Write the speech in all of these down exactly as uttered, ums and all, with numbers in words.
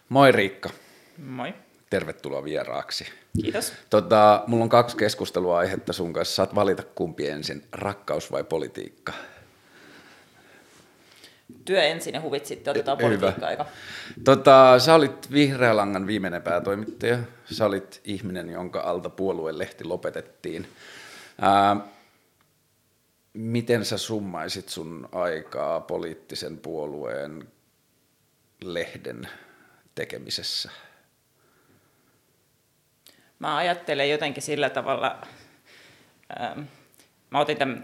Moi Riikka. Moi. Tervetuloa vieraaksi. Kiitos. Tota, mulla on kaksi keskusteluaihetta sun kanssa. Saat valita kumpi ensin, rakkaus vai politiikka? Työ ensin ja huvit sitten, otetaan politiikka-aika. Tota, sä olit Vihreä Langan viimeinen päätoimittaja. Sä olit ihminen, jonka alta puoluelehti lopetettiin. Ää, miten sä summaisit sun aikaa poliittisen puolueen lehden tekemisessä? Mä ajattelen jotenkin sillä tavalla, ähm, mä otin tämän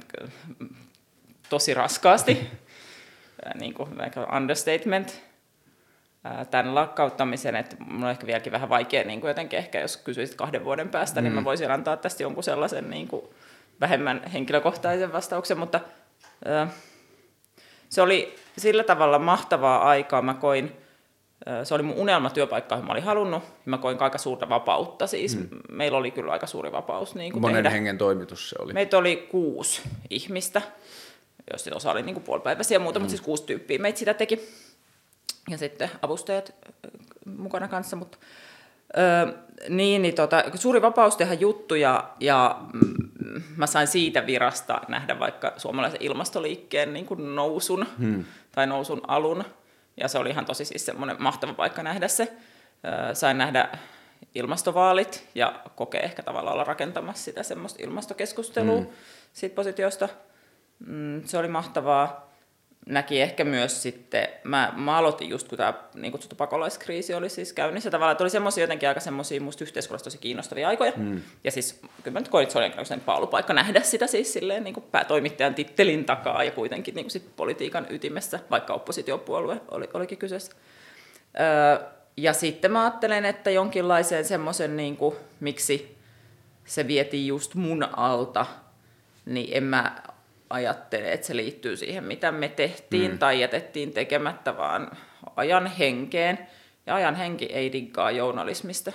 tosi raskaasti, niin kuin understatement, äh, tämän lakkauttamisen, että mun on ehkä vieläkin vähän vaikea, niin kuin jotenkin ehkä jos kysyisit kahden vuoden päästä, mm. niin mä voisin antaa tästä jonkun sellaisen niin kuin vähemmän henkilökohtaisen vastauksen, mutta äh, se oli sillä tavalla mahtavaa aikaa, mä koin, se oli mun unelmatyöpaikka, johon mä olin halunnut, ja mä koin aika suurta vapautta. Siis hmm. meillä oli kyllä aika suuri vapaus. Niin kuin Monen tehdä. hengen toimitus se oli? Meitä oli kuusi ihmistä, jos osa oli niin kuin puolipäiväisiä ja muuta, hmm. mutta siis kuusi tyyppiä meitä sitä teki. Ja sitten avustajat mukana kanssa. Mutta, ö, niin, niin tota, suuri vapaus tehdä juttuja, ja mm, mä sain siitä virasta nähdä vaikka suomalaisen ilmastoliikkeen niin kuin nousun hmm. tai nousun alun. Ja se oli ihan tosi siis semmoinen mahtava paikka nähdä se. Sain nähdä ilmastovaalit ja kokea ehkä tavallaan olla rakentamassa sitä semmoista ilmastokeskustelua mm. siitä positiosta. Se oli mahtavaa. Näki ehkä myös sitten, mä, mä aloitin just kun tämä niin kutsuttu pakolaiskriisi oli siis käynnissä tavallaan, että oli semmoisia jotenkin aika semmoisia musta yhteiskunnassa tosi kiinnostavia aikoja. Mm. Ja siis kyllä mä nyt koin, että se oli jonkinlainen paalupaikka nähdä sitä siis silleen niin kuin päätoimittajan tittelin takaa ja kuitenkin niin kuin sit politiikan ytimessä, vaikka oppositiopuolue oli, olikin kyseessä. Öö, ja sitten mä ajattelen, että jonkinlaiseen semmoisen, niin kuin, miksi se vietiin just mun alta, niin en mä ajattele, että se liittyy siihen, mitä me tehtiin mm. tai jätettiin tekemättä, vaan ajan henkeen. Ja ajan henki ei diggaa journalismista.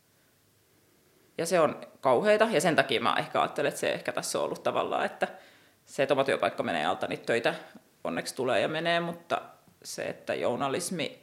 Ja se on kauheita, ja sen takia mä ehkä ajattelen, että se ehkä tässä on ollut tavallaan, että se, että oma työpaikka menee alta, niin töitä onneksi tulee ja menee, mutta se, että journalismi,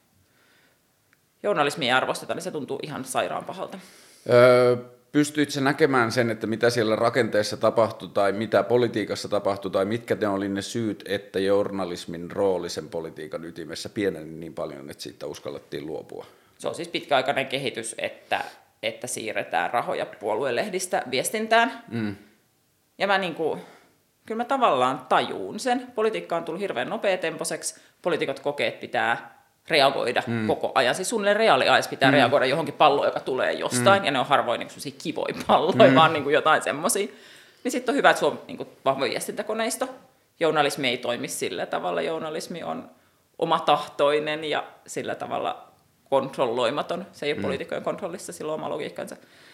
journalismi ei arvosteta, niin se tuntuu ihan sairaan pahalta. Öö... Pystyitkö sä näkemään sen, että mitä siellä rakenteessa tapahtui tai mitä politiikassa tapahtui tai mitkä ne oli ne syyt, että journalismin rooli sen politiikan ytimessä pieneni niin paljon, että siitä uskallettiin luopua? Se on siis pitkäaikainen kehitys, että, että siirretään rahoja puoluelehdistä viestintään. Mm. Ja mä niin kuin, kyllä mä tavallaan tajuun sen. Politiikka on tullut hirveän nopeatempoiseksi. Poliitikot kokee, että pitää reagoida mm. koko ajan. Siis suunnilleen reaaliajassa pitää mm. reagoida johonkin palloon, joka tulee jostain, mm. ja ne on harvoin niin sellaisia kivoja palloja, mm. vaan niin kuin jotain semmoisia. Niin sitten on hyvä, että sulla on niin vahva viestintäkoneisto. Journalismi ei toimi sillä tavalla. Journalismi on omatahtoinen ja sillä tavalla kontrolloimaton. Se ei ole mm. poliitikkojen kontrollissa, sillä on oma logiikkansa.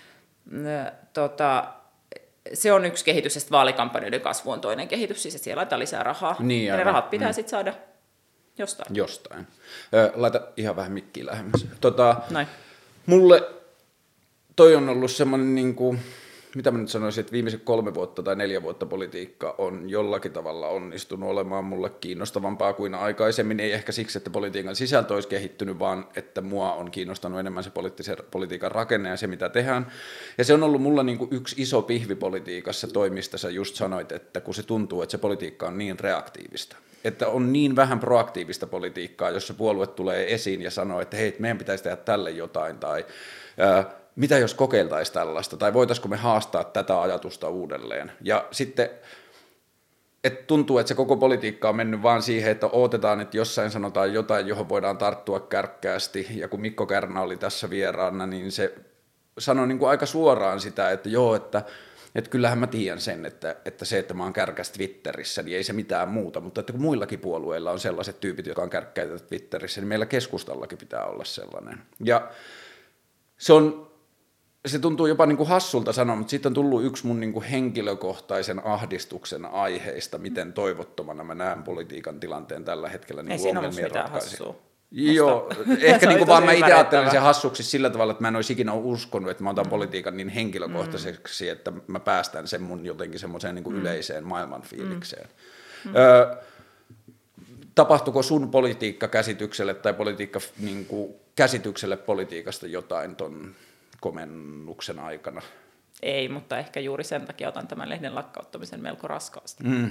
Tota, se on yksi kehitys, ja vaalikampanjoiden kasvu on toinen kehitys, siis että siellä laitetaan lisää rahaa. Niin, ja ne rahat pitää mm. sitten saada jostain. Jostain. Ö, laita ihan vähän mikkiä lähemmäs. Tota, mulle toi on ollut semmoinen, niin kuin, mitä mä nyt sanoisin, että viimeiset kolme vuotta tai neljä vuotta politiikka on jollakin tavalla onnistunut olemaan mulle kiinnostavampaa kuin aikaisemmin. Ei ehkä siksi, että politiikan sisältö olisi kehittynyt, vaan että mua on kiinnostanut enemmän se politiikan rakenne ja se, mitä tehdään. Ja se on ollut mulla niin kuin yksi iso pihvi politiikassa toimista. Sä just sanoit, että kun se tuntuu, että se politiikka on niin reaktiivista. Että on niin vähän proaktiivista politiikkaa, jossa puolue tulee esiin ja sanoo, että hei, meidän pitäisi tehdä tälle jotain, tai ää, mitä jos kokeiltaisiin tällaista, tai voitaisiko me haastaa tätä ajatusta uudelleen. Ja sitten, että tuntuu, että se koko politiikka on mennyt vaan siihen, että odotetaan, että jossain sanotaan jotain, johon voidaan tarttua kärkkäästi, ja kun Mikko Kärnä oli tässä vieraana, niin se sanoi niin kuin aika suoraan sitä, että joo, että Että kyllähän mä tiedän sen, että, että se, että mä oon kärkäs Twitterissä, niin ei se mitään muuta, mutta että kun muillakin puolueilla on sellaiset tyypit, jotka on kärkkäitä Twitterissä, niin meillä keskustallakin pitää olla sellainen. Ja se, on, se tuntuu jopa niin kuin hassulta sanoa, mutta sitten on tullut yksi mun niin kuin henkilökohtaisen ahdistuksen aiheista, miten toivottomana mä näen politiikan tilanteen tällä hetkellä niin kuin ongelmien ratkaisijana. Joo, ehkä niin kuin vaan mä itse ajattelen sen hassuksi sillä tavalla, että mä en olisi ikinä uskonut, että mä otan mm. politiikan niin henkilökohtaiseksi, mm. että mä päästän sen mun jotenkin semmoiseen niin kuin mm. yleiseen maailmanfiilikseen. Mm. Öö, tapahtuiko sun politiikkakäsitykselle tai politiikka, niin kuin, käsitykselle politiikasta jotain ton komennuksen aikana? Ei, mutta ehkä juuri sen takia otan tämän lehden lakkauttamisen melko raskaasti. Mm.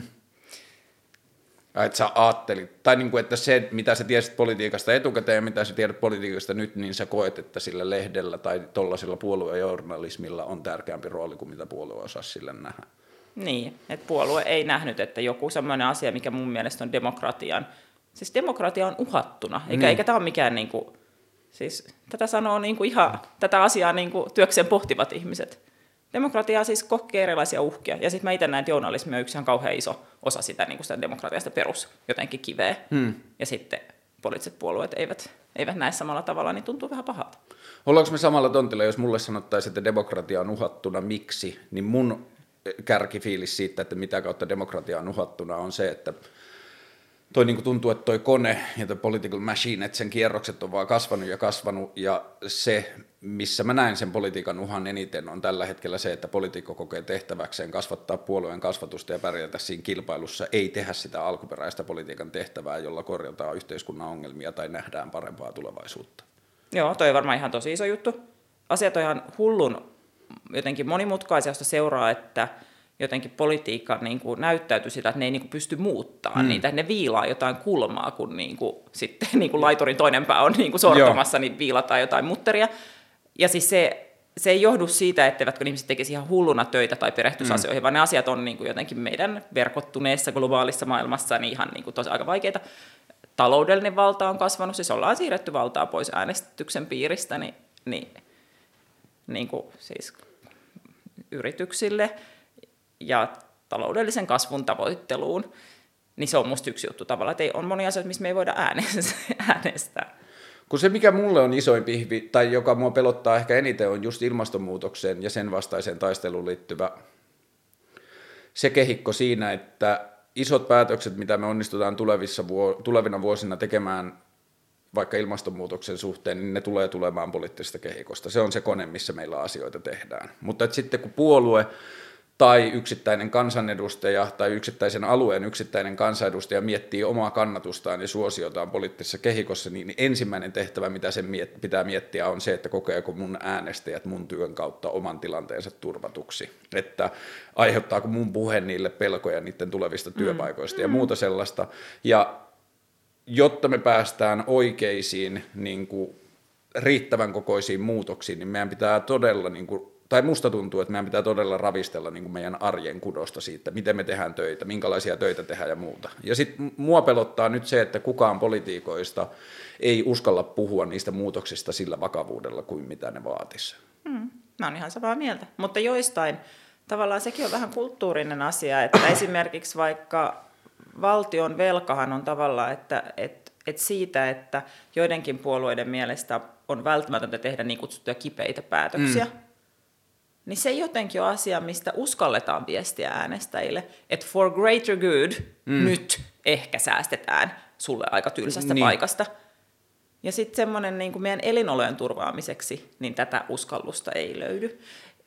Että sä ajattelit, tai niin kuin, että se, mitä sä tiesit politiikasta etukäteen ja mitä sä tiedät politiikasta nyt, niin sä koet, että sillä lehdellä tai tuollaisella puoluejournalismilla on tärkeämpi rooli kuin mitä puolue osasi sille nähdä. Niin, että puolue ei nähnyt, että joku sellainen asia, mikä mun mielestä on demokratian, siis demokratia on uhattuna, eikä, niin. eikä tämä ole mikään, niin kuin, siis tätä sanoo niin kuin ihan, tätä asiaa niin kuin työkseen pohtivat ihmiset. Demokratia siis kokee erilaisia uhkia, ja sitten mä itse näen, että journalismi on yksi ihan kauhean iso osa sitä, niin kuin sitä demokratiasta perus jotenkin kiveä, hmm. ja sitten poliittiset puolueet eivät, eivät näe samalla tavalla, niin tuntuu vähän pahalta. Ollaanko me samalla tontilla, jos mulle sanottaisiin, että demokratia on uhattuna, miksi, niin mun kärkifiilis siitä, että mitä kautta demokratia on uhattuna, on se, että toi niin kuin tuntuu, että toi kone ja toi political machine, että sen kierrokset on vaan kasvanut ja kasvanut, ja se, missä mä näen sen politiikan uhan eniten, on tällä hetkellä se, että poliitikko kokee tehtäväkseen kasvattaa puolueen kasvatusta ja pärjätä siinä kilpailussa, ei tehdä sitä alkuperäistä politiikan tehtävää, jolla korjataan yhteiskunnan ongelmia tai nähdään parempaa tulevaisuutta. Joo, toi on varmaan ihan tosi iso juttu. Asiat on ihan hullun jotenkin monimutkaisia, josta seuraa, että jotenkin politiikka niin kuin näyttäytyy sitä, että ne ei niin kuin pysty muuttamaan hmm. niitä, että ne viilaa jotain kulmaa, kun niin kuin, sitten niin kuin laiturin toinen pää on niin kuin sortumassa, niin viilataan jotain mutteria. Ja siis se, se ei johdu siitä, etteivätkö ihmiset tekisi ihan hulluna töitä tai perehtyisi hmm. asioihin, vaan ne asiat on niin kuin jotenkin meidän verkottuneessa globaalissa maailmassa niin ihan niin kuin tosi aika vaikeita. Taloudellinen valta on kasvanut, siis ollaan siirretty valtaa pois äänestyksen piiristä, niin, niin, niin kuin siis yrityksille ja taloudellisen kasvun tavoitteluun, niin se on musta yksi juttu tavallaan, että ei, on monia asioita, missä me ei voida äänestää. Kun se, mikä mulle on isoin pihvi, tai joka mua pelottaa ehkä eniten, on just ilmastonmuutokseen ja sen vastaiseen taisteluun liittyvä se kehikko siinä, että isot päätökset, mitä me onnistutaan tulevissa vuo, tulevina vuosina tekemään vaikka ilmastonmuutoksen suhteen, niin ne tulee tulemaan poliittisesta kehikosta. Se on se kone, missä meillä asioita tehdään. Mutta sitten kun puolue tai yksittäinen kansanedustaja tai yksittäisen alueen yksittäinen kansanedustaja miettii omaa kannatustaan ja suosiotaan poliittisessa kehikossa, niin ensimmäinen tehtävä, mitä sen miet- pitää miettiä, on se, että kokeeko mun äänestäjät mun työn kautta oman tilanteensa turvatuksi. Että aiheuttaako mun puhe niille pelkoja niiden tulevista työpaikoista mm. ja muuta sellaista. Ja jotta me päästään oikeisiin niin kuin riittävän kokoisiin muutoksiin, niin meidän pitää todella niin kuin tai musta tuntuu, että meidän pitää todella ravistella niin kuin meidän arjen kudosta siitä, miten me tehdään töitä, minkälaisia töitä tehdään ja muuta. Ja sitten mua pelottaa nyt se, että kukaan politiikoista ei uskalla puhua niistä muutoksista sillä vakavuudella kuin mitä ne vaatisi. Hmm. Mä oon ihan samaa mieltä, mutta joistain tavallaan sekin on vähän kulttuurinen asia, että esimerkiksi vaikka valtion velkahan on tavallaan, että, että, että siitä, että joidenkin puolueiden mielestä on välttämätöntä tehdä niin kutsuttuja kipeitä päätöksiä, mm. niin se jotenkin on asia, mistä uskalletaan viestiä äänestäjille, että for greater good mm. nyt ehkä säästetään sulle aika tylsästä niin. paikasta. Ja sitten semmoinen niin kuin meidän elinolojen turvaamiseksi, niin tätä uskallusta ei löydy.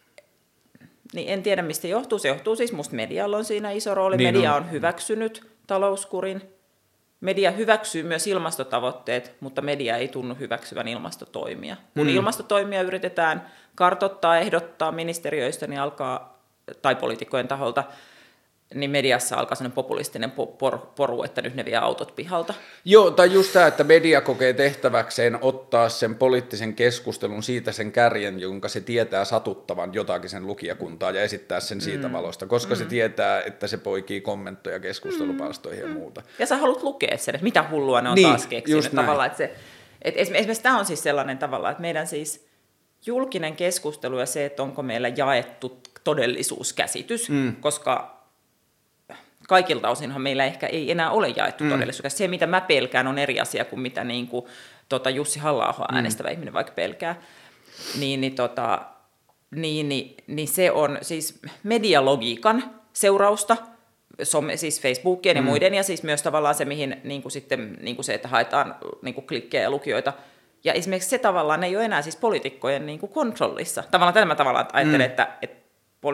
Niin en tiedä, mistä johtuu. Se johtuu siis, musta medialla on siinä iso rooli. Niin Media on. on hyväksynyt talouskurin. Media hyväksyy myös ilmastotavoitteet, mutta media ei tunnu hyväksyvän ilmastotoimia. Kun mm. ilmastotoimia yritetään kartoittaa, ehdottaa ministeriöistä, niin alkaa, tai poliitikkojen taholta, niin mediassa alkaa sellainen populistinen por- poru, että nyt ne vie autot pihalta. Joo, tai just tämä, että media kokee tehtäväkseen ottaa sen poliittisen keskustelun siitä sen kärjen, jonka se tietää satuttavan jotakin sen lukijakuntaa ja esittää sen siitä mm. valosta, koska mm. se tietää, että se poikii kommentteja keskustelupalstoihin mm. ja muuta. Ja sä haluat lukea sen, että mitä hullua ne on niin, taas keksinyt. Tavallaan, että se, että esimerkiksi tämä on siis sellainen tavalla, että meidän siis julkinen keskustelu ja se, että onko meillä jaettu todellisuuskäsitys, mm. koska kaikilta osinhan meillä ehkä ei enää ole jaettu mm. todellisuus. Se, mitä mä pelkään, on eri asia kuin mitä niin kuin, tota, Jussi Halla-aho äänestävä mm. ihminen vaikka pelkää. Niin, niin, tota, niin, niin, niin se on siis medialogiikan seurausta, some, siis Facebookien mm. ja muiden, ja siis myös tavallaan se, mihin niin kuin sitten, niin kuin se, että haetaan niin kuin klikkejä ja lukijoita. Ja esimerkiksi se tavallaan ei ole enää siis poliitikkojen niin kuin kontrollissa. Tavallaan tämä tavallaan ajattelen, mm. että, että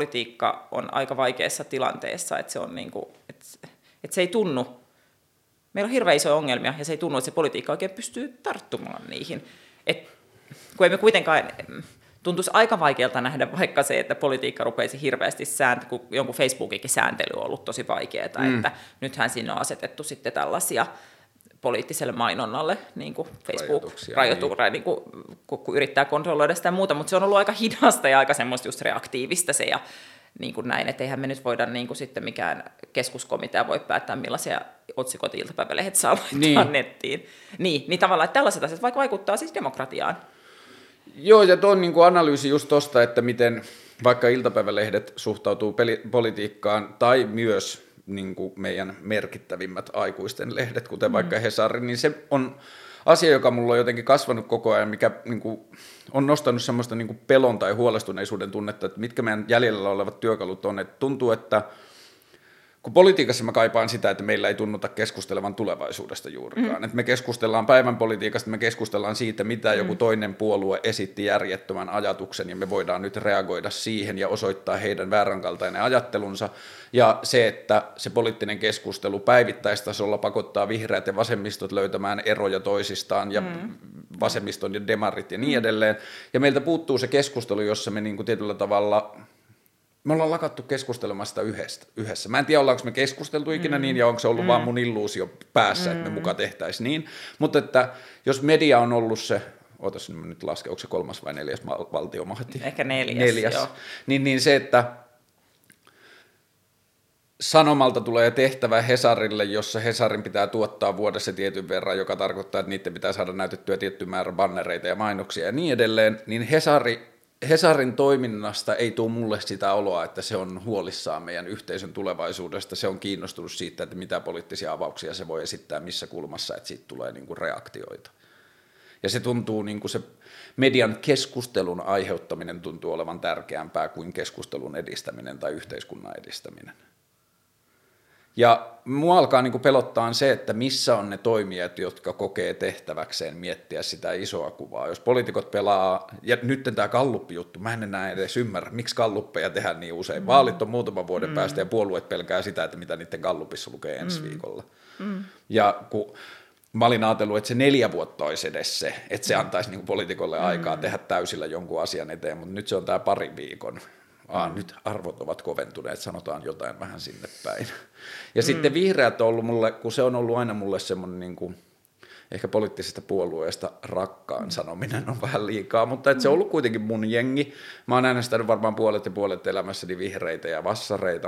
politiikka on aika vaikeassa tilanteessa, että se, on niin kuin, että, että se ei tunnu meillä on hirveän isoja ongelmia, ja se ei tunnu, että se politiikka oikein pystyy tarttumaan niihin. Et, kun emme kuitenkaan, tuntuisi aika vaikealta nähdä vaikka se, että politiikka rupeisi hirveästi sääntää, kun jonkun Facebookikin sääntely on ollut tosi vaikeaa, mm. että nythän sinne on asetettu sitten tällaisia poliittiselle mainonnalle, niin kuin Facebook-rajoituksia, niin. niin kun, kun yrittää kontrolloida sitä ja muuta, mutta se on ollut aika hidasta ja aika semmoista just reaktiivista se, ja niin kuin näin, että eihän me nyt voida niin kuin sitten mikään keskuskomitea voi päättää, millaisia otsikoita iltapäivälehdet saa laittaa niin. nettiin. Niin, niin tavallaan, että tällaiset asiat vaikka vaikuttaa siis demokratiaan. Joo, ja tuon niin kuin analyysi just tuosta, että miten vaikka iltapäivälehdet suhtautuu peli- politiikkaan, tai myös niin kuin meidän merkittävimmät aikuisten lehdet, kuten mm. vaikka Hesari, niin se on asia, joka mulla on jotenkin kasvanut koko ajan, mikä niin kuin, on nostanut semmoista niin kuin pelon tai huolestuneisuuden tunnetta, että mitkä meidän jäljellä olevat työkalut on. Että tuntuu, että kun politiikassa mä kaipaan sitä, että meillä ei tunnuta keskustelevan tulevaisuudesta juurikaan. Mm. Että me keskustellaan päivän politiikasta, me keskustellaan siitä, mitä mm. joku toinen puolue esitti järjettömän ajatuksen, ja me voidaan nyt reagoida siihen ja osoittaa heidän vääränkaltainen ajattelunsa. Ja se, että se poliittinen keskustelu päivittäistasolla pakottaa vihreät ja vasemmistot löytämään eroja toisistaan, ja mm. vasemmiston ja demarit ja niin edelleen. Ja meiltä puuttuu se keskustelu, jossa me niin kuin tietyllä tavalla me ollaan lakattu keskustelemasta yhdessä. yhdessä. Mä en tiedä, ollaanko me keskusteltu ikinä mm. niin, ja onko se ollut mm. vaan mun illuusio päässä, mm. että me muka tehtäisiin niin. Mutta että jos media on ollut se, ootas nyt laske, onko se kolmas vai neljäs valtiomahti? Ehkä neljäs, neljäs. Joo. Niin, niin se, että Sanomalta tulee tehtävä Hesarille, jossa Hesarin pitää tuottaa vuodessa tietyn verran, joka tarkoittaa, että niiden pitää saada näytettyä tietty määrä bannereita ja mainoksia ja niin edelleen, niin Hesari Hesarin toiminnasta ei tule mulle sitä oloa, että se on huolissaan meidän yhteisön tulevaisuudesta, se on kiinnostunut siitä, että mitä poliittisia avauksia se voi esittää missä kulmassa, että siitä tulee niin kuin reaktioita. Ja se tuntuu, niin kuin se median keskustelun aiheuttaminen tuntuu olevan tärkeämpää kuin keskustelun edistäminen tai yhteiskunnan edistäminen. Ja mua alkaa niin kuin pelottaa se, että missä on ne toimijat, jotka kokee tehtäväkseen miettiä sitä isoa kuvaa. Jos poliitikot pelaa, ja nyt tämä Gallup-juttu, mä en enää edes ymmärrä, miksi Galluppeja tehdään niin usein. Mm. Vaalit on muutaman vuoden mm. päästä ja puolueet pelkää sitä, että mitä niiden Gallupissa lukee ensi mm. viikolla. Mm. Ja kun mä olin ajatellut, että se neljä vuotta olisi edes se, että se antaisi niin kuin poliitikolle aikaa mm. tehdä täysillä jonkun asian eteen, mutta nyt se on tämä parin viikon. Aa, mm. nyt arvot ovat koventuneet, sanotaan jotain vähän sinne päin. Ja mm. sitten vihreät on ollut mulle, kun se on ollut aina mulle semmoinen niin kuin, ehkä poliittisesta puolueesta rakkaan sanominen on vähän liikaa, mutta että se on ollut kuitenkin mun jengi. Mä oon äänestänyt varmaan puolet ja puolet elämässäni vihreitä ja vassareita,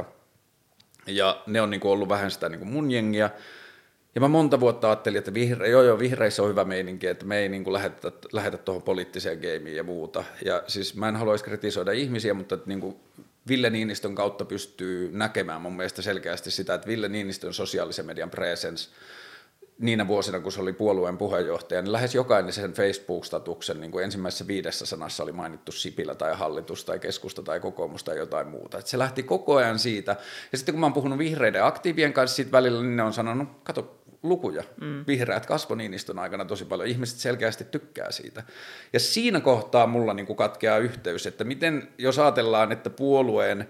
ja ne on niin kuin ollut vähän sitä niin kuin mun jengiä. Ja mä monta vuotta ajattelin, että vihre, joo, joo, vihreissä on hyvä meininki, että me ei niin kuin lähetä, lähetä tuohon poliittiseen gameen ja muuta. Ja siis mä en haluaisi kritisoida ihmisiä, mutta että niin kuin Ville Niinistön kautta pystyy näkemään mun mielestä selkeästi sitä, että Ville Niinistön sosiaalisen median presence niinä vuosina, kun se oli puolueen puheenjohtaja, niin lähes jokainen sen Facebook-statuksen niin kuin ensimmäisessä viidessä sanassa oli mainittu Sipilä tai hallitus tai keskusta tai kokoomus tai jotain muuta. Et se lähti koko ajan siitä. Ja sitten kun mä oon puhunut vihreiden aktiivien kanssa siitä välillä, niin ne on sanonut, kato, lukuja. Mm. Vihreät kasvoi Niinistön aikana tosi paljon. Ihmiset selkeästi tykkää siitä. Ja siinä kohtaa mulla niin kuin katkeaa yhteys, että miten, jos ajatellaan, että puolueen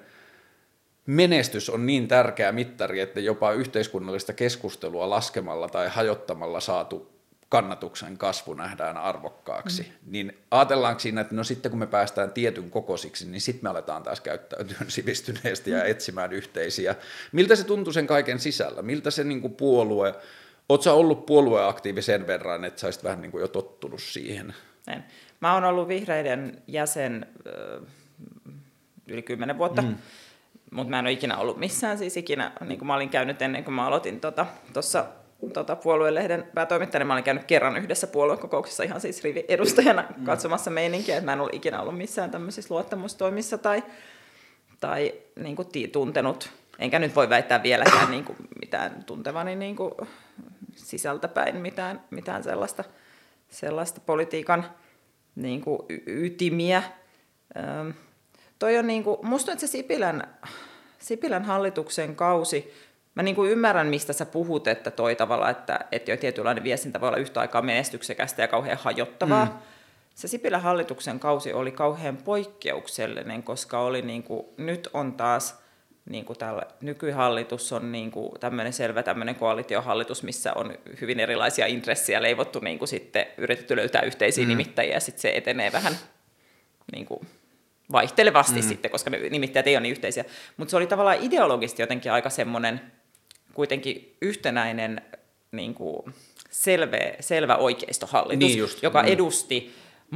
menestys on niin tärkeä mittari, että jopa yhteiskunnallista keskustelua laskemalla tai hajottamalla saatu kannatuksen kasvu nähdään arvokkaaksi, mm. niin ajatellaanko siinä, että no sitten kun me päästään tietyn kokoisiksi, niin sitten me aletaan taas käyttäytyä sivistyneesti ja etsimään yhteisiä. Miltä se tuntui sen kaiken sisällä? Miltä se niin kuin puolue, ootko sä ollut puolueaktiivi sen verran, että sä olisit vähän niin kuin jo tottunut siihen? En. Mä oon ollut vihreiden jäsen ö, yli kymmenen vuotta, mm. mutta mä en ole ikinä ollut missään, siis ikinä, niin kuin mä olin käynyt ennen kuin mä aloitin tuossa tota, tota, puoluelehden päätoimittajana, mä olin käynyt kerran yhdessä puoluekokouksessa ihan siis rivi-edustajana mm. katsomassa meininkiä, että mä en ollut ikinä ollut missään tämmöisissä luottamustoimissa tai, tai niin kuin tuntenut, enkä nyt voi väittää vieläkään niin kuin mitään tuntevani niin kuin sisältäpäin mitään, mitään sellaista, sellaista politiikan niin kuin ytimiä. Öm, toi on niin kuin, musta että se Sipilän, Sipilän hallituksen kausi, mä niin kuin ymmärrän, mistä sä puhut, että toi tavalla, että, että jo tietynlainen viestintä voi olla yhtä aikaa menestyksekästä ja kauhean hajottavaa. Mm. Se Sipilän hallituksen kausi oli kauhean poikkeuksellinen, koska oli niin kuin, nyt on taas niin kuin tällä, nykyhallitus on niin kuin tämmöinen selvä tämmöinen koalitiohallitus, missä on hyvin erilaisia intressejä leivottu, niin kuin sitten yritetty löytää yhteisiä mm. nimittäjiä, ja sitten se etenee vähän niin kuin vaihtelevasti mm. sitten, koska ne nimittäjät ei ole niin yhteisiä. Mutta se oli tavallaan ideologisesti jotenkin aika semmoinen kuitenkin yhtenäinen niin kuin selvä, selvä oikeistohallitus, niin just, joka mm. edusti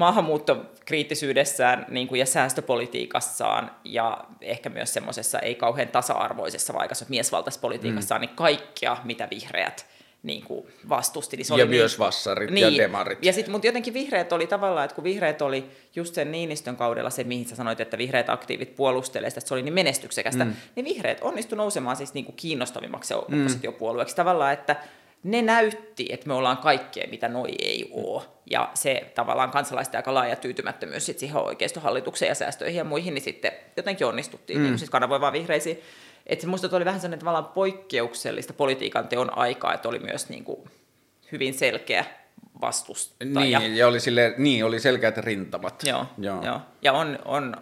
maahanmuuttokriittisyydessään niin kuin, ja säästöpolitiikassaan ja ehkä myös semmoisessa ei kauhean tasa-arvoisessa vaikka miesvaltaisessa politiikassaan, mm. niin kaikkea, mitä vihreät niin kuin vastusti. Niin se ja oli myös niin, vassarit niin, ja demarit. Ja sitten, mutta jotenkin vihreät oli tavallaan, että kun vihreät oli just sen Niinistön kaudella se, mihin sä sanoit, että vihreät aktiivit puolustelee sitä, että se oli niin menestyksekästä, mm. niin vihreät onnistu nousemaan siis niin kuin kiinnostavimmaksi mm. oppositiopuolueeksi tavallaan, että ne näytti, että me ollaan kaikkea, mitä noi ei ole. Ja se tavallaan kansalaisten aika laaja tyytymättömyys sit siihen oikeistohallitukseen ja säästöihin ja muihin, niin sitten jotenkin onnistuttiin mm. niin siis kanavoimaan vihreisiin. Että musta oli vähän sellainen tavallaan poikkeuksellista politiikan teon aikaa, että oli myös niin kuin hyvin selkeä vastustaja. Niin, ja oli, sille, niin, oli selkeät rintamat. Joo, joo. joo. Ja on, on,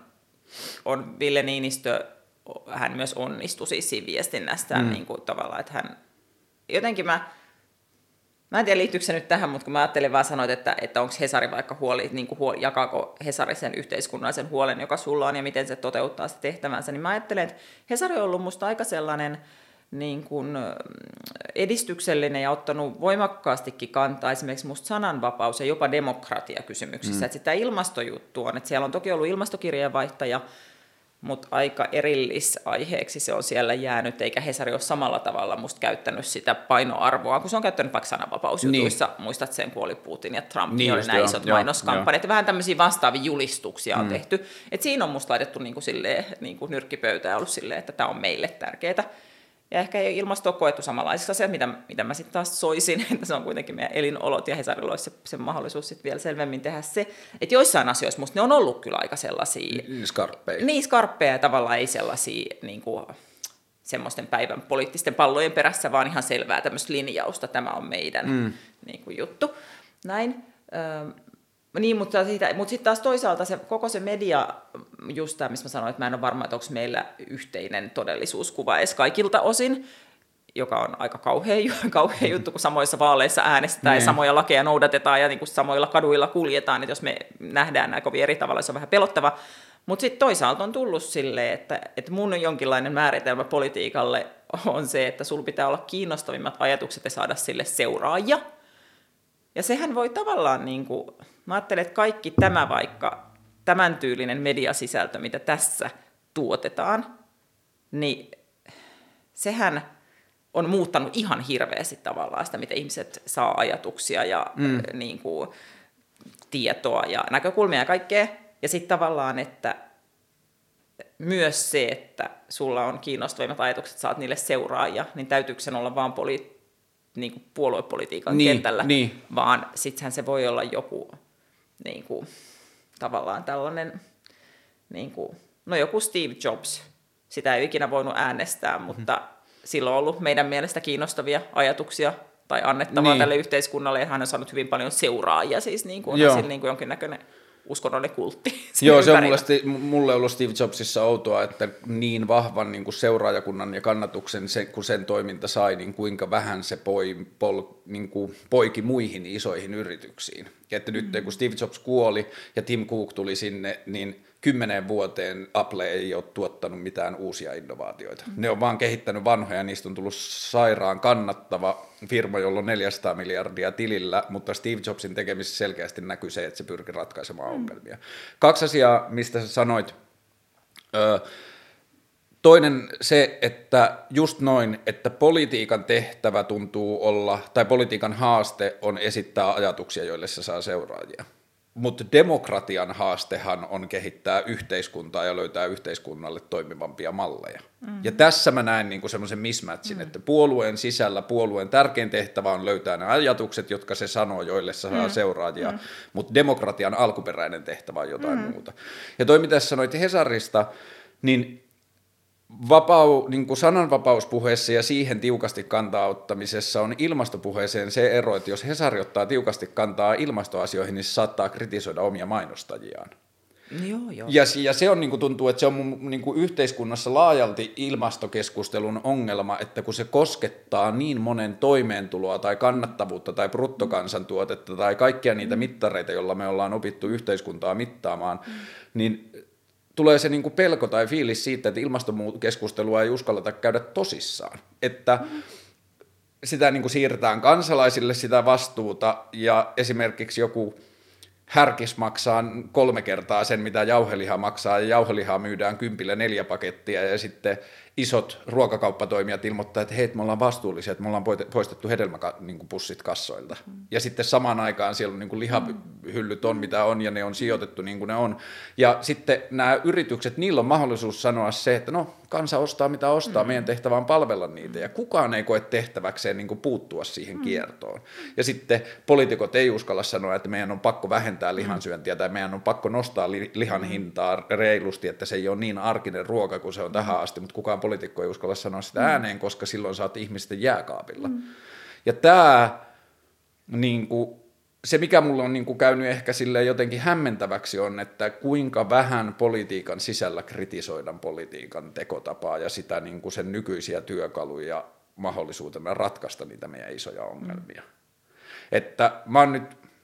on Ville Niinistö, hän myös onnistui siis siinä viestinnästä mm. niin kuin tavallaan, että hän jotenkin mä Mä en tiedä, liittyykö se nyt tähän, mutta kun mä ajattelin vaan sanoa, että, että onko Hesari vaikka huoli, niin kuin huoli, jakaako Hesari sen yhteiskunnallisen huolen, joka sulla on, ja miten se toteuttaa sitä tehtävänsä, niin mä ajattelen, että Hesari on ollut musta aika sellainen niin kuin edistyksellinen ja ottanut voimakkaastikin kantaa esimerkiksi musta sananvapaus ja jopa demokratiakysymyksissä. Mm. Että sitä ilmastojuttu on, että siellä on toki ollut ilmastokirjeenvaihtaja, mutta aika erillisaiheeksi se on siellä jäänyt, eikä Hesari ole samalla tavalla musta käyttänyt sitä painoarvoa, kun se on käyttänyt vaikka sananvapausjutuissa. Niin. Muistat sen, kun oli Putin ja Trump, niin oli nämä isot mainoskampanjat, ja vähän tämmöisiä vastaavia julistuksia on mm. tehty. Et siinä on musta laitettu niinku silleen, niinku nyrkkipöytään ollut silleen, että tämä on meille tärkeää. Ja ehkä ei ilmasto ole koettu samanlaisiksi asiat, mitä, mitä mä sitten taas soisin, että se on kuitenkin meidän elinolot, ja Hesarilla olisi se, se mahdollisuus sitten vielä selvemmin tehdä se, että joissain asioissa musta ne on ollut kyllä aika sellaisia skarppeja. Niin, skarppeja ja tavallaan ei sellaisia niin kuin, semmoisten päivän poliittisten pallojen perässä, vaan ihan selvää tämmöistä linjausta, tämä on meidän mm. niin kuin, juttu. Näin. Ö, niin, mutta, mutta sitten taas toisaalta se, koko se media, just tämä, missä mä sanoin, että mä en ole varma, että onko meillä yhteinen todellisuuskuva edes kaikilta osin, joka on aika kauhea, kauhea juttu, kun samoissa vaaleissa äänestetään mm. ja samoja lakeja noudatetaan ja niin kuin samoilla kaduilla kuljetaan, että jos me nähdään nämä kovin eri tavalla, se on vähän pelottava. Mutta sitten toisaalta on tullut silleen, että, että mun jonkinlainen määritelmä politiikalle on se, että sulla pitää olla kiinnostavimmat ajatukset ja saada sille seuraajia. Ja sehän voi tavallaan, niin kuin, mä ajattelen, että kaikki tämä vaikka, tämän tyylinen mediasisältö, mitä tässä tuotetaan, niin sehän on muuttanut ihan hirveästi tavallaan sitä, miten ihmiset saa ajatuksia ja mm. niin kuin, tietoa ja näkökulmia ja kaikkea. Ja sitten tavallaan, että myös se, että sulla on kiinnostavimmat ajatukset, saat niille seuraajia, niin täytyykö sen olla vaan poli- niin kuin puoluepolitiikan niin, kentällä, niin. Vaan sittenhän se voi olla joku niin kuin, tavallaan tällainen, niin kuin, no joku Steve Jobs, sitä ei ikinä voinut äänestää, mutta mm-hmm. sillä on ollut meidän mielestä kiinnostavia ajatuksia tai annettavaa niin. tälle yhteiskunnalle, ja hän on saanut hyvin paljon seuraajia, siis niin kuin on sillä niin kuin jonkinnäköinen uskonnollinen kultti. Joo, se on mulle, mulle ollut Steve Jobsissa outoa, että niin vahvan niin kuin seuraajakunnan ja kannatuksen, se, kun sen toiminta sai, niin kuinka vähän se poi, pol, niin kuin poiki muihin isoihin yrityksiin. Ja että nyt kun Steve Jobs kuoli ja Tim Cook tuli sinne, niin kymmeneen vuoteen Apple ei ole tuottanut mitään uusia innovaatioita. Mm. Ne on vaan kehittänyt vanhoja, niistä on tullut sairaan kannattava firma, jolla on neljäsataa miljardia tilillä, mutta Steve Jobsin tekemisessä selkeästi näkyy se, että se pyrkii ratkaisemaan mm. ongelmia. Kaksi asiaa, mistä sä sanoit. Öö, toinen se, että just noin, että politiikan tehtävä tuntuu olla, tai politiikan haaste on esittää ajatuksia, joille se saa seuraajia. Mutta demokratian haastehan on kehittää yhteiskuntaa ja löytää yhteiskunnalle toimivampia malleja. Mm-hmm. Ja tässä mä näen niinku semmoisen mismatchin, mm-hmm. että puolueen sisällä puolueen tärkein tehtävä on löytää ne ajatukset, jotka se sanoo, joille se saa mm-hmm. seuraajia, mm-hmm. mutta demokratian alkuperäinen tehtävä on jotain mm-hmm. muuta. Ja toi, mitä sanoit Hesarista, niin Vapau, niin kuin sananvapauspuheessa ja siihen tiukasti kantaa ottamisessa on ilmastopuheeseen se ero, että jos Hesari ottaa tiukasti kantaa ilmastoasioihin, niin se saattaa kritisoida omia mainostajiaan. Joo, joo. Ja, ja se on, niin kuin tuntuu, että se on mun, niin kuin yhteiskunnassa laajalti ilmastokeskustelun ongelma, että kun se koskettaa niin monen toimeentuloa tai kannattavuutta tai bruttokansantuotetta tai kaikkia niitä mittareita, joilla me ollaan opittu yhteiskuntaa mittaamaan, mm. niin tulee se niin kuin pelko tai fiilis siitä, että ilmastokeskustelua ei uskalleta käydä tosissaan. Että mm. sitä niin kuin siirretään kansalaisille sitä vastuuta ja esimerkiksi joku härkis maksaa kolme kertaa sen, mitä jauheliha maksaa, ja jauhelihaa myydään kympillä neljä pakettia, ja sitten isot ruokakauppatoimijat ilmoittaa, että hei, me ollaan vastuullisia, että me ollaan poistettu hedelmäpussit kassoilta. Mm. Ja sitten samaan aikaan siellä on niin kuin lihahyllyt on, mitä on, ja ne on sijoitettu niin kuin ne on. Ja sitten nämä yritykset, niillä on mahdollisuus sanoa se, että no, kansa ostaa mitä ostaa, mm. meidän tehtävä on palvella niitä, ja kukaan ei koe tehtäväkseen niin kuin puuttua siihen mm. kiertoon. Ja sitten poliitikot ei uskalla sanoa, että meidän on pakko vähentää lihansyöntiä, tai meidän on pakko nostaa li- lihan hintaa reilusti, että se ei ole niin arkinen ruoka kuin se on tähän asti, mutta kukaan poliitikko ei uskalla sanoa sitä ääneen, koska silloin sä oot ihmisten jääkaapilla. Mm. Ja tämä, niin kuin, se mikä mulla on niin kuin käynyt ehkä silleen jotenkin hämmentäväksi on, että kuinka vähän politiikan sisällä kritisoidaan politiikan tekotapaa ja sitä niin kuin sen nykyisiä työkaluja mahdollisuutena ratkaista niitä meidän isoja ongelmia. Mm. Että mä oon nyt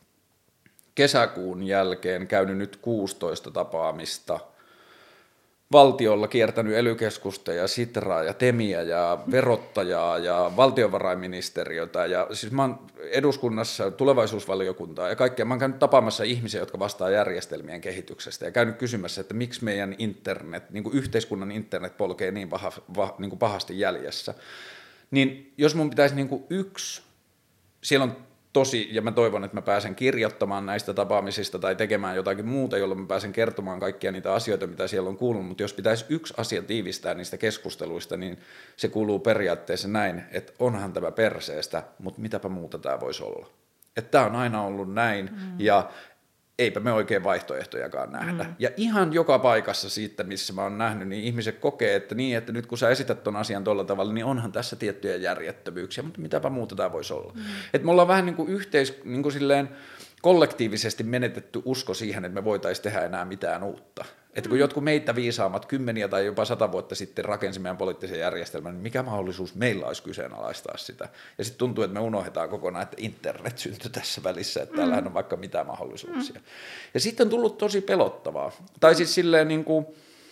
kesäkuun jälkeen käynyt nyt kuusitoista tapaamista valtiolla, kiertänyt ely-keskusta ja Sitraa ja Temiä ja verottajaa ja valtiovarainministeriötä ja siis mä oon eduskunnassa tulevaisuusvaliokuntaa ja kaikkea. Mä oon käynyt tapaamassa ihmisiä, jotka vastaa järjestelmien kehityksestä ja käynyt kysymässä, että miksi meidän internet, niin kuin yhteiskunnan internet polkee niin, paha, va, niin kuin pahasti jäljessä. Niin jos mun pitäisi niin kuin yksi, siellä on tosi, ja mä toivon, että mä pääsen kirjoittamaan näistä tapaamisista tai tekemään jotakin muuta, jolloin mä pääsen kertomaan kaikkia niitä asioita, mitä siellä on kuulunut, mutta jos pitäisi yksi asia tiivistää niistä keskusteluista, niin se kuuluu periaatteessa näin, että onhan tämä perseestä, mutta mitäpä muuta tämä voisi olla. Että tämä on aina ollut näin, mm. ja eipä me oikein vaihtoehtojakaan nähdä. Mm. Ja ihan joka paikassa siitä, missä mä oon nähnyt, niin ihmiset kokee, että niin, että nyt kun sä esität ton asian tolla tavalla, niin onhan tässä tiettyjä järjettömyyksiä, mutta mitäpä muuta tämä voisi olla. Mm. Että me ollaan vähän niin kuin yhteis, niin kuin silleen kollektiivisesti menetetty usko siihen, että me voitaisiin tehdä enää mitään uutta. Että kun jotkut meitä viisaamat kymmeniä tai jopa sata vuotta sitten rakensi meidän poliittisen järjestelmän, niin mikä mahdollisuus meillä olisi kyseenalaistaa sitä? Ja sitten tuntuu, että me unohdetaan kokonaan, että internet syntyi tässä välissä, että täällähän on vaikka mitä mahdollisuuksia. Ja sitten on tullut tosi pelottavaa. Tai siis silleen niin kuin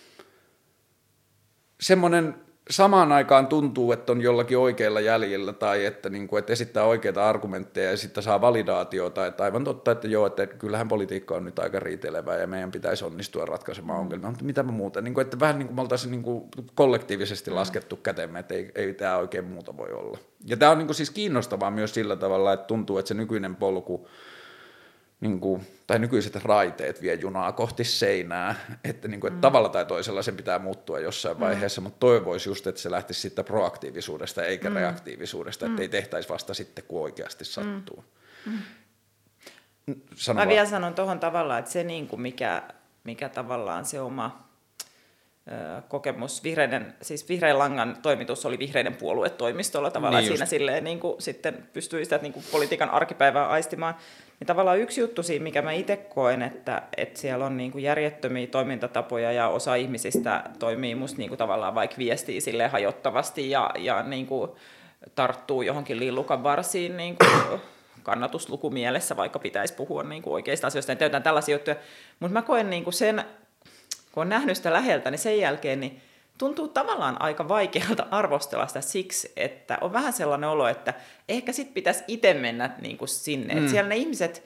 semmoinen samaan aikaan tuntuu, että on jollakin oikealla jäljellä tai että, niin kuin, että esittää oikeita argumentteja ja sitten saa validaatiota, että aivan totta, että joo, että kyllähän politiikka on nyt aika riitelevää ja meidän pitäisi onnistua ratkaisemaan mm. ongelmia, mutta mitä muuta, niin kuin, että vähän niin kuin me oltaisiin niin kuin kollektiivisesti mm. laskettu kätemme, että ei, ei tämä oikein muuta voi olla. Ja tämä on niin kuin siis kiinnostavaa myös sillä tavalla, että tuntuu, että se nykyinen polku, niin kuin, tai nykyiset raiteet vie junaa kohti seinää, että, niin kuin, että mm. tavalla tai toisella sen pitää muuttua jossain vaiheessa, mm. mutta toivoisi just, että se lähtisi siitä proaktiivisuudesta eikä mm. reaktiivisuudesta, että mm. ei tehtäisi vasta sitten, kun oikeasti sattuu. Mm. Mä vaan. Vielä sanon tuohon tavallaan, että se niin kuin mikä, mikä tavallaan se oma ö, kokemus, vihreiden, siis Vihreän langan toimitus oli Vihreiden puoluetoimistolla tavallaan, niin siinä silleen, niin kuin, sitten pystyi sitä niin kuin politiikan arkipäivää aistimaan. Ja tavallaan yksi juttu siinä, mikä mä itse koen, että, että siellä on niin kuin järjettömiä toimintatapoja ja osa ihmisistä toimii musta niin kuin tavallaan vaikka viestii silleen hajottavasti ja, ja niin kuin tarttuu johonkin lillukan varsiin niin kuin kannatuslukumielessä, vaikka pitäisi puhua niin kuin oikeista asioista ja täytään tällaisia juttuja. Mutta mä koen niin kuin sen, kun on nähnyt sitä läheltä, niin sen jälkeen niin tuntuu tavallaan aika vaikealta arvostella sitä siksi, että on vähän sellainen olo, että ehkä sit pitäisi itse mennä niin kuin sinne. Mm. Että siellä ne ihmiset,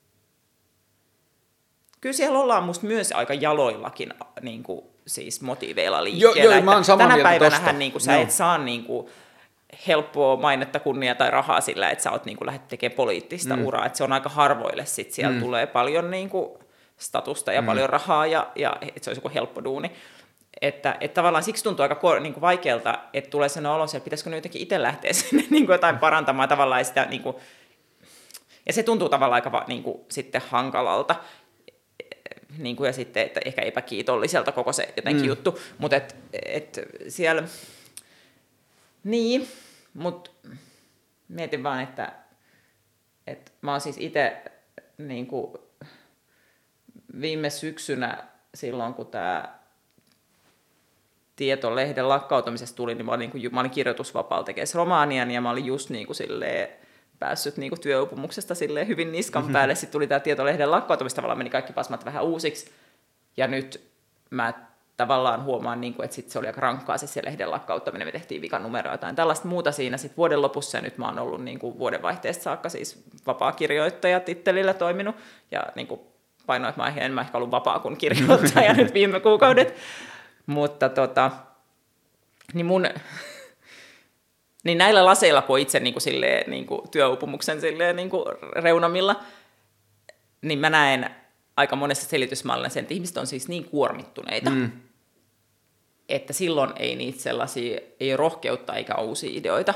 kyllä siellä ollaan musta myös aika jaloillakin niin kuin, siis motiiveilla liikkeellä. Jo, jo, mä oon samaa tänä päivänähän niin kuin, sä no. et saa niin kuin, helppoa mainetta, kunnia tai rahaa sillä, että sä oot niin kuin, lähdet tekemään poliittista mm. uraa. Että se on aika harvoille sit siellä mm. tulee paljon niin kuin, statusta ja mm. paljon rahaa ja, ja että se olisi joku helppo duuni. Että, että tavallaan siksi tuntuu aika niin kuin vaikealta, että tulee sellainen olo, että pitäisikö ne jotenkin itse lähteä sinne niin kuin jotain parantamaan tavallaan sitä, niin kuin, ja se tuntuu tavallaan aika niin kuin, sitten hankalalta, niin kuin, ja sitten että ehkä epäkiitolliselta koko se jotenkin mm. juttu, mutta et, et siellä, niin, mutta mietin vaan, että, että mä oon siis itse niin kuin viime syksynä silloin kun tämä Tietolehden lakkautumisesta tuli, niin mä olin, niin kuin, mä olin kirjoitusvapaalla tekemässä romaania, ja mä olin just niin kuin silleen, päässyt niin kuin työupumuksesta silleen hyvin niskan mm-hmm. päälle. Sitten tuli tämä Tietolehden lakkautumista, tavallaan meni kaikki pasmat vähän uusiksi. Ja nyt mä tavallaan huomaan, niin kuin, että sit se oli aika rankkaa se, se lehden lakkauttaminen. Me tehtiin vikan numeroa jotain tällaista muuta siinä sitten vuoden lopussa. Ja nyt mä oon ollut niin kuin vuodenvaihteesta saakka siis vapaa-kirjoittaja tittelillä toiminut. Ja niin kuin painoin, että mä en mä ehkä ollut vapaa kuin kirjoittaja nyt viime kuukaudet. Mutta tota, niin mun... Niin näillä laseilla, kun itse niin kuin silleen, niin kuin työupumuksen silleen, niin kuin reunamilla, niin mä näen aika monessa selitysmallissa sen, että ihmiset on siis niin kuormittuneita, mm. että silloin ei niitä sellaisia, ei rohkeutta eikä uusia ideoita,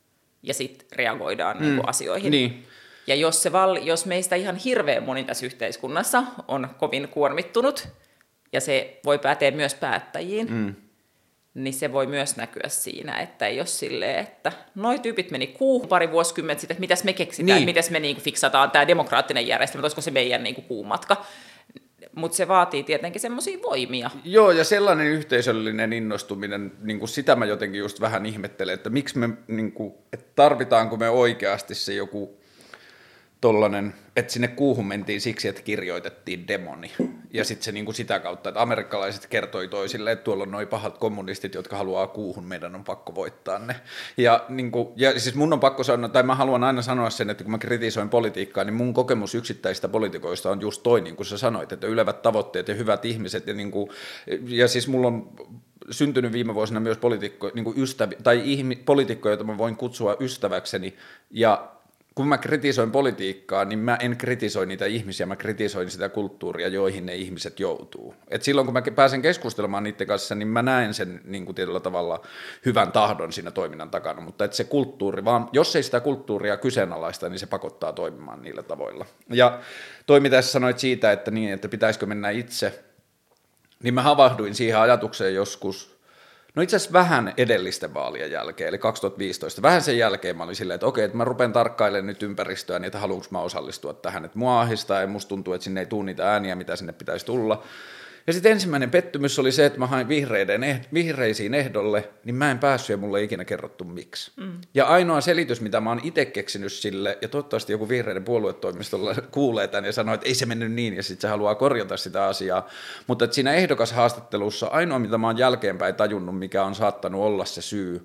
ja sitten reagoidaan mm. niin kuin asioihin. Niin. Ja jos, se val, jos meistä ihan hirveän moni tässä yhteiskunnassa on kovin kuormittunut, ja se voi päteä myös päättäjiin, mm. niin se voi myös näkyä siinä, että ei ole silleen, että noi tyypit meni kuuhun pari vuosikymmentä sitten, että mitäs me keksitään, niin. mitäs me niinku fiksataan tämä demokraattinen järjestelmä, olisiko se meidän niinku kuumatka. Mutta se vaatii tietenkin semmoisia voimia. Joo, ja sellainen yhteisöllinen innostuminen, niin sitä mä jotenkin just vähän ihmettelen, että miksi me, niin kuin, että tarvitaanko me oikeasti se joku tollainen, että sinne kuuhun mentiin siksi, että kirjoitettiin demoni. Ja sitten se niin kuin sitä kautta, että amerikkalaiset kertoi toisille, että tuolla on noi pahat kommunistit, jotka haluaa kuuhun, meidän on pakko voittaa ne. Ja, niin kuin, ja siis mun on pakko sanoa, tai mä haluan aina sanoa sen, että kun mä kritisoin politiikkaa, niin mun kokemus yksittäisistä poliitikoista on just toi, niin kuin sä sanoit, että ylevät tavoitteet ja hyvät ihmiset. Ja, niin kuin, ja siis mulla on syntynyt viime vuosina myös poliitikkoja, niin kuin ystävi, tai ihmi, poliitikkoja, joita mä voin kutsua ystäväkseni, ja kun mä kritisoin politiikkaa, niin mä en kritisoi niitä ihmisiä, mä kritisoin sitä kulttuuria, joihin ne ihmiset joutuu. Et silloin kun mä pääsen keskustelemaan niiden kanssa, niin mä näen sen niin kuin tietyllä tavalla hyvän tahdon siinä toiminnan takana, mutta et se kulttuuri, vaan jos ei sitä kulttuuria kyseenalaista, niin se pakottaa toimimaan niillä tavoilla. Ja toi mitä sä sanoit siitä, että, niin, että pitäisikö mennä itse, niin mä havahduin siihen ajatukseen joskus, no itse asiassa vähän edellisten vaalien jälkeen, eli kaksituhattaviisitoista. Vähän sen jälkeen mä olin silleen, että okei, että mä rupean tarkkailemaan nyt ympäristöä, niin että haluanko mä osallistua tähän. Että mua ahdistaa ja musta tuntuu, että sinne ei tule niitä ääniä, mitä sinne pitäisi tulla. Ja sitten ensimmäinen pettymys oli se, että mä hain vihreiden eh- vihreisiin ehdolle, niin mä en päässyt ja mulle ei ikinä kerrottu miksi. Mm. Ja ainoa selitys, mitä mä oon itse keksinyt sille, ja toivottavasti joku vihreiden puoluetoimistolla kuulee tämän ja sanoo, että ei se mennyt niin, ja sitten se haluaa korjata sitä asiaa. Mutta että siinä ehdokashaastattelussa ainoa, mitä mä oon jälkeenpäin tajunnut, mikä on saattanut olla se syy,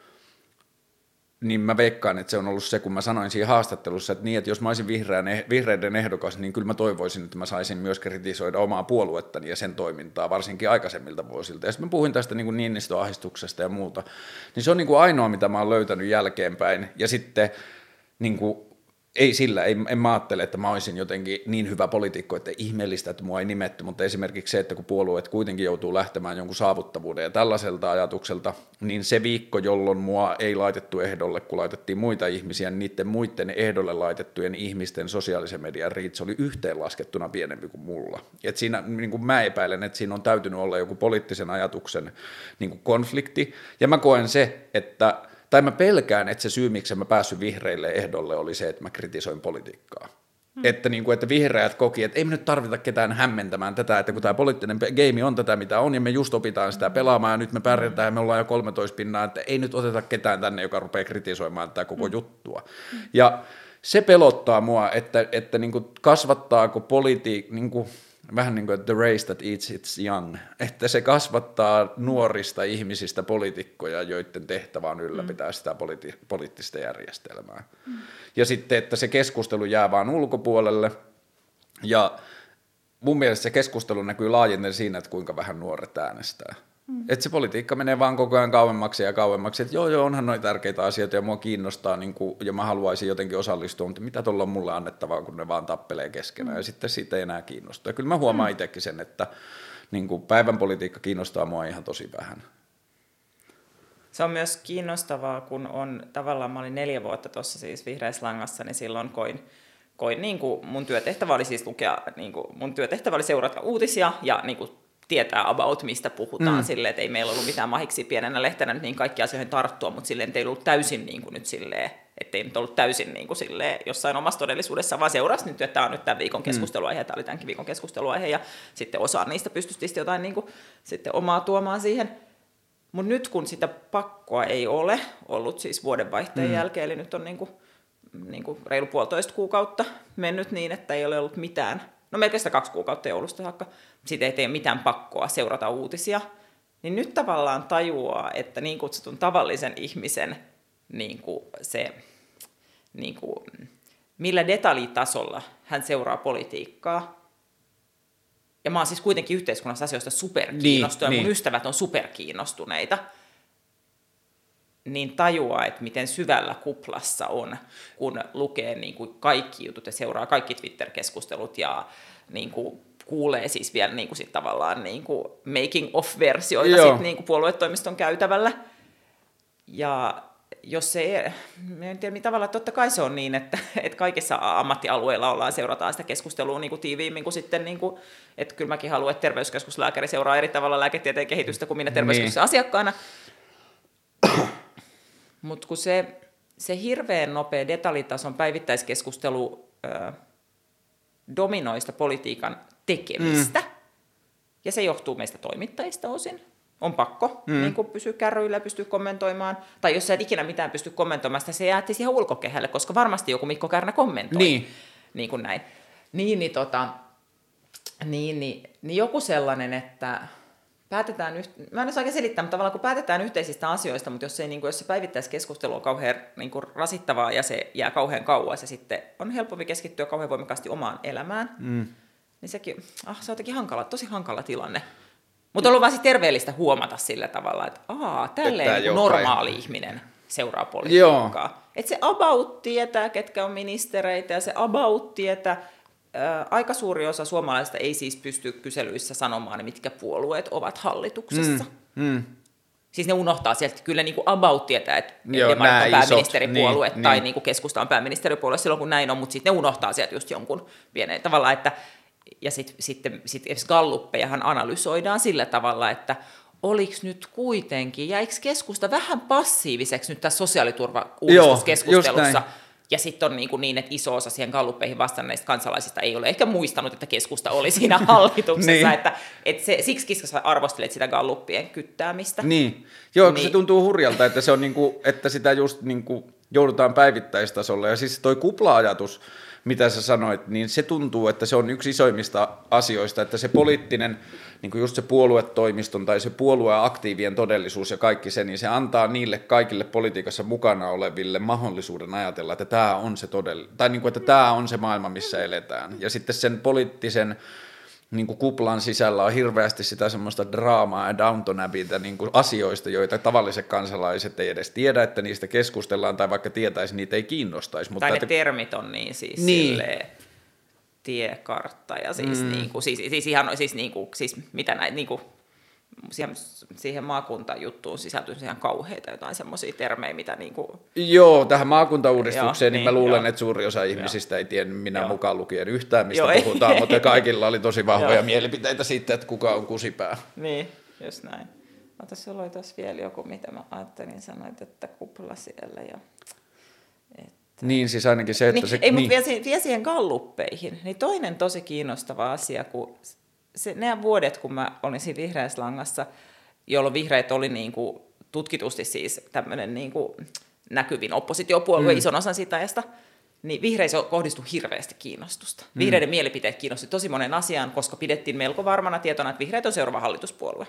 niin mä veikkaan, että se on ollut se, kun mä sanoin siinä haastattelussa, että niin, että jos mä olisin vihreän, vihreiden ehdokas, niin kyllä mä toivoisin, että mä saisin myös kritisoida omaa puoluettani ja sen toimintaa, varsinkin aikaisemmilta vuosilta. Ja sitten mä puhuin tästä niin kuin Niinistö-ahdistuksesta ja muuta, niin se on niin kuin ainoa, mitä mä oon löytänyt jälkeenpäin. Ja sitten niin kuin, ei sillä, ei, en mä ajattele, että mä olisin jotenkin niin hyvä poliitikko, että ihmeellistä, että mua ei nimetty, mutta esimerkiksi se, että kun puolueet kuitenkin joutuu lähtemään jonkun saavuttavuuden ja tällaiselta ajatukselta, niin se viikko, jolloin mua ei laitettu ehdolle, kun laitettiin muita ihmisiä, niin niiden muiden ehdolle laitettujen ihmisten sosiaalisen median reach oli yhteenlaskettuna pienempi kuin mulla. Et siinä niin kuin mä epäilen, että siinä on täytynyt olla joku poliittisen ajatuksen niin kuin konflikti, ja mä koen se, että tai mä pelkään, että se syy, miksi mä päässyt vihreille ehdolle, oli se, että mä kritisoin politiikkaa. Hmm. Että, niin kuin, että vihreät koki, että ei me nyt tarvita ketään hämmentämään tätä, että kun tämä poliittinen game on tätä, mitä on, ja me just opitaan sitä pelaamaan, ja nyt me pärjätään, ja me ollaan jo kolmetoista pinnaa, että ei nyt oteta ketään tänne, joka rupeaa kritisoimaan tätä koko hmm. juttua. Hmm. Ja se pelottaa mua, että, että niin kuin kasvattaako politiikka, niin kuin vähän niin kuin the race that eats its young, että se kasvattaa nuorista ihmisistä poliitikkoja, joiden tehtävä on ylläpitää sitä politi- poliittista järjestelmää. Mm. Ja sitten, että se keskustelu jää vaan ulkopuolelle, ja mun mielestä se keskustelu näkyy laajenten siinä, että kuinka vähän nuoret äänestää. Mm. Että se politiikka menee vaan koko ajan kauemmaksi ja kauemmaksi, että joo joo, onhan noin tärkeitä asioita ja mua kiinnostaa niin kuin, ja mä haluaisin jotenkin osallistua, mutta mitä tuolla on mulle annettavaa, kun ne vaan tappelee keskenään mm. ja sitten siitä ei enää kiinnostaa. Ja kyllä mä huomaan mm. itsekin sen, että niin kuin päivän politiikka kiinnostaa mua ihan tosi vähän. Se on myös kiinnostavaa, kun on tavallaan, mä olin neljä vuotta tuossa siis Vihreässä Langassa, niin silloin koin, koin niin kuin mun työtehtävä oli siis lukea, niin kuin mun työtehtävä oli seurata uutisia ja niin kuin tietää about, mistä puhutaan, mm. silleen, että ei meillä ollut mitään mahiksi pienenä lehtenä niin kaikki asioihin tarttua, mutta silleen, että ei ollut täysin niin kuin nyt silleen ettei nyt ollut täysin niin kuin silleen jossain omassa todellisuudessa, vaan seurasi nyt, että tämä on nyt tämän viikon keskusteluaihe, ja tämä oli tämänkin viikon keskusteluaihe, ja sitten osa niistä pystyisi jotain niin kuin, sitten omaa tuomaan siihen. Mutta nyt kun sitä pakkoa ei ole ollut siis vuodenvaihteen mm. jälkeen, eli nyt on niin kuin, niin kuin reilu puolitoista kuukautta mennyt niin, että ei ole ollut mitään, no melkein sitä kaksi kuukautta joulusta saakka, siitä ei tee mitään pakkoa seurata uutisia, niin nyt tavallaan tajuaa, että niin kutsutun tavallisen ihmisen niin kuin se, niin kuin, millä detaljitasolla hän seuraa politiikkaa. Ja mä oon siis kuitenkin yhteiskunnassa asioista superkiinnostunut, niin, ja mun niin. ystävät on superkiinnostuneita. Niin tajuaa, että miten syvällä kuplassa on, kun lukee niin kuin kaikki jutut ja seuraa kaikki Twitter-keskustelut ja niin kuin kuulee siis vielä niin kuin sit tavallaan niin kuin making of-versioita sit niin kuin puoluetoimiston käytävällä. Ja jos se, en tiedä tavalla, totta kai se on niin, että, että kaikissa ammattialueilla ollaan, seurataan sitä keskustelua niin kuin tiiviimmin kuin sitten, niin kuin, että kyllä mäkin haluan, että terveyskeskuslääkäri seuraa eri tavalla lääketieteen kehitystä kuin minä terveyskeskuksen niin. asiakkaana. Mutta kun se, se hirveän nopea detaljitason päivittäiskeskustelu ö, dominoi sitä politiikan tekemistä, mm. ja se johtuu meistä toimittajista osin. On pakko mm. niin kun pysyä kärryillä ja pystyä kommentoimaan. Tai jos sä et ikinä mitään pysty kommentoimaan, sitä se jäätti siihen ulkokehälle, koska varmasti joku Mikko Kärnä kommentoi. Niin. Niin kuin näin. Niin, niin, tota, niin, niin, niin joku sellainen, että päätetään, yht... mä en osaa oikein selittää, mutta tavallaan kun päätetään yhteisistä asioista, mutta jos, ei, niin kuin, jos se päivittäiskeskustelu on kauhean niin kuin rasittavaa ja se jää kauhean kauas ja sitten on helpompi keskittyä kauhean voimakkaasti omaan elämään, mm. niin sekin, ah, se on jotenkin hankala, tosi hankala tilanne. Mutta on ollut vaan siis terveellistä huomata sillä tavalla, että aah, tälleen niin normaali ihan ihminen seuraa politiikkaa. Että se about tietää, ketkä on ministereitä, ja se about tietää, ää, aika suuri osa suomalaisista ei siis pysty kyselyissä sanomaan, mitkä puolueet ovat hallituksessa. Mm, mm. Siis ne unohtaa sieltä, kyllä niin kuin about tietää, että demarit on pääministeripuolue niin, tai niin. Niin kuin keskusta on pääministeripuolue silloin, kun näin on, mutta sitten ne unohtaa sieltä just jonkun pienen tavalla, että ja sitten sit, sit, sit galluppejahan analysoidaan sillä tavalla, että oliko nyt kuitenkin, jäikö keskusta vähän passiiviseksi nyt tässä sosiaaliturva-uudistuskeskustelussa? Ja sitten on niin, niin, että iso osa siihen galluppeihin vastanneista kansalaisista ei ole ehkä muistanut, että keskusta oli siinä hallituksessa. niin. että, että se, siksi sä arvostelet sitä galluppien kyttäämistä. Niin, joo, niin. Se tuntuu hurjalta, että, se on niin kuin, että sitä just niin kuin joudutaan päivittäistasolla. Ja siis toi kupla-ajatus, mitä sä sanoit, niin se tuntuu, että se on yksi isoimmista asioista, että se poliittinen, niin kuin just se puoluetoimiston tai se puolueaktiivien todellisuus ja kaikki se, niin se antaa niille kaikille politiikassa mukana oleville mahdollisuuden ajatella, että tämä on se todell- tai niin kuin, että tämä on se maailma, missä eletään. Ja sitten sen poliittisen niin kuin kuplan sisällä on hirveästi sitä semmoista draamaa ja Downton Abbeytä niin kuin asioista, joita tavalliset kansalaiset ei edes tiedä, että niistä keskustellaan, tai vaikka tietäisi, niitä ei kiinnostaisi. Mutta tai ne että termit on niin siis niin. Silleen, tiekartta ja siis, mm. niin kuin, siis, siis ihan, siis, niin kuin, siis mitä näitä, niin kuin, siihen, siihen maakuntajuttuun sisältyy ihan kauheita jotain semmoisia termejä, mitä niin kuin joo, tähän maakuntauudistukseen, joo, niin mä luulen, joo. että suuri osa ihmisistä joo. ei tiedä minä joo. mukaan lukien yhtään, mistä joo, puhutaan, ei, mutta kaikilla oli tosi vahvoja joo. mielipiteitä siitä, että kuka on kusipää. Niin, just näin. Ota, sulla oli tuossa vielä joku, mitä mä ajattelin, sanoit, että kupla siellä ja että niin, siis ainakin se, että niin, se ei, niin. mutta vielä, vielä siihen galluppeihin, niin toinen tosi kiinnostava asia, kun se, ne vuodet, kun mä olin siinä Vihreässä langassa, jolloin vihreät oli niin kuin tutkitusti siis tämmöinen niin kuin näkyvin oppositiopuolue mm. ison osan siitä ajasta, niin vihreissä kohdistui hirveästi kiinnostusta. Mm. Vihreiden mielipiteet kiinnosti tosi monen asian, koska pidettiin melko varmana tietona, että vihreät on seuraava hallituspuolue.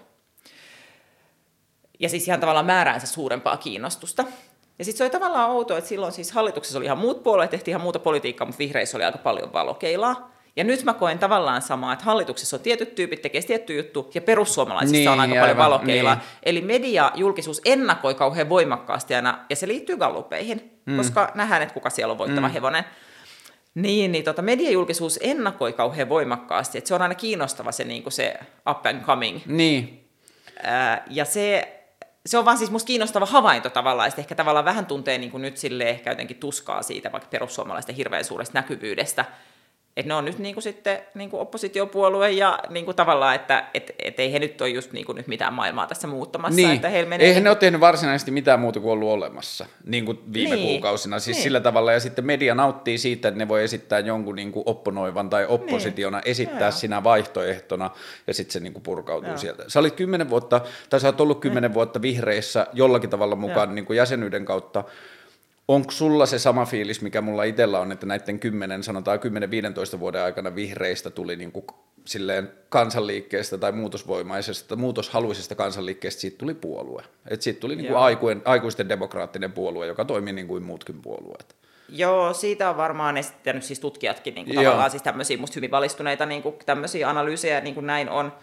Ja siis ihan tavallaan määräänsä suurempaa kiinnostusta. Ja sitten se oli tavallaan outoa, että silloin siis hallituksessa oli ihan muut puolueet, tehtiin ihan muuta politiikkaa, mutta vihreissä oli aika paljon valokeilaa. Ja nyt mä koen tavallaan samaa, että hallituksessa on tietyt tyypit, tekee tietty juttu, ja perussuomalaisissa niin, on aika paljon valokeilaa. Niin. Eli media, julkisuus ennakoi kauhean voimakkaasti aina, ja se liittyy galluppeihin, mm. koska nähdään, että kuka siellä on voittava mm. hevonen. Niin, niin tota, mediajulkisuus ennakoi kauhean voimakkaasti, että se on aina kiinnostava se, niin kuin se up and coming. Niin. Ää, ja se, se on vaan siis musta kiinnostava havainto tavallaan, että ehkä tavallaan vähän tuntee niin kuin nyt silleen ehkä jotenkin tuskaa siitä, vaikka perussuomalaisten hirveän suuresta näkyvyydestä, että ne on nyt niinku sitten niinku oppositiopuolue ja niinku tavallaan, että et, et ei he nyt ole just niinku nyt mitään maailmaa tässä muuttamassa. Niin, että heillä menee eihän niinku... ne ole tehnyt varsinaisesti mitään muuta kuin ollut olemassa niin kuin viime niin. kuukausina. Siis niin. sillä tavalla, ja sitten media nauttii siitä, että ne voi esittää jonkun niinku opponoivan tai oppositiona, niin. esittää Joo. sinä vaihtoehtona, ja sitten se niinku purkautuu Joo. sieltä. Sä olit kymmenen vuotta, tai sä oot ollut kymmenen niin. vuotta vihreissä jollakin tavalla mukaan niinku jäsenyyden kautta. Onko sulla se sama fiilis, mikä mulla itsellä on, että näiden kymmenen, sanotaan kymmenen viisitoista vuoden aikana vihreistä tuli niin kuin silleen kansanliikkeestä tai muutosvoimaisesta, muutoshaluisesta kansanliikkeestä, siitä tuli puolue. Et siitä tuli niin kuin aikuen, aikuisten demokraattinen puolue, joka toimii niin kuin muutkin puolueet. Joo, siitä on varmaan esittänyt siis tutkijatkin niin kuin tavallaan siis tämmöisiä musta hyvin valistuneita niin kuin tämmöisiä analyysejä, niin kuin näin on.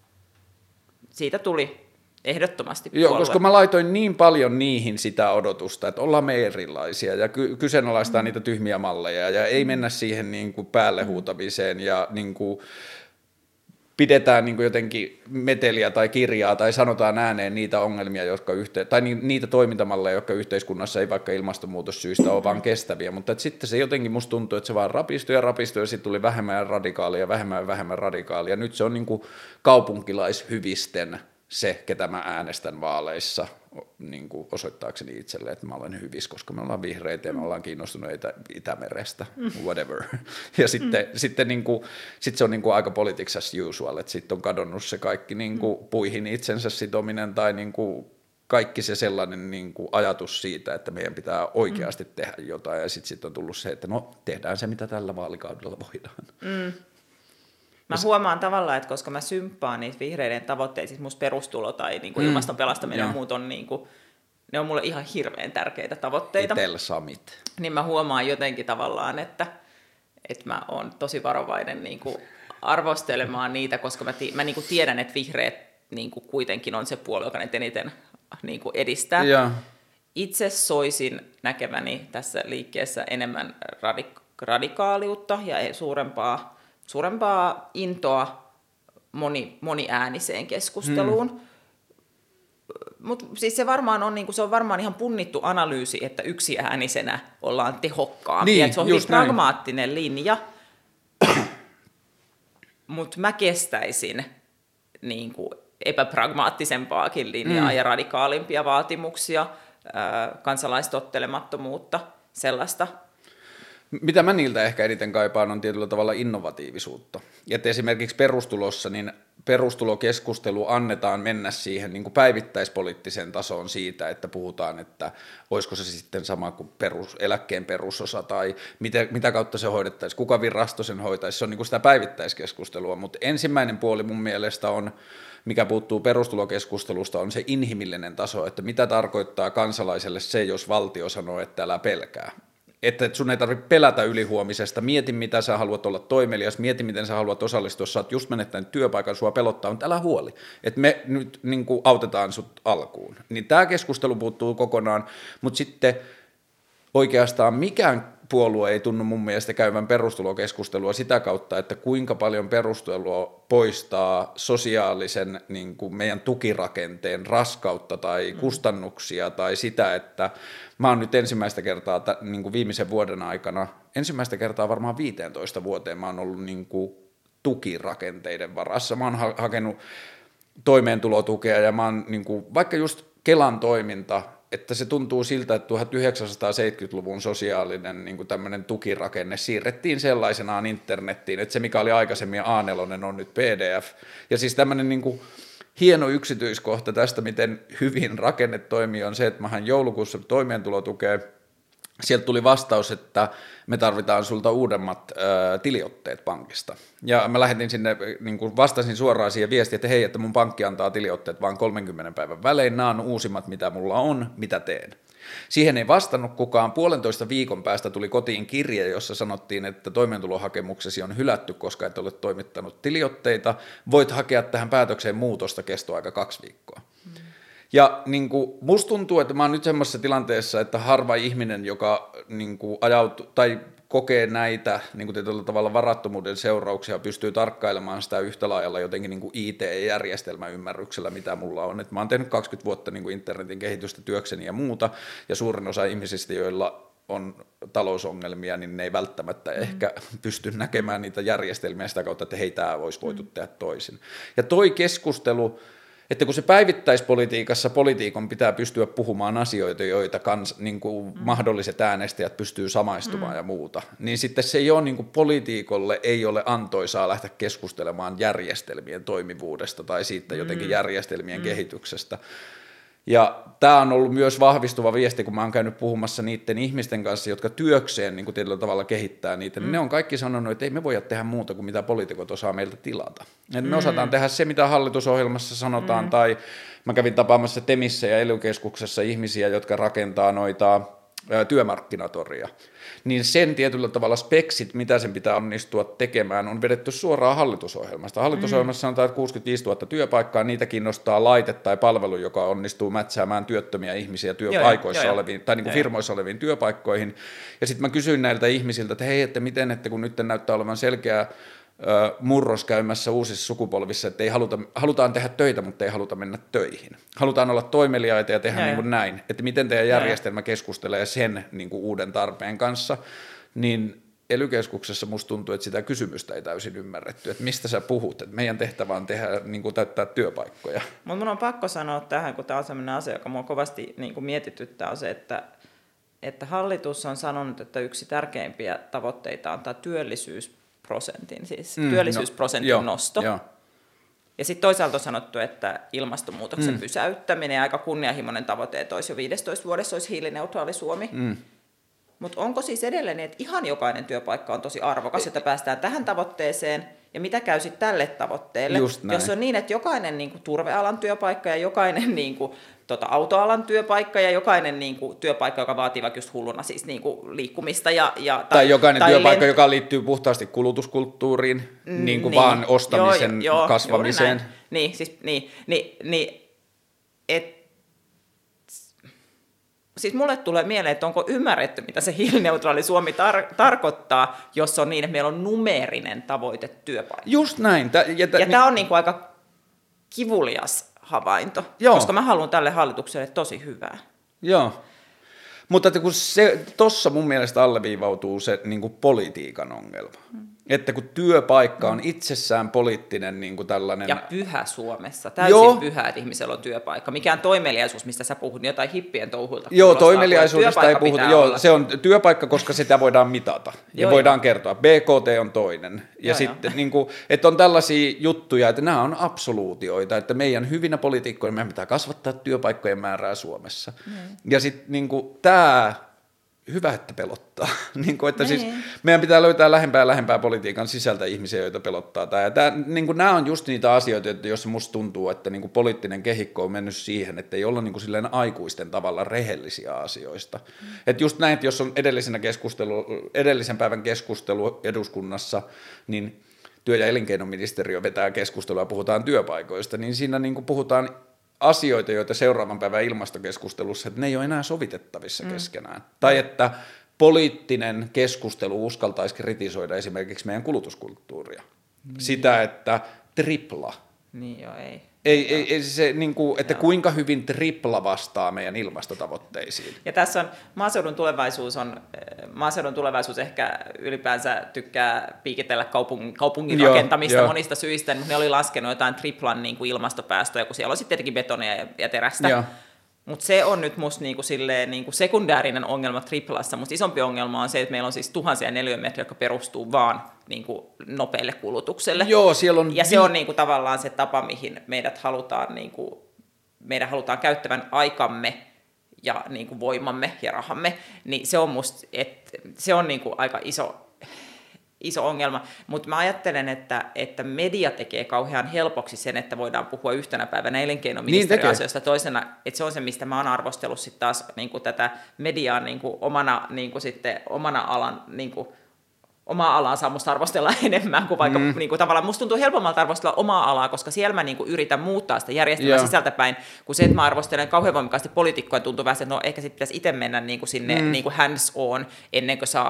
Siitä tuli... Ehdottomasti puolue. Joo, koska mä laitoin niin paljon niihin sitä odotusta, että ollaan me erilaisia ja ky- kyseenalaistaa mm. niitä tyhmiä malleja ja ei mennä siihen niin kuin päälle huutamiseen ja niin kuin pidetään niin kuin jotenkin meteliä tai kirjaa tai sanotaan ääneen niitä ongelmia, jotka yhte- tai ni- niitä toimintamalleja, jotka yhteiskunnassa ei vaikka ilmastonmuutossyistä ole vaan kestäviä, mutta että sitten se jotenkin musta tuntuu, että se vaan rapistui ja rapistui ja sitten tuli vähemmän radikaalia, vähemmän ja vähemmän radikaalia. Nyt se on niin kuin kaupunkilaishyvisten se, ketä mä äänestän vaaleissa, niin kuin osoittaakseni itselle, että mä olen hyvis, koska me ollaan vihreitä ja me ollaan kiinnostuneita Itämerestä, whatever. Ja sitten, mm. sitten niin kuin, sit se on niin kuin aika politics as usual, että sitten on kadonnut se kaikki niin kuin puihin itsensä sitominen tai niin kuin kaikki se sellainen niin kuin ajatus siitä, että meidän pitää oikeasti mm. tehdä jotain ja sitten sit on tullut se, että no tehdään se, mitä tällä vaalikaudella voidaan. Mm. Mä huomaan tavallaan, että koska mä symppaan niitä vihreiden tavoitteita, siis musta perustulo tai niin kuin mm. ilmaston pelastaminen ja muut on, niin kuin, ne on mulle ihan hirveän tärkeitä tavoitteita. Itellä samit. Niin mä huomaan jotenkin tavallaan, että, että mä oon tosi varovainen niin kuin arvostelemaan niitä, koska mä, ti- mä niin kuin tiedän, että vihreät niin kuin kuitenkin on se puolue, joka ne eniten niin kuin edistää. Ja. Itse soisin näkeväni tässä liikkeessä enemmän radik- radikaaliutta ja suurempaa suurempaa intoa moni, moniääniseen keskusteluun. Hmm. Mutta siis se, varmaan on, niinku, se on varmaan ihan punnittu analyysi, että yksiäänisenä ollaan tehokkaampia. Niin, se on hyvin pragmaattinen näin. Linja. Mutta mä kestäisin niinku, epäpragmaattisempaakin linjaa hmm. ja radikaalimpia vaatimuksia, ää, kansalaistottelemattomuutta, sellaista. Mitä mä niiltä ehkä eniten kaipaan on tietyllä tavalla innovatiivisuutta. Että esimerkiksi perustulossa, niin perustulokeskustelu annetaan mennä siihen niin kuin päivittäispoliittiseen tasoon siitä, että puhutaan, että olisiko se sitten sama kuin perus, eläkkeen perusosa tai mitä, mitä kautta se hoidettaisiin, kuka virasto sen hoitaisi. Se on niin kuin sitä päivittäiskeskustelua, mutta ensimmäinen puoli mun mielestä on, mikä puuttuu perustulokeskustelusta, on se inhimillinen taso, että mitä tarkoittaa kansalaiselle se, jos valtio sanoo, että älä pelkää. Että sun ei tarvitse pelätä ylihuomisesta, mieti mitä sä haluat olla toimelias, mieti miten sä haluat osallistua, sä oot just menettänyt työpaikan, sua pelottaa, mutta älä huoli, että me nyt niin kuin autetaan sut alkuun. Niin tämä keskustelu puuttuu kokonaan, mutta sitten oikeastaan mikään puolue ei tunnu mun mielestä käyvän perustulokeskustelua sitä kautta, että kuinka paljon perustulua poistaa sosiaalisen niin kuin meidän tukirakenteen raskautta tai kustannuksia tai sitä, että mä oon nyt ensimmäistä kertaa niin kuin viimeisen vuoden aikana, ensimmäistä kertaa varmaan viisitoista vuoteen mä oon ollut niin kuin tukirakenteiden varassa. Mä oon ha- hakenut toimeentulotukea ja mä oon niin kuin, vaikka just Kelan toiminta, että se tuntuu siltä, että tuhatyhdeksänsataaseitsemänkymmentäluvun sosiaalinen niin kuin tämmöinen tukirakenne siirrettiin sellaisenaan internettiin, että se mikä oli aikaisemmin A neljä on nyt P D F. Ja siis tämmöinen niin kuin hieno yksityiskohta tästä, miten hyvin rakenne toimii, on se, että mähän joulukuussa toimeentulotukea, sieltä tuli vastaus, että me tarvitaan sulta uudemmat ää, tiliotteet pankista. Ja mä lähetin sinne, niin kuin vastasin suoraan siihen viestiin, että hei, että mun pankki antaa tiliotteet vaan kolmenkymmenen päivän välein, nämä on uusimmat, mitä mulla on, mitä teen. Siihen ei vastannut kukaan. Puolentoista viikon päästä tuli kotiin kirje, jossa sanottiin, että toimeentulohakemuksesi on hylätty, koska et ole toimittanut tiliotteita. Voit hakea tähän päätökseen muutosta, kestoaika kaksi viikkoa. Mm. Ja niin kuin, musta tuntuu, että mä oon nyt semmoisessa tilanteessa, että harva ihminen, joka niin kuin, ajautuu tai kokee näitä niin kuin tietyllä tavalla varattomuuden seurauksia, pystyy tarkkailemaan sitä yhtä laajalla jotenkin niin kuin I T-järjestelmäymmärryksellä, mitä mulla on. Et mä oon tehnyt kaksikymmentä vuotta niin kuin internetin kehitystä työkseni ja muuta, ja suurin osa ihmisistä, joilla on talousongelmia, niin ne ei välttämättä mm. ehkä pysty näkemään niitä järjestelmiä sitä kautta, että hei, tämä olisi voitu mm. tehdä toisin. Ja toi keskustelu, että kun se päivittäispolitiikassa poliitikon pitää pystyä puhumaan asioita, joita kans, niin kuin mm. mahdolliset äänestäjät pystyy samaistumaan mm. ja muuta, niin sitten se ei ole niin kuin poliitikolle ei ole antoisaa lähteä keskustelemaan järjestelmien toimivuudesta tai siitä jotenkin mm. järjestelmien mm. kehityksestä. Ja tämä on ollut myös vahvistuva viesti, kun mä oon käynyt puhumassa niiden ihmisten kanssa, jotka työkseen niin kuin tietyllä tavalla kehittää niitä, mm. niin ne on kaikki sanonut, että ei me voida tehdä muuta kuin mitä poliitikot osaa meiltä tilata. Et me mm. osataan tehdä se, mitä hallitusohjelmassa sanotaan, mm. tai mä kävin tapaamassa Temissä ja E L Y-keskuksessa ihmisiä, jotka rakentaa noita ä, työmarkkinatoria. Niin sen tietyllä tavalla speksit, mitä sen pitää onnistua tekemään, on vedetty suoraan hallitusohjelmasta. Hallitusohjelmassa sanotaan, että kuusikymmentäviisituhatta työpaikkaa, niitä kiinnostaa laite tai palvelu, joka onnistuu mätsäämään työttömiä ihmisiä työpaikoissa joo, oleviin, tai niin kuin firmoissa oleviin työpaikkoihin. Ja sitten mä kysyin näiltä ihmisiltä, että hei, että miten, että kun nyt näyttää olevan selkeä murros käymässä uusissa sukupolvissa, että ei haluta, halutaan tehdä töitä, mutta ei haluta mennä töihin. Halutaan olla toimeliaita ja tehdä ja niin kuin näin, että miten teidän järjestelmä keskustelee sen niin kuin uuden tarpeen kanssa, niin E L Y-keskuksessa musta tuntuu, että sitä kysymystä ei täysin ymmärretty, että mistä sä puhut, että meidän tehtävä on tehdä, niin kuin täyttää työpaikkoja. Mutta mun on pakko sanoa tähän, kun tämä on sellainen asia, joka mua kovasti niin kuin mietityttää, on se, että, että hallitus on sanonut, että yksi tärkeimpiä tavoitteita on tämä työllisyys, prosentin, siis mm, työllisyysprosentin no, nosto. Jo. Ja sitten toisaalta on sanottu, että ilmastonmuutoksen mm. pysäyttäminen ja aika kunnianhimoinen tavoite, että olisi jo viidessätoista vuodessa olisi hiilineutraali Suomi. Mm. Mutta onko siis edelleen niin, että ihan jokainen työpaikka on tosi arvokas, että päästään tähän tavoitteeseen, ja mitä käy sitten tälle tavoitteelle? Jos on niin, että jokainen niin kuin turvealan työpaikka ja jokainen niin kuin, tota, autoalan työpaikka ja jokainen niin kuin, työpaikka, joka vaatii vaikka just hulluna siis, niin kuin, liikkumista. Ja, ja, tai, tai jokainen tai työpaikka, lent- joka liittyy puhtaasti kulutuskulttuuriin, mm, niin kuin niin. vaan ostamisen joo, joo, kasvamiseen. Niin, siis, niin, niin, niin että siis mulle tulee mieleen, että onko ymmärretty, mitä se hiilineutraali Suomi tar- tarkoittaa, jos on niin, että meillä on numeerinen tavoite työpaikka. Just näin. Tä, ja tä, ja tämä on niin kuin aika kivulias havainto, Joo. koska mä haluan tälle hallitukselle tosi hyvää. Joo, mutta kun se, tossa mun mielestä alleviivautuu se niin kuin politiikan ongelma. Hmm. Että kun työpaikka on itsessään poliittinen niin kuin tällainen... Ja pyhä Suomessa. Täysin Joo. pyhä, että ihmisellä on työpaikka. Mikään toimeliaisuus, mistä sä puhut, niin jotain hippien touhuilta. Joo, toimeliaisuudesta ei puhuta. Joo, se on työpaikka, koska sitä voidaan mitata. Ja Joo, voidaan jo. kertoa. B K T on toinen. Ja Joo, sitten, niin kuin, että on tällaisia juttuja, että nämä on absoluutioita, että meidän hyvinä poliitikkoina meidän pitää kasvattaa työpaikkojen määrää Suomessa. Mm. Ja sitten niin kuin, tämä... Hyvä, että pelottaa. niin kuin, että siis meidän pitää löytää lähempää ja lähempää politiikan sisältä ihmisiä, joita pelottaa. Tämä. Tämä, niin kuin, nämä on just niitä asioita, joissa musta tuntuu, että niin kuin poliittinen kehikko on mennyt siihen, että ei olla niin kuin silleen aikuisten tavalla rehellisiä asioista. Mm. Että just näin, että jos on edellisenä keskustelu, edellisen päivän keskustelu eduskunnassa, niin työ- ja elinkeinoministeriö vetää keskustelua ja puhutaan työpaikoista, niin siinä niin kuin puhutaan asioita, joita seuraavan päivän ilmastokeskustelussa, että ne ei ole enää sovitettavissa mm. keskenään. Tai että poliittinen keskustelu uskaltaisi kritisoida esimerkiksi meidän kulutuskulttuuria. Niin. Sitä, että tripla. Niin joo, ei. Ei, ei, ei se, niin kuin, että joo. kuinka hyvin tripla vastaa meidän ilmastotavoitteisiin. Ja tässä on maaseudun tulevaisuus, on, maaseudun tulevaisuus ehkä ylipäänsä tykkää piikitellä kaupungin, kaupungin joo, rakentamista jo. monista syistä, mutta ne oli laskenut jotain triplan niin kuin ilmastopäästöjä, kun siellä on sitten tietenkin betonia ja, ja terästä. Mutta se on nyt musta niinku silleen, niinku sekundäärinen ongelma triplassa. Musta isompi ongelma on se, että meillä on siis tuhansia neliömetriä, jotka perustuu vaan niinku nopealle kulutukselle. Joo, siellä on... Ja se on niinku tavallaan se tapa, mihin meidät halutaan, niinku, meidän halutaan käyttävän aikamme ja niinku voimamme ja rahamme. Niin se on musta, et, se on niinku aika iso... iso ongelma, mutta mä ajattelen, että, että media tekee kauhean helpoksi sen, että voidaan puhua yhtenä päivänä elinkeinoministeriöasioista niin toisena, että se on se, mistä mä oon arvostellut sitten taas niin kuin tätä mediaa niin kuin omana, niin kuin sitten, omana alan, niin kuin, omaa alaa saa musta arvostella enemmän kuin vaikka mm. niin kuin, tavallaan musta tuntuu helpommalta arvostella omaa alaa, koska siellä mä niin kuin, yritän muuttaa sitä järjestelmää yeah. sisältäpäin, kun se, että mä arvostelen kauhean voimakkaasti poliitikkoja, tuntuu vähän, että no ehkä sitten pitäisi itse mennä niin kuin sinne mm. niin kuin hands on, ennen kuin saa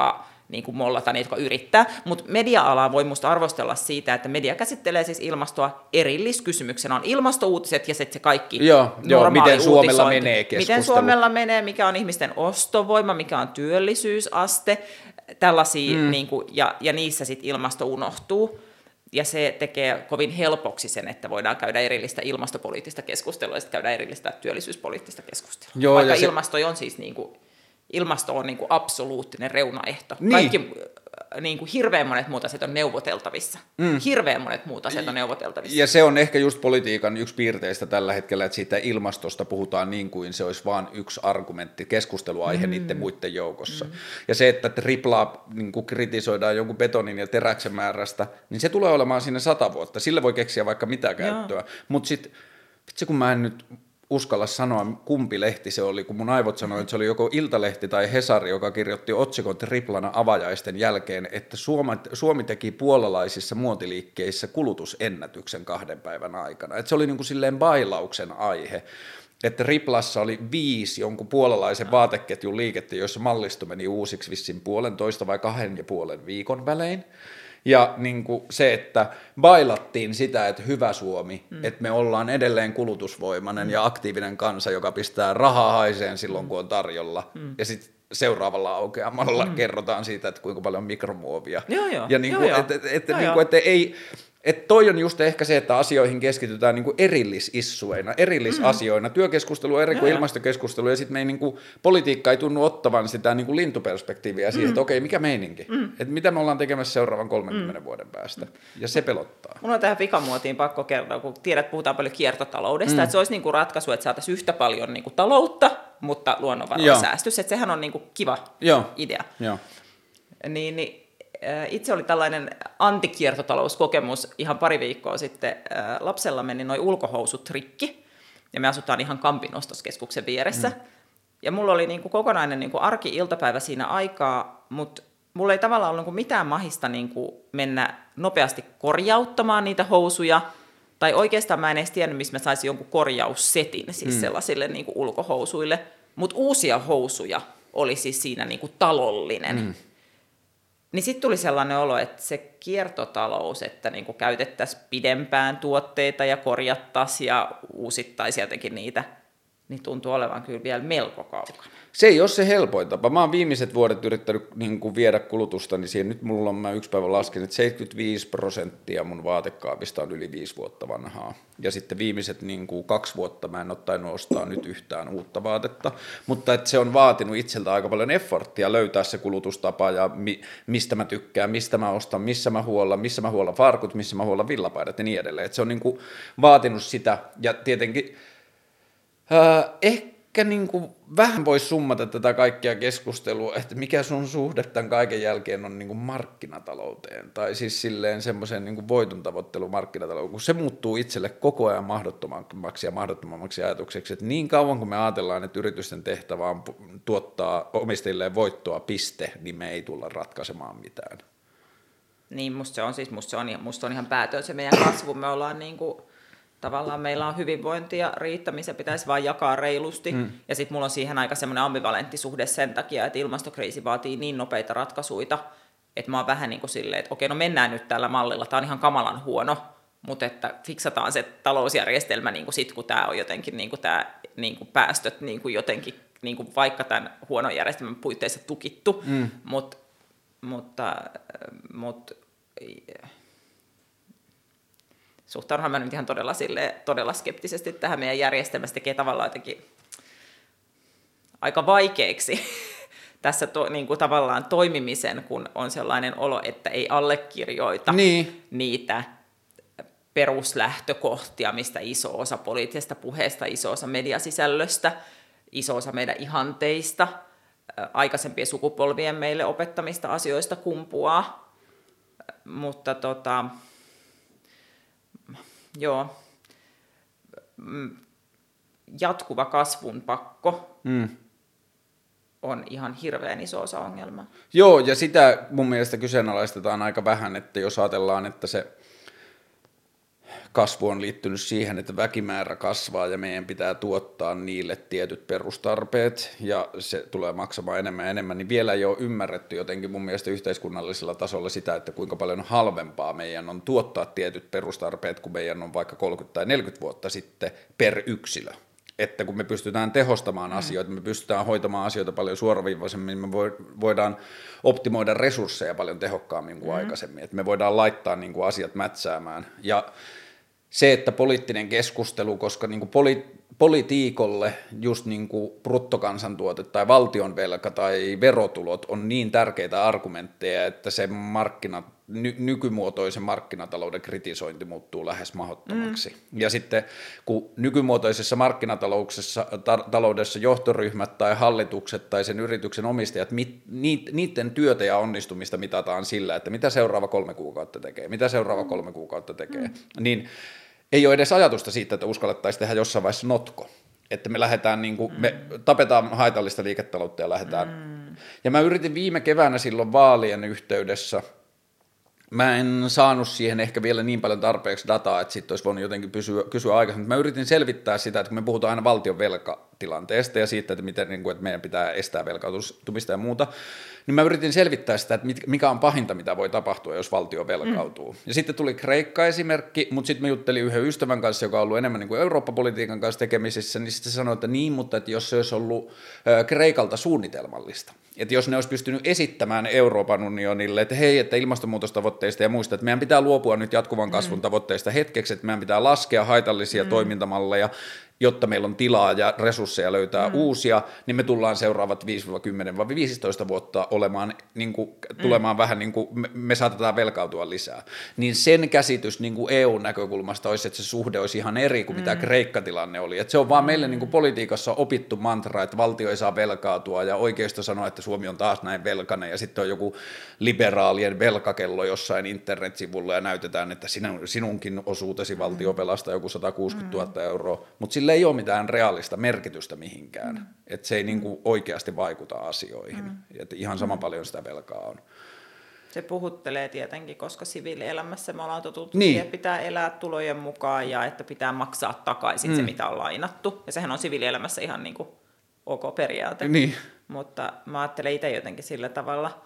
niin kuin mollata niitä, jotka yrittää, mutta media-alaa voi musta arvostella siitä, että media käsittelee siis ilmastoa erilliskysymyksenä. On ilmastouutiset ja sitten se kaikki joo, joo, miten Suomella menee keskustelu. Miten Suomella menee, mikä on ihmisten ostovoima, mikä on työllisyysaste, tällaisia, mm. niin kuin, ja, ja niissä sitten ilmasto unohtuu. Ja se tekee kovin helpoksi sen, että voidaan käydä erillistä ilmastopoliittista keskustelua ja sitten käydä erillistä työllisyyspoliittista keskustelua. Joo, Vaikka se... ilmasto on siis niin kuin, ilmasto on niin kuin absoluuttinen reunaehto. Niin. Kaikki niin kuin hirveän monet muut asiat on neuvoteltavissa. Mm. Hirveän monet muut asiat on neuvoteltavissa. Ja se on ehkä just politiikan yksi piirteistä tällä hetkellä, että siitä ilmastosta puhutaan niin kuin se olisi vain yksi argumentti, keskusteluaihe mm. niiden muiden joukossa. Mm. Ja se, että triplaa niin kuin kritisoidaan jonkun betonin ja teräksen määrästä, niin se tulee olemaan siinä sata vuotta. Sille voi keksiä vaikka mitä käyttöä. Mutta sitten, vitsi kun mä en nyt uskalla sanoa, kumpi lehti se oli, kun mun aivot sanoi, että se oli joko Iltalehti tai Hesari, joka kirjoitti otsikon triplana avajaisten jälkeen, että Suomi, Suomi teki puolalaisissa muotiliikkeissä kulutusennätyksen kahden päivän aikana. Että se oli niin kuin silleen bailauksen aihe, että Riplassa oli viisi jonkun puolalaisen vaateketjun liikettä, joissa mallisto meni uusiksi vissin puolentoista vai kahden ja puolen viikon välein. Ja niin kuin se, että bailattiin sitä, että hyvä Suomi, mm. että me ollaan edelleen kulutusvoimainen mm. ja aktiivinen kansa, joka pistää rahaa haiseen silloin, kun on tarjolla. Mm. Ja sitten seuraavalla aukeamalla mm. kerrotaan siitä, että kuinka paljon mikromuovia. Joo, joo. Ja niin kuin, että, että, että, niin kuin, että ei... Että toi on just ehkä se, että asioihin keskitytään niinku erillisissueina, erillisasioina, mm. työkeskustelu eri kuin ilmastokeskustelu, ja sitten me ei niinku, politiikka ei tunnu ottavan sitä niinku lintuperspektiiviä siihen, mm. että okei, mikä meininki, mm. että mitä me ollaan tekemässä seuraavan kolmenkymmenen mm. vuoden päästä, ja se pelottaa. Mun on tähän pikamuotiin pakko kertoa, kun tiedät, että puhutaan paljon kiertotaloudesta, mm. että se olisi niinku ratkaisu, että saataisiin yhtä paljon niinku taloutta, mutta luonnonvaroja säästys, että sehän on niinku kiva Joo. idea. Joo. Niin, niin itse oli tällainen antikiertotalouskokemus ihan pari viikkoa sitten. Lapsella meni noi ulkohousut rikki, ja me asutaan ihan Kampin ostoskeskuksen vieressä. Mm. Ja mulla oli niinku kokonainen niinku arki-iltapäivä siinä aikaa, mutta mulla ei tavallaan ollut niinku mitään mahista niinku mennä nopeasti korjauttamaan niitä housuja, tai oikeastaan mä en edes tiennyt, missä mä saisin jonkun korjaussetin siis mm. sellaisille niinku ulkohousuille, mutta uusia housuja oli siis siinä niinku talollinen. Mm. Niin sitten tuli sellainen olo, että se kiertotalous, että niinku käytettäisiin pidempään tuotteita ja korjattaisiin ja uusittaisiin jotenkin niitä, niin tuntuu olevan kyllä vielä melko kaukana. Se ei ole se helpoin tapa. Mä oon viimeiset vuodet yrittänyt niin kuin viedä kulutustani siihen. Nyt mulla on, mä yksi päivä lasken, että seitsemänkymmentäviisi prosenttia mun vaatekaapista on yli viisi vuotta vanhaa. Ja sitten viimeiset niin kuin kaksi vuotta mä en ole tainnut ostaa nyt yhtään uutta vaatetta. Mutta että se on vaatinut itseltä aika paljon efforttia löytää se kulutustapa ja mi, mistä mä tykkään, mistä mä ostan, missä mä huollan, missä mä huollan farkut, missä mä huollan villapaidat ja niin edelleen. Että se on niin kuin vaatinut sitä ja tietenkin äh, ehkä Ehkä niin kuin vähän voisi summata tätä kaikkia keskustelua, että mikä sun suhde tämän kaiken jälkeen on niin kuin markkinatalouteen, tai siis silleen semmoiseen niin kuin voiton tavoittelu markkinatalouteen, kun se muuttuu itselle koko ajan mahdottomammaksi ja mahdottomammaksi ajatukseksi, että niin kauan kun me ajatellaan, että yritysten tehtävä on tuottaa omistajilleen voittoa piste, niin me ei tulla ratkaisemaan mitään. Niin, musta se on siis, musta se on, musta on ihan päätön se meidän kasvu, me ollaan niin kuin tavallaan meillä on hyvinvointi ja riittämisen pitäisi vain jakaa reilusti. Mm. Ja sitten mulla on siihen aika semmoinen ambivalentti suhde sen takia, että ilmastokriisi vaatii niin nopeita ratkaisuja, että mä oon vähän niin kuin silleen, että okei, no mennään nyt tällä mallilla, tää on ihan kamalan huono, mutta että fiksataan se talousjärjestelmä niin kuin sit, kun tää on jotenkin niin kuin tää, niin kuin päästöt niin kuin jotenkin, niin kuin vaikka tämän huonon järjestelmän puitteissa tukittu, mm. Mut, mutta... mutta suhtaudunhan mä nyt ihan todella, sille, todella skeptisesti tähän meidän järjestelmässä, tekee tavallaan jotenkin aika vaikeaksi tässä to, niin kuin tavallaan toimimisen, kun on sellainen olo, että ei allekirjoita niin. niitä peruslähtökohtia, mistä iso osa poliittisesta puheesta, iso osa mediasisällöstä, iso osa meidän ihanteista, aikaisempien sukupolvien meille opettamista asioista kumpuaa, mutta tota... Joo, jatkuva kasvun pakko mm. on ihan hirveän iso osa ongelmaa. Joo, ja sitä mun mielestä kyseenalaistetaan aika vähän, että jos ajatellaan, että se kasvu on liittynyt siihen, että väkimäärä kasvaa ja meidän pitää tuottaa niille tietyt perustarpeet ja se tulee maksamaan enemmän ja enemmän, niin vielä ei ole ymmärretty jotenkin mun mielestä yhteiskunnallisella tasolla sitä, että kuinka paljon halvempaa meidän on tuottaa tietyt perustarpeet, kun meidän on vaikka kolmekymmentä tai neljäkymmentä vuotta sitten per yksilö. Että kun me pystytään tehostamaan mm. asioita, me pystytään hoitamaan asioita paljon suoraviivaisemmin, me voidaan optimoida resursseja paljon tehokkaammin kuin mm. aikaisemmin, että me voidaan laittaa niin kuin asiat mätsäämään. Ja se, että poliittinen keskustelu, koska niin kuin poli, politiikolle just niin kuin bruttokansantuote tai valtionvelka tai verotulot on niin tärkeitä argumentteja, että se markkinat, ny, nykymuotoisen markkinatalouden kritisointi muuttuu lähes mahdottomaksi. Mm. Ja sitten kun nykymuotoisessa markkinataloudessa ta, taloudessa johtoryhmät tai hallitukset tai sen yrityksen omistajat, mit, ni, niiden työtä ja onnistumista mitataan sillä, että mitä seuraava kolme kuukautta tekee, mitä seuraava kolme kuukautta tekee, mm. niin ei ole edes ajatusta siitä, että uskallettaisiin tehdä jossain vaiheessa notko. Että me lähdetään, niin kuin, mm. me tapetaan haitallista liiketaloutta ja lähdetään. Mm. Ja mä yritin viime keväänä silloin vaalien yhteydessä, mä en saanut siihen ehkä vielä niin paljon tarpeeksi dataa, että sitten olisi voinut jotenkin pysyä, kysyä aikaisemmin. Mä yritin selvittää sitä, että kun me puhutaan aina valtion velkatilanteesta ja siitä, että, miten, niin kuin, että meidän pitää estää velkautumista ja muuta, niin mä yritin selvittää sitä, että mikä on pahinta, mitä voi tapahtua, jos valtio velkautuu. Mm. Ja sitten tuli Kreikka-esimerkki, mutta sitten mä juttelin yhden ystävän kanssa, joka on ollut enemmän niin kuin Eurooppa-politiikan kanssa tekemisissä, niin sitten se sanoi, että niin, mutta että jos se olisi ollut äh, Kreikalta suunnitelmallista, että jos ne olisi pystynyt esittämään Euroopan unionille, että hei, että ilmastonmuutostavoitteista ja muista, että meidän pitää luopua nyt jatkuvan kasvun mm. tavoitteista hetkeksi, että meidän pitää laskea haitallisia mm. toimintamalleja, jotta meillä on tilaa ja resursseja löytää mm. uusia, niin me tullaan seuraavat viisi kymmenen vai viisitoista vuotta olemaan, niin kuin, tulemaan mm. vähän niin kuin me, me saatetaan velkautua lisää. Niin sen käsitys niin kuin E U-näkökulmasta olisi, että se suhde olisi ihan eri kuin mm. mitä Kreikka-tilanne oli. Että se on vaan meille niin kuin politiikassa opittu mantra, että valtio ei saa velkautua ja oikeisto sanoo, että Suomi on taas näin velkainen ja sitten on joku liberaalien velkakello jossain internetsivulla ja näytetään, että sinun, sinunkin osuutesi valtio pelastaa joku sata kuusikymmentätuhatta euroa, mutta sillä ei ole mitään reaalista merkitystä mihinkään, mm. että se ei niinku oikeasti vaikuta asioihin, mm. että ihan sama mm. paljon sitä velkaa on. Se puhuttelee tietenkin, koska siviilielämässä me ollaan totuttu niin. siihen, että pitää elää tulojen mukaan ja että pitää maksaa takaisin mm. se, mitä on lainattu, ja sehän on siviilielämässä ihan niin kuin ok periaate, niin. mutta mä ajattelen itse jotenkin sillä tavalla,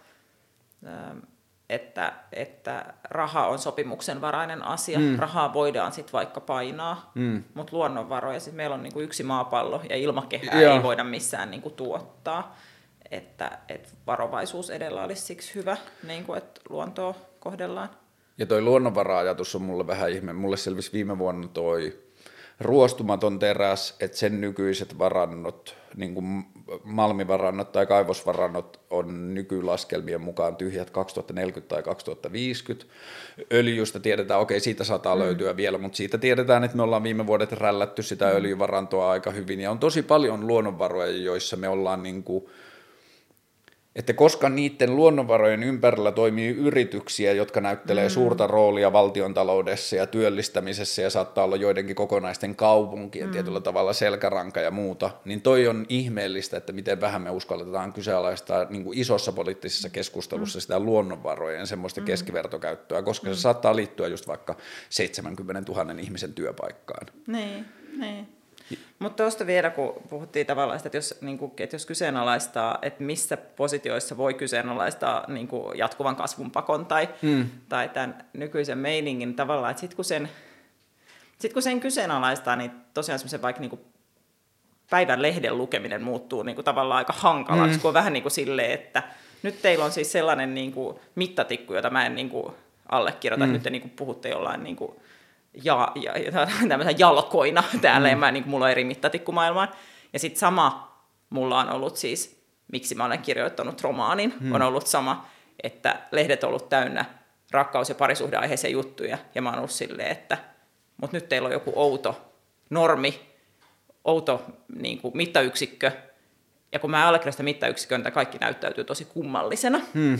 että, että raha on sopimuksen varainen asia, mm. rahaa voidaan sitten vaikka painaa, mm. mutta luonnonvaroja, siis meillä on niinku yksi maapallo ja ilmakehää ja. ei voida missään niinku tuottaa, että, että varovaisuus edellä olisi siksi hyvä, niinku, että luontoa kohdellaan. Ja toi luonnonvara-ajatus on mulle vähän ihme, mulle selvisi viime vuonna toi ruostumaton teräs, että sen nykyiset varannot, niin kuin malmivarannot tai kaivosvarannot on nykylaskelmien mukaan tyhjät kaksituhattaneljäkymmentä tai kaksituhattaviisikymmentä. Öljystä tiedetään, okei siitä saattaa mm. löytyä vielä, mutta siitä tiedetään, että me ollaan viime vuodet rällätty sitä öljyvarantoa aika hyvin ja on tosi paljon luonnonvaroja, joissa me ollaan niin kuin, että koska niiden luonnonvarojen ympärillä toimii yrityksiä, jotka näyttelee mm. suurta roolia valtiontaloudessa ja työllistämisessä ja saattaa olla joidenkin kokonaisten kaupunkien mm. tietyllä tavalla selkäranka ja muuta, niin toi on ihmeellistä, että miten vähän me uskalletaan kyseenalaistaa niin kuin isossa poliittisessa keskustelussa mm. sitä luonnonvarojen semmoista mm. keskivertokäyttöä, koska mm. se saattaa liittyä just vaikka seitsemänkymmentätuhatta ihmisen työpaikkaan. Niin, niin. Mutta tuosta vielä, kun puhuttiin tavallaan sitä, että jos, niin kuin, että jos kyseenalaistaa, että missä positioissa voi kyseenalaistaa niin kuin jatkuvan kasvun pakon tai, mm. tai tämän nykyisen meiningin tavallaan, että sitten kun sen, sit kun sen kyseenalaistaa, niin tosiaan semmoisen vaikka niin kuin päivän lehden lukeminen muuttuu niin kuin tavallaan aika hankalaksi, mm. kun on vähän niin kuin silleen, että nyt teillä on siis sellainen niin kuin mittatikku, jota mä en niin kuin allekirjoita, mm. että nyt te niin kuin puhutte jollain niin kuin ja, ja, ja tämmöisenä jalkoina täällä, mm. ja mä, niin mulla on eri mittatikkumaailmaan. Ja sitten sama mulla on ollut siis, miksi mä olen kirjoittanut romaanin, mm. on ollut sama, että lehdet on ollut täynnä rakkaus- ja parisuhdeaiheisia juttuja, ja mä oon ollut silleen, että mut nyt teillä on joku outo normi, outo niin kuin mittayksikkö, ja kun mä allekirjoitan sitä mittayksikköä, niin kaikki näyttäytyy tosi kummallisena. Mm.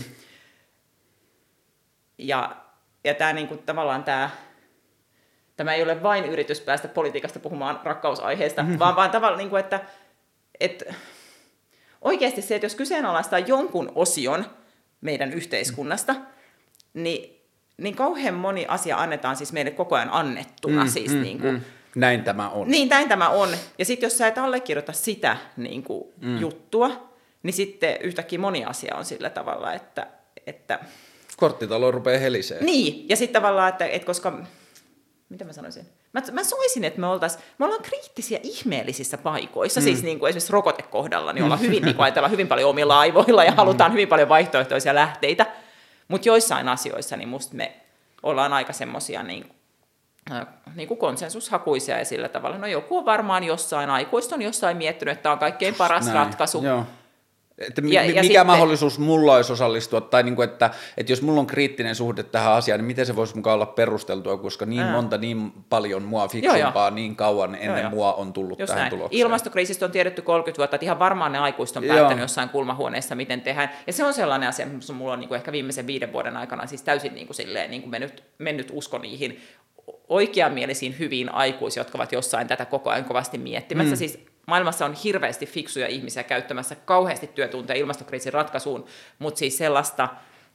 Ja, ja tää niin kuin, tavallaan tämä... Tämä ei ole vain yritys päästä politiikasta puhumaan rakkausaiheesta, mm-hmm. vaan, vaan tavallaan, niin kuin, että, että oikeasti se, että jos kyseenalaistaa jonkun osion meidän yhteiskunnasta, mm. niin niin kauhean moni asia annetaan siis meille koko ajan annettuna. Mm, siis mm, niin kuin, mm. Näin tämä on. Niin, näin tämä on. Ja sitten jos sä et allekirjoita sitä niin kuin, mm. juttua, niin sitten yhtäkkiä moni asia on sillä tavalla, että... että korttitalo rupeaa heliseen. Niin, ja sitten tavallaan, että, että koska... Mitä mä sanoisin? Mä, mä soisin, että me oltais, me ollaan kriittisiä ihmeellisissä paikoissa, mm. siis niin kuin esimerkiksi rokotekohdalla, niin ollaan hyvin, niin kuin ajatellaan hyvin paljon omilla aivoilla ja halutaan hyvin paljon vaihtoehtoisia lähteitä, mutta joissain asioissa niin musta me ollaan aika semmoisia niin, äh, niin kuin konsensushakuisia ja sillä tavalla, no joku on varmaan jossain, aikuista on jossain miettinyt, että tämä on kaikkein paras Näin. ratkaisu. Joo. Että ja, mikä ja sitten, mahdollisuus mulla olisi osallistua, tai niin kuin, että, että jos mulla on kriittinen suhde tähän asiaan, niin miten se voisi mukaan olla perusteltua, koska niin ää. monta, niin paljon mua fiksumpaa, joo, niin kauan ennen joo, mua on tullut just tähän näin. tulokseen. Ilmastokriisistä on tiedetty kolmekymmentä vuotta, että ihan varmaan ne aikuiset on päättänyt joo. jossain kulmahuoneessa, miten tehdään. Ja se on sellainen asia, missä mulla on niin kuin ehkä viimeisen viiden vuoden aikana siis täysin niin kuin silleen, niin kuin mennyt, mennyt usko niihin oikeamielisiin hyviin aikuisiin, jotka ovat jossain tätä koko ajan kovasti miettimässä. Mm. Siis maailmassa on hirveästi fiksuja ihmisiä käyttämässä kauheasti työtunteja ilmastokriisin ratkaisuun, mutta siis sellaista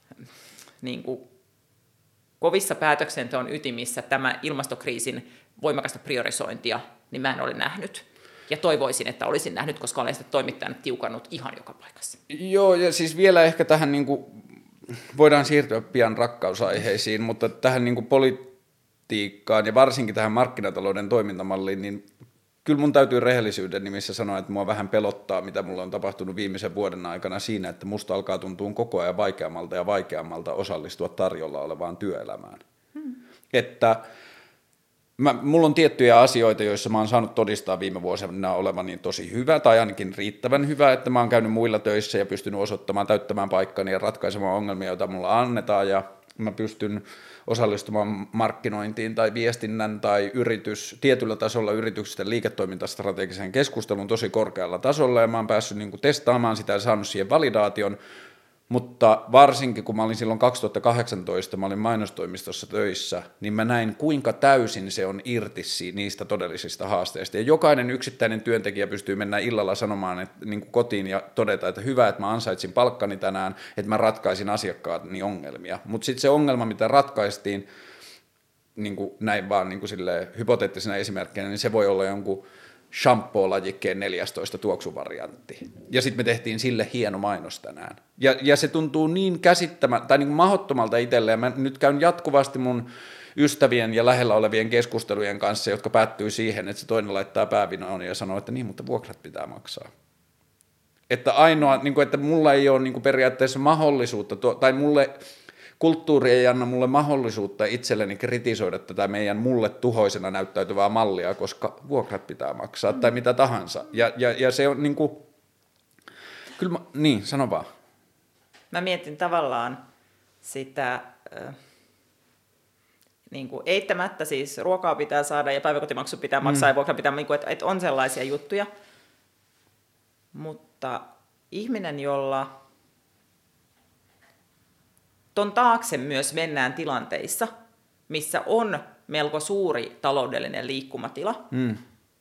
niin kuin, kovissa päätöksenteon ytimissä tämä ilmastokriisin voimakasta priorisointia, niin mä en ole nähnyt. Ja toivoisin, että olisin nähnyt, koska olen sitä toimittajana tiukannut ihan joka paikassa. Joo, ja siis vielä ehkä tähän, niin kuin, voidaan siirtyä pian rakkausaiheisiin, mutta tähän niin kuin politiikkaan ja varsinkin tähän markkinatalouden toimintamalliin, niin kyllä mun täytyy rehellisyyden nimissä sanoa, että mua vähän pelottaa, mitä mulla on tapahtunut viimeisen vuoden aikana siinä, että musta alkaa tuntua koko ajan vaikeammalta ja vaikeammalta osallistua tarjolla olevaan työelämään. Hmm. Että mä, mulla on tiettyjä asioita, joissa mä oon saanut todistaa viime vuosina olevani tosi hyvä tai ainakin riittävän hyvä, että mä oon käynyt muilla töissä ja pystynyt osoittamaan, täyttämään paikkani ja ratkaisemaan ongelmia, joita mulla annetaan, ja mä pystyn osallistumaan markkinointiin tai viestinnän tai yritys, tietyllä tasolla yritysten liiketoimintastrategiseen keskusteluun tosi korkealla tasolla, ja mä oon päässyt niin kuin testaamaan sitä ja saanut siihen validaation, mutta varsinkin kun mä olin silloin kaksituhattakahdeksantoista, mä olin mainostoimistossa töissä, niin mä näin kuinka täysin se on irti niistä todellisista haasteista, ja jokainen yksittäinen työntekijä pystyy mennä illalla sanomaan että, niin kuin kotiin ja todeta, että hyvä, että mä ansaitsin palkkani tänään, että mä ratkaisin asiakkaatni ongelmia, mutta sitten se ongelma, mitä ratkaistiin, niin kuin näin vaan niin kuin silleen, hypoteettisena esimerkkinä, niin se voi olla jonkun shampoo-lajikkeen neljästoista tuoksuvariantti. Ja sitten me tehtiin sille hieno mainos tänään. Ja, ja se tuntuu niin käsittämä, tai niin kuin mahdottomalta itselle, ja mä nyt käyn jatkuvasti mun ystävien ja lähellä olevien keskustelujen kanssa, jotka päättyy siihen, että se toinen laittaa päävinoon ja sanoo, että niin, mutta vuokrat pitää maksaa. Että ainoa, niin kuin, että mulla ei ole niin kuin periaatteessa mahdollisuutta, tai mulle kulttuuri ei anna mulle mahdollisuutta itselleni kritisoida tätä meidän mulle tuhoisena näyttäytyvää mallia, koska vuokrat pitää maksaa tai mitä tahansa. Ja, ja, ja se on niin kuin, kyllä mä, niin, sano vaan. Mä mietin tavallaan sitä, äh, niin kuin eittämättä siis ruokaa pitää saada ja päiväkotimaksu pitää maksaa mm. ja vuokra pitää, niin kuin, että, että on sellaisia juttuja, mutta ihminen, jolla ton taakse myös mennään tilanteissa, missä on melko suuri taloudellinen liikkumatila, mm.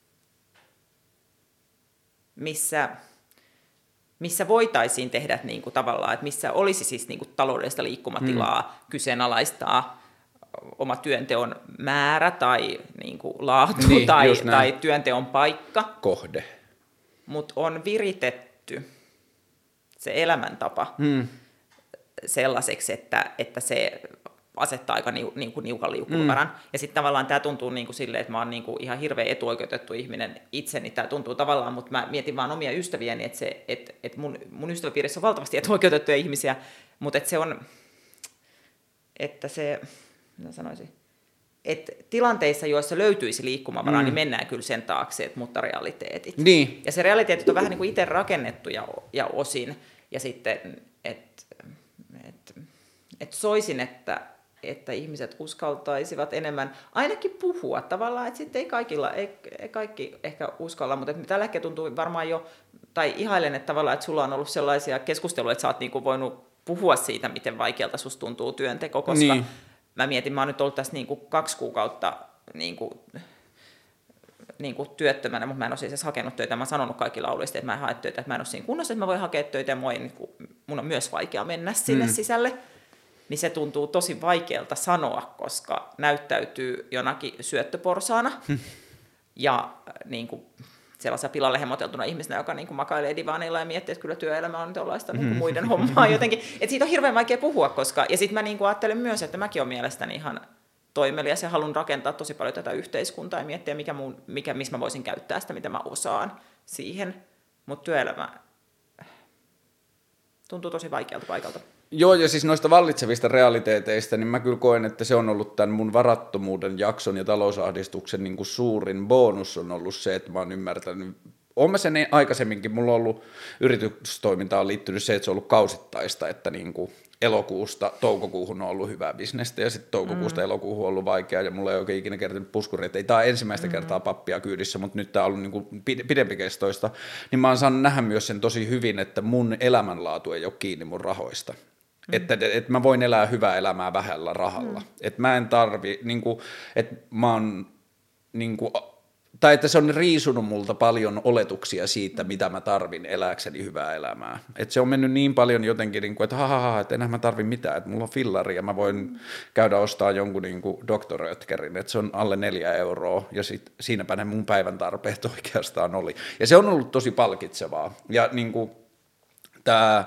missä, missä voitaisiin tehdä niin kuin tavallaan, että missä olisi siis niin kuin taloudellista liikkumatilaa mm. kyseenalaistaa oma työnteon määrä tai niin kuin laatu niin, tai, tai työnteon paikka. Kohde. Mutta on viritetty se elämäntapa mm. sellaiseksi, että, että se asettaa aika niu, niin kuin niukan liukkuvaran. Mm. Ja sitten tavallaan tämä tuntuu niin kuin silleen, että mä oon niin kuin ihan hirveän etuoikeutettu ihminen itse, niin tämä tuntuu tavallaan, mutta mä mietin vaan omia ystäviäni, että, se, että, että mun, mun ystäväpiirissä on valtavasti etuoikeutettuja ihmisiä, mutta että se on, että se, mitä sanoisin, että tilanteissa, joissa löytyisi liikkumavaraa, mm. niin mennään kyllä sen taakse, että mutta realiteetit. Niin. Ja se realiteetit on vähän niin kuin itse rakennettu ja, ja osin, ja sitten, että et, et soisin, että, että ihmiset uskaltaisivat enemmän ainakin puhua tavallaan, että sitten ei kaikilla, ei, ei kaikki ehkä uskalla, mutta että tällä hetkellä tuntuu varmaan jo, tai ihailen, että tavallaan, että sulla on ollut sellaisia keskusteluja, että sä oot niinku voinut puhua siitä, miten vaikealta susta tuntuu työnteko, koska niin. Mä mietin, mä oon nyt ollut tässä niinku kaksi kuukautta niinku, niinku työttömänä, mutta mä en ole siis hakenut töitä. Mä oon sanonut kaikille lauluista, että mä en hae töitä, että mä en ole siinä kunnossa, että mä voin hakea töitä, ja mua ei, niinku, mun on myös vaikea mennä sinne mm. sisälle. niin se tuntuu tosi vaikealta sanoa, koska näyttäytyy jonakin syöttöporsaana ja niin kuin, sellaisena pilalle hemoteltuna ihmisenä, joka niin kuin makailee divaanilla ja miettii, että kyllä työelämä on tuollaista niin kuin muiden hommaa jotenkin. Että siitä on hirveän vaikea puhua, koska, ja sitten mä niin kuin ajattelen myös, että mäkin olen mielestäni ihan toimelias ja haluan rakentaa tosi paljon tätä yhteiskuntaa ja miettiä, mikä mun, mikä, missä mä voisin käyttää sitä, mitä mä osaan siihen, mutta työelämä tuntuu tosi vaikealta paikalta. Joo, ja siis noista vallitsevista realiteeteista, niin mä kyllä koen, että se on ollut tämän mun varattomuuden jakson ja talousahdistuksen niin kuin suurin bonus on ollut se, että mä oon ymmärtänyt, oon mä sen aikaisemminkin, mulla on ollut yritystoimintaan liittynyt se, että se on ollut kausittaista, että niin kuin elokuusta toukokuuhun on ollut hyvää bisnestä ja sitten toukokuusta mm. elokuuhun on ollut vaikeaa ja mulla ei oikein ikinä kertynyt puskureita. Ei tämä ensimmäistä mm. kertaa pappia kyydissä, mutta nyt tämä on ollut niin kuin pidempikestoista. Niin mä oon saanut nähdä myös sen tosi hyvin, että mun elämänlaatu ei ole kiinni mun rahoista. Mm. Että et mä voin elää hyvää elämää vähällä rahalla. Mm. Että mä en tarvi, niin kuin, että mä oon niin kuin, tai että se on riisunut multa paljon oletuksia siitä, mitä mä tarvin elääkseni hyvää elämää. Että se on mennyt niin paljon jotenkin, niin kuin, että hahaha, että enää mä tarvin mitään, että mulla on fillari ja mä voin käydä ostaa jonkun niin kuin doktor Oetkerin, että se on alle neljä euroa ja sit, siinäpä ne mun päivän tarpeet oikeastaan oli. Ja se on ollut tosi palkitsevaa. Ja niin kuin tämä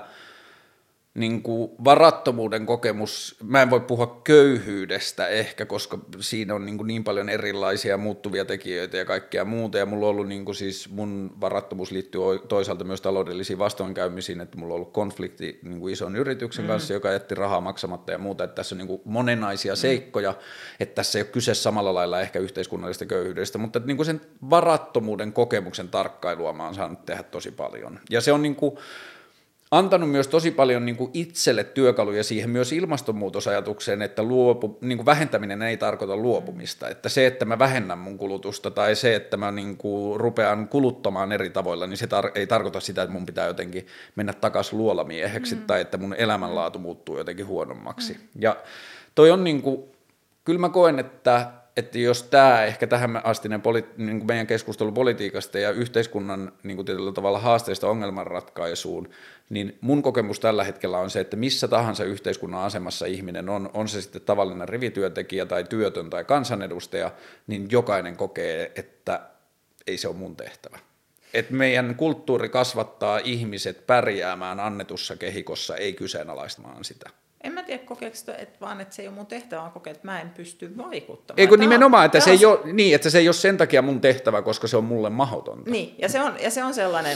niin kuin varattomuuden kokemus, mä en voi puhua köyhyydestä ehkä, koska siinä on niin, kuin niin paljon erilaisia muuttuvia tekijöitä ja kaikkea muuta, ja mulla on ollut niin kuin siis, mun varattomuus liittyy toisaalta myös taloudellisiin vastoinkäymisiin, että mulla on ollut konflikti niin kuin ison yrityksen mm. kanssa, joka jätti rahaa maksamatta ja muuta, että tässä on niin kuin monenaisia seikkoja, mm. että tässä ei ole kyse samalla lailla ehkä yhteiskunnallisesta köyhyydestä, mutta niin kuin sen varattomuuden kokemuksen tarkkailua mä oon saanut tehdä tosi paljon, ja se on niin kuin antanut myös tosi paljon niin kuin itselle työkaluja siihen myös ilmastonmuutosajatukseen, että luopu, niin kuin vähentäminen ei tarkoita luopumista. Että se, että mä vähennän mun kulutusta tai se, että mä niin kuin rupean kuluttamaan eri tavoilla, niin se tar- ei tarkoita sitä, että mun pitää jotenkin mennä takaisin luolamieheksi mm. tai että mun elämänlaatu muuttuu jotenkin huonommaksi. Mm. Ja toi on niin kuin, kyllä mä koen, että että jos tämä ehkä tähän astinen poli, niin kuin meidän keskustelu politiikasta ja yhteiskunnan niin kuin tietyllä tavalla haasteista ongelmanratkaisuun, niin mun kokemus tällä hetkellä on se, että missä tahansa yhteiskunnan asemassa ihminen on, on se sitten tavallinen rivityöntekijä tai työtön tai kansanedustaja, niin jokainen kokee, että ei se ole mun tehtävä. Että meidän kulttuuri kasvattaa ihmiset pärjäämään annetussa kehikossa, ei kyseenalaistamaan sitä. En mä tiedä, kokeeko sitä, että vaan, että se ei ole mun tehtävä, vaan kokee, että mä en pysty vaikuttamaan. Eikö nimenomaan, että se ei, ole, niin, että se ei ole sen takia mun tehtävä, koska se on mulle mahdotonta. Niin, ja se on, ja se on sellainen...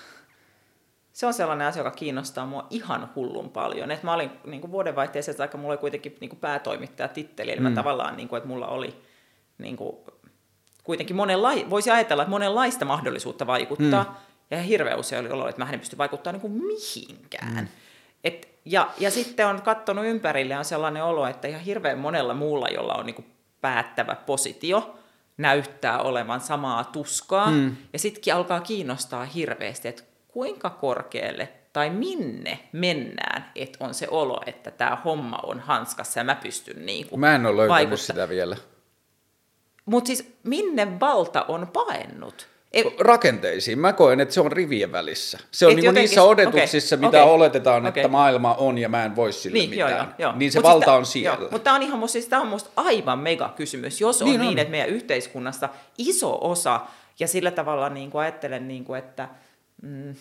Se on sellainen asia, joka kiinnostaa mua ihan hullun paljon. Et mä olin niin kuin vuodenvaihteessa, että aika mulla oli kuitenkin niin kuin päätoimittaja titteli, eli mm. mä tavallaan, niin kuin, että mulla oli niin kuin, kuitenkin monenla- voisi ajatella, että monenlaista mahdollisuutta vaikuttaa, mm. ja hirveän usein oli olo, että mä en pysty vaikuttamaan niin kuin mihinkään. Mm. Et, ja, ja sitten on katsonut ympärille, on sellainen olo, että ihan hirveän monella muulla, jolla on niin kuin päättävä positio, näyttää olevan samaa tuskaa, mm. ja sittenkin alkaa kiinnostaa hirveästi, että kuinka korkealle tai minne mennään, että on se olo, että tämä homma on hanskassa ja mä pystyn niin kuin Mä en ole löytänyt sitä vielä. Mutta siis minne valta on paennut? Rakenteisiin. Mä koen, että se on rivien välissä. Se on niin jotenkin, niissä odotuksissa, okay, mitä okay, oletetaan, että okay. maailma on ja mä en voi sille niin, mitään. Joo, joo, joo. Niin se Mut valta siis on siellä. Mutta tämä on ihan musta, siis on musta aivan mega kysymys, jos on niin, niin on. Että meidän yhteiskunnassa iso osa, ja sillä tavalla niin kuin ajattelen, niin kuin, että mm,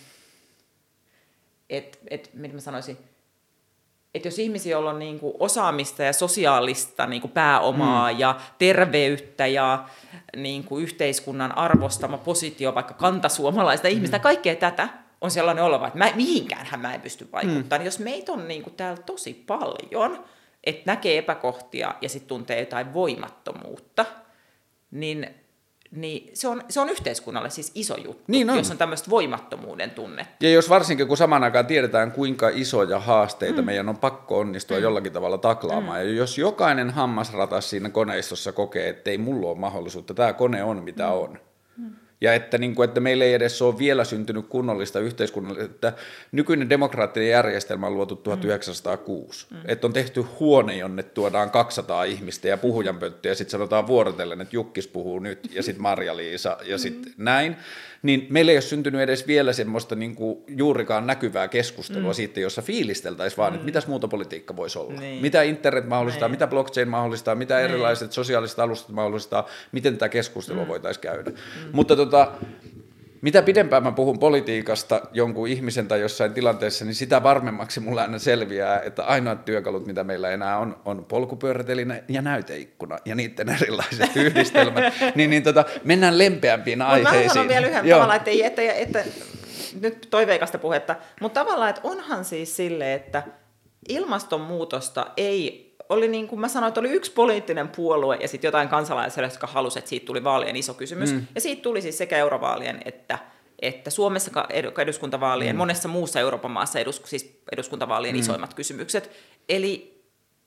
et, et, mitä mä sanoisin, että jos ihmisiä on niin kuin osaamista ja sosiaalista niin kuin pääomaa mm. ja terveyttä ja niin kuin yhteiskunnan arvostama positio, vaikka kantasuomalaista mm. ihmistä, kaikkea tätä on sellainen oleva, että mä, mihinkäänhän mä en pysty vaikuttamaan. Mm. Jos meitä on niin kuin täällä tosi paljon, että näkee epäkohtia ja sitten tuntee jotain voimattomuutta, niin niin se on, se on yhteiskunnalle siis iso juttu, niin on. Jos on tämmöistä voimattomuuden tunnetta. Ja jos varsinkin, kun samaan aikaan tiedetään, kuinka isoja haasteita mm. meidän on pakko onnistua mm. jollakin tavalla taklaamaan, mm. ja jos jokainen hammasratas siinä koneistossa kokee, että ei mulla ole mahdollisuutta, tämä kone on mitä mm. on, mm. Ja että, niin kuin, että meillä ei edes ole vielä syntynyt kunnollista yhteiskunnallista, että nykyinen demokraattinen järjestelmä on luotu tuhatyhdeksänsataakuusi. Mm. Että on tehty huone, jonne tuodaan kaksisataa ihmistä ja puhujanpönttöjä, ja sitten sanotaan vuorotellen, että Jukkis puhuu nyt, ja sitten Marja-Liisa, ja sitten mm. näin. Niin meillä ei ole syntynyt edes vielä semmoista niin kuin juurikaan näkyvää keskustelua mm. siitä, jossa fiilisteltäisiin vaan, mm. että mitäs muuta politiikka voisi olla. Niin. Mitä internet mahdollistaa, niin. mitä blockchain mahdollistaa, mitä niin. erilaiset sosiaaliset alustat mahdollistaa, miten tätä keskustelua mm. voitaisiin käydä. Mm. Mutta tota, mitä pidempään mä puhun politiikasta jonkun ihmisen tai jossain tilanteessa, niin sitä varmemmaksi mulla aina selviää, että ainoat työkalut, mitä meillä enää on, on polkupyöräteline ja näyteikkuna ja niiden erilaiset yhdistelmät. niin, niin tota, mennään lempeämpiin aiheisiin. Mä sanon vielä yhden tavalla, että, että, että, että nyt toiveikasta puhetta, mutta tavallaan, että onhan siis sille, että ilmastonmuutosta ei... Oli niin kuin mä sanoin, että oli yksi poliittinen puolue ja sitten jotain kansalaisia, jotka halusivat, että siitä tuli vaalien iso kysymys. Mm. Ja siitä tuli siis sekä eurovaalien että, että Suomessa eduskuntavaalien, mm. monessa muussa Euroopan maassa edus, siis eduskuntavaalien mm. isoimmat kysymykset. Eli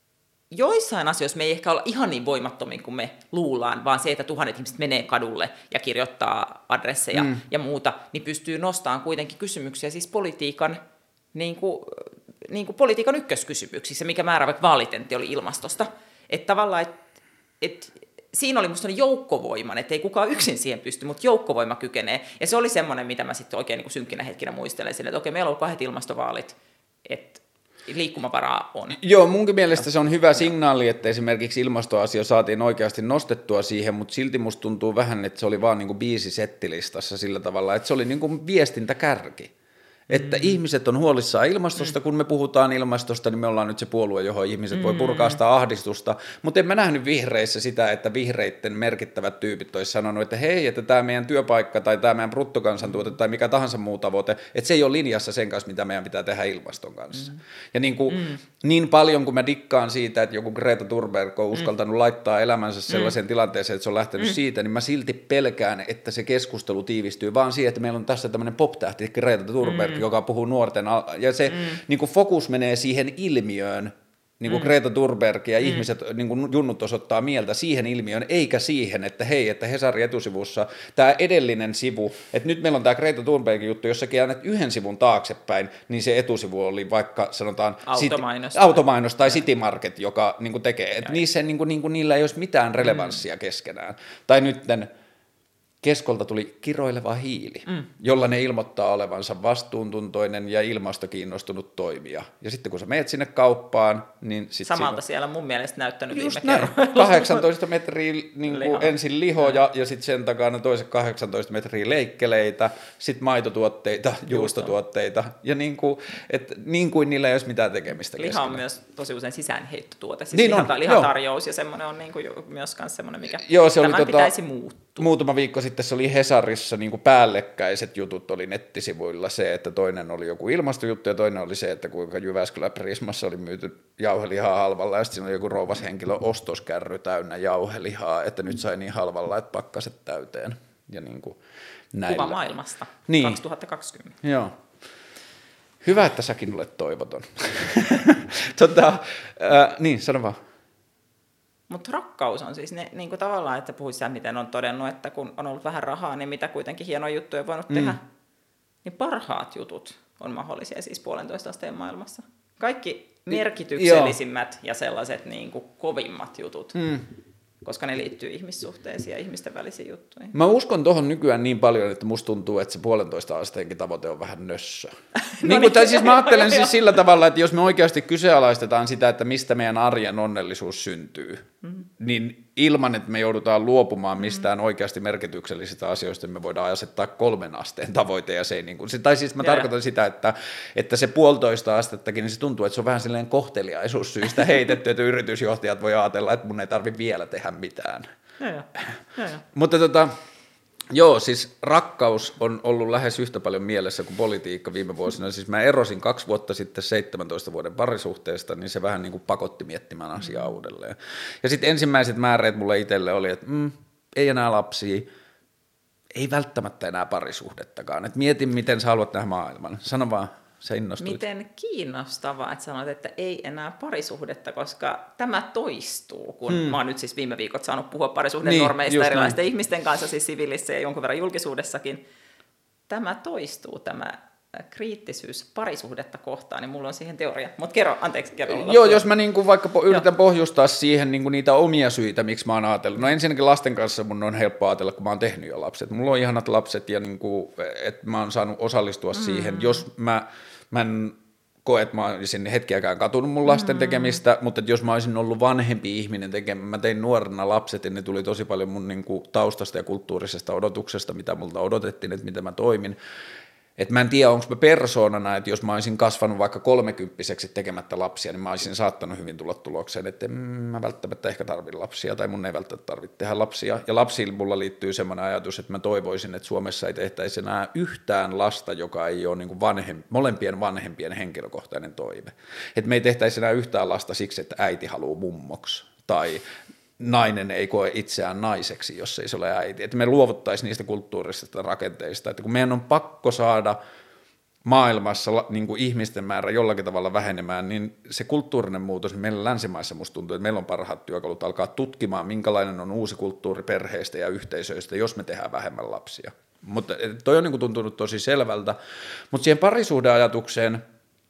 joissain asioissa me ei ehkä olla ihan niin voimattomia kuin me luullaan, vaan se, että tuhannet ihmiset menee kadulle ja kirjoittaa adresseja mm. ja muuta, niin pystyy nostamaan kuitenkin kysymyksiä siis politiikan niin kuin, niin kuin politiikan ykköskysymyksissä, mikä määrä vaikka vaalitentti oli ilmastosta. Että tavallaan, että et, siinä oli musta joukkovoiman, että ei kukaan yksin siihen pysty, mutta joukkovoima kykenee. Ja se oli semmoinen, mitä mä sitten oikein niin kuin synkkinä hetkinä muistelen, että okei, meillä on kahdet ilmastovaalit, että liikkumavaraa on. Joo, munkin mielestä se on hyvä signaali, että esimerkiksi ilmastoasia saatiin oikeasti nostettua siihen, mutta silti musta tuntuu vähän, että se oli vaan niin kuin biisi settilistassa sillä tavalla, että se oli niin kuin viestintäkärki. Että mm. ihmiset on huolissaan ilmastosta, mm. kun me puhutaan ilmastosta, niin me ollaan nyt se puolue, johon ihmiset mm. voi purkaa sitä ahdistusta, mutta en mä nähnyt vihreissä sitä, että vihreitten merkittävät tyypit olisi sanonut, että hei, että tämä meidän työpaikka tai tämä meidän bruttokansantuote tai mikä tahansa muu tavoite, että se ei ole linjassa sen kanssa, mitä meidän pitää tehdä ilmaston kanssa. Mm. Ja niin, kuin, mm. niin paljon kuin mä dikkaan siitä, että joku Greta Thunberg on uskaltanut mm. laittaa elämänsä sellaiseen mm. tilanteeseen, että se on lähtenyt mm. siitä, niin mä silti pelkään, että se keskustelu tiivistyy vaan siihen, että meillä on tässä tämmöinen pop-tähti Greta Thunberg, mm. joka puhuu nuorten, ja se mm. niin kuin fokus menee siihen ilmiöön, niin kuin mm. Greta Thunberg ja mm. ihmiset, niin kuin junnut osoittaa mieltä siihen ilmiöön, eikä siihen, että hei, että Hesarin etusivussa tämä edellinen sivu, että nyt meillä on tämä Greta Thunbergin juttu, jos sä käännät yhden sivun taaksepäin, niin se etusivu oli vaikka sanotaan automainos, sit, automainos tai City Market, joka niin kuin tekee, että niissä, niin kuin, niin kuin, niillä ei olisi mitään relevanssia mm. keskenään. Tai nytten Keskolta tuli kiroileva hiili, mm. jolla ne ilmoittaa olevansa vastuuntuntoinen ja ilmastokiinnostunut toimija. Ja sitten kun sä meet sinne kauppaan, niin... Sit samalta siinä... siellä on mun mielestä näyttänyt just viime kerralla. kahdeksantoista metriä niin kuin ensin lihoja ja, ja sitten sen takana toiset kahdeksantoista metriä leikkeleitä, sitten maitotuotteita, juustotuotteita. Ja niin kuin, et, niin kuin niillä ei olisi mitään tekemistä liha keskenään. On myös tosi usein sisäänheittotuote. Siis niin liha, on, lihatarjous ja semmoinen on niin kuin myös semmoinen, mikä joo, se tämän oli, pitäisi tota, muuttua. Muutama viikko sitten se oli Hesarissa niin kuin päällekkäiset jutut oli nettisivuilla se, että toinen oli joku ilmastojuttu ja toinen oli se, että kuinka Jyväskylän Prismassa oli myyty jauhelihaa halvalla ja sitten siinä oli joku rouvashenkilö ostoskärry täynnä jauhelihaa, että nyt sai niin halvalla, että pakkaset täyteen. Ja niin kuin näillä. Kuva maailmasta niin. kaksituhattakaksikymmentä. Joo. Hyvä, että säkin olet toivoton. tota, äh, niin, sano vaan. Mutta rakkaus on siis ne, niin kuin tavallaan, että puhuit sitä, miten on todennut, että kun on ollut vähän rahaa, niin mitä kuitenkin hienoja juttuja on voinut mm. tehdä. Niin parhaat jutut on mahdollisia siis puolentoista asteen maailmassa. Kaikki merkityksellisimmät I, ja sellaiset niin kuin kovimmat jutut, mm. koska ne liittyy ihmissuhteisiin ja ihmisten välisiin juttuihin. Mä uskon tohon nykyään niin paljon, että musta tuntuu, että se puolentoista asteenkin tavoite on vähän nössö. no niin, niin, tai siis mä ajattelen siis sillä tavalla, että jos me oikeasti kyseenalaistetaan sitä, että mistä meidän arjen onnellisuus syntyy, mm-hmm. niin ilman, että me joudutaan luopumaan mistään mm-hmm. oikeasti merkityksellisistä asioista, me voidaan asettaa kolmen asteen tavoite. Ja se ei niin kuin, tai siis mä ja tarkoitan ja. sitä, että, että se puolitoista astettakin, niin se tuntuu, että se on vähän silleen kohteliaisuussyistä heitetty, että yritysjohtajat voi ajatella, että mun ei tarvitse vielä tehdä mitään. Ja, ja. Ja, ja. Mutta tota, joo, siis rakkaus on ollut lähes yhtä paljon mielessä kuin politiikka viime vuosina. Siis mä erosin kaksi vuotta sitten seitsemäntoista vuoden parisuhteesta, niin se vähän niin kuin pakotti miettimään asiaa uudelleen. Ja sitten ensimmäiset määreet mulle itselle oli, että mm, ei enää lapsia, ei välttämättä enää parisuhdettakaan. Et mietin, miten sä haluat nähdä maailman. Sano vaan. Sä innostuit. Miten kiinnostavaa, että sanoit, että ei enää parisuhdetta, koska tämä toistuu, kun hmm. mä oon nyt siis viime viikot saanut puhua parisuhdenormeista niin, erilaisten näin. ihmisten kanssa, siis siviilissä ja jonkun verran julkisuudessakin. Tämä toistuu, tämä kriittisyys parisuhdetta kohtaan, niin mulla on siihen teoria. Mutta kerro, anteeksi, kerro. Joo, jos mä niinku vaikka po- yritän Joo. pohjustaa siihen niinku niitä omia syitä, miksi mä oon ajatellut. No ensinnäkin lasten kanssa mun on helppo ajatella, kun mä oon tehnyt jo lapset. Mulla on ihanat lapset ja niinku, että mä oon saanut osallistua mm. siihen. Jos mä, mä en koe, että mä olisin hetkiäkään katunut mun lasten mm. tekemistä, mutta jos mä olisin ollut vanhempi ihminen tekemään, mä tein nuorena lapset ja ne tuli tosi paljon mun niinku taustasta ja kulttuurisesta odotuksesta, mitä multa odotettiin, että miten mä toimin. Et mä en tiedä, onko mä persoonana, että jos mä olisin kasvanut vaikka kolmekymppiseksi tekemättä lapsia, niin mä olisin saattanut hyvin tulla tulokseen, että mä välttämättä ehkä tarvitsen lapsia tai mun ei välttämättä tarvitse tehdä lapsia. Ja lapsiin mulla liittyy semmoinen ajatus, että mä toivoisin, että Suomessa ei tehtäisi enää yhtään lasta, joka ei ole niin kuin vanhem, molempien vanhempien henkilökohtainen toive. Että me ei tehtäisi enää yhtään lasta siksi, että äiti haluaa mummoksi tai nainen ei koe itseään naiseksi, jos ei se ole äiti. Että me luovuttaisiin niistä kulttuurisista rakenteista, että kun meidän on pakko saada maailmassa niin kuin ihmisten määrä jollakin tavalla vähenemään, niin se kulttuurinen muutos, niin meillä länsimaissa musta tuntuu, että meillä on parhaat työkalut alkaa tutkimaan, minkälainen on uusi kulttuuri perheistä ja yhteisöistä, jos me tehdään vähemmän lapsia. Mutta toi on niin kuin tuntunut tosi selvältä. Mutta siihen parisuhdeajatukseen,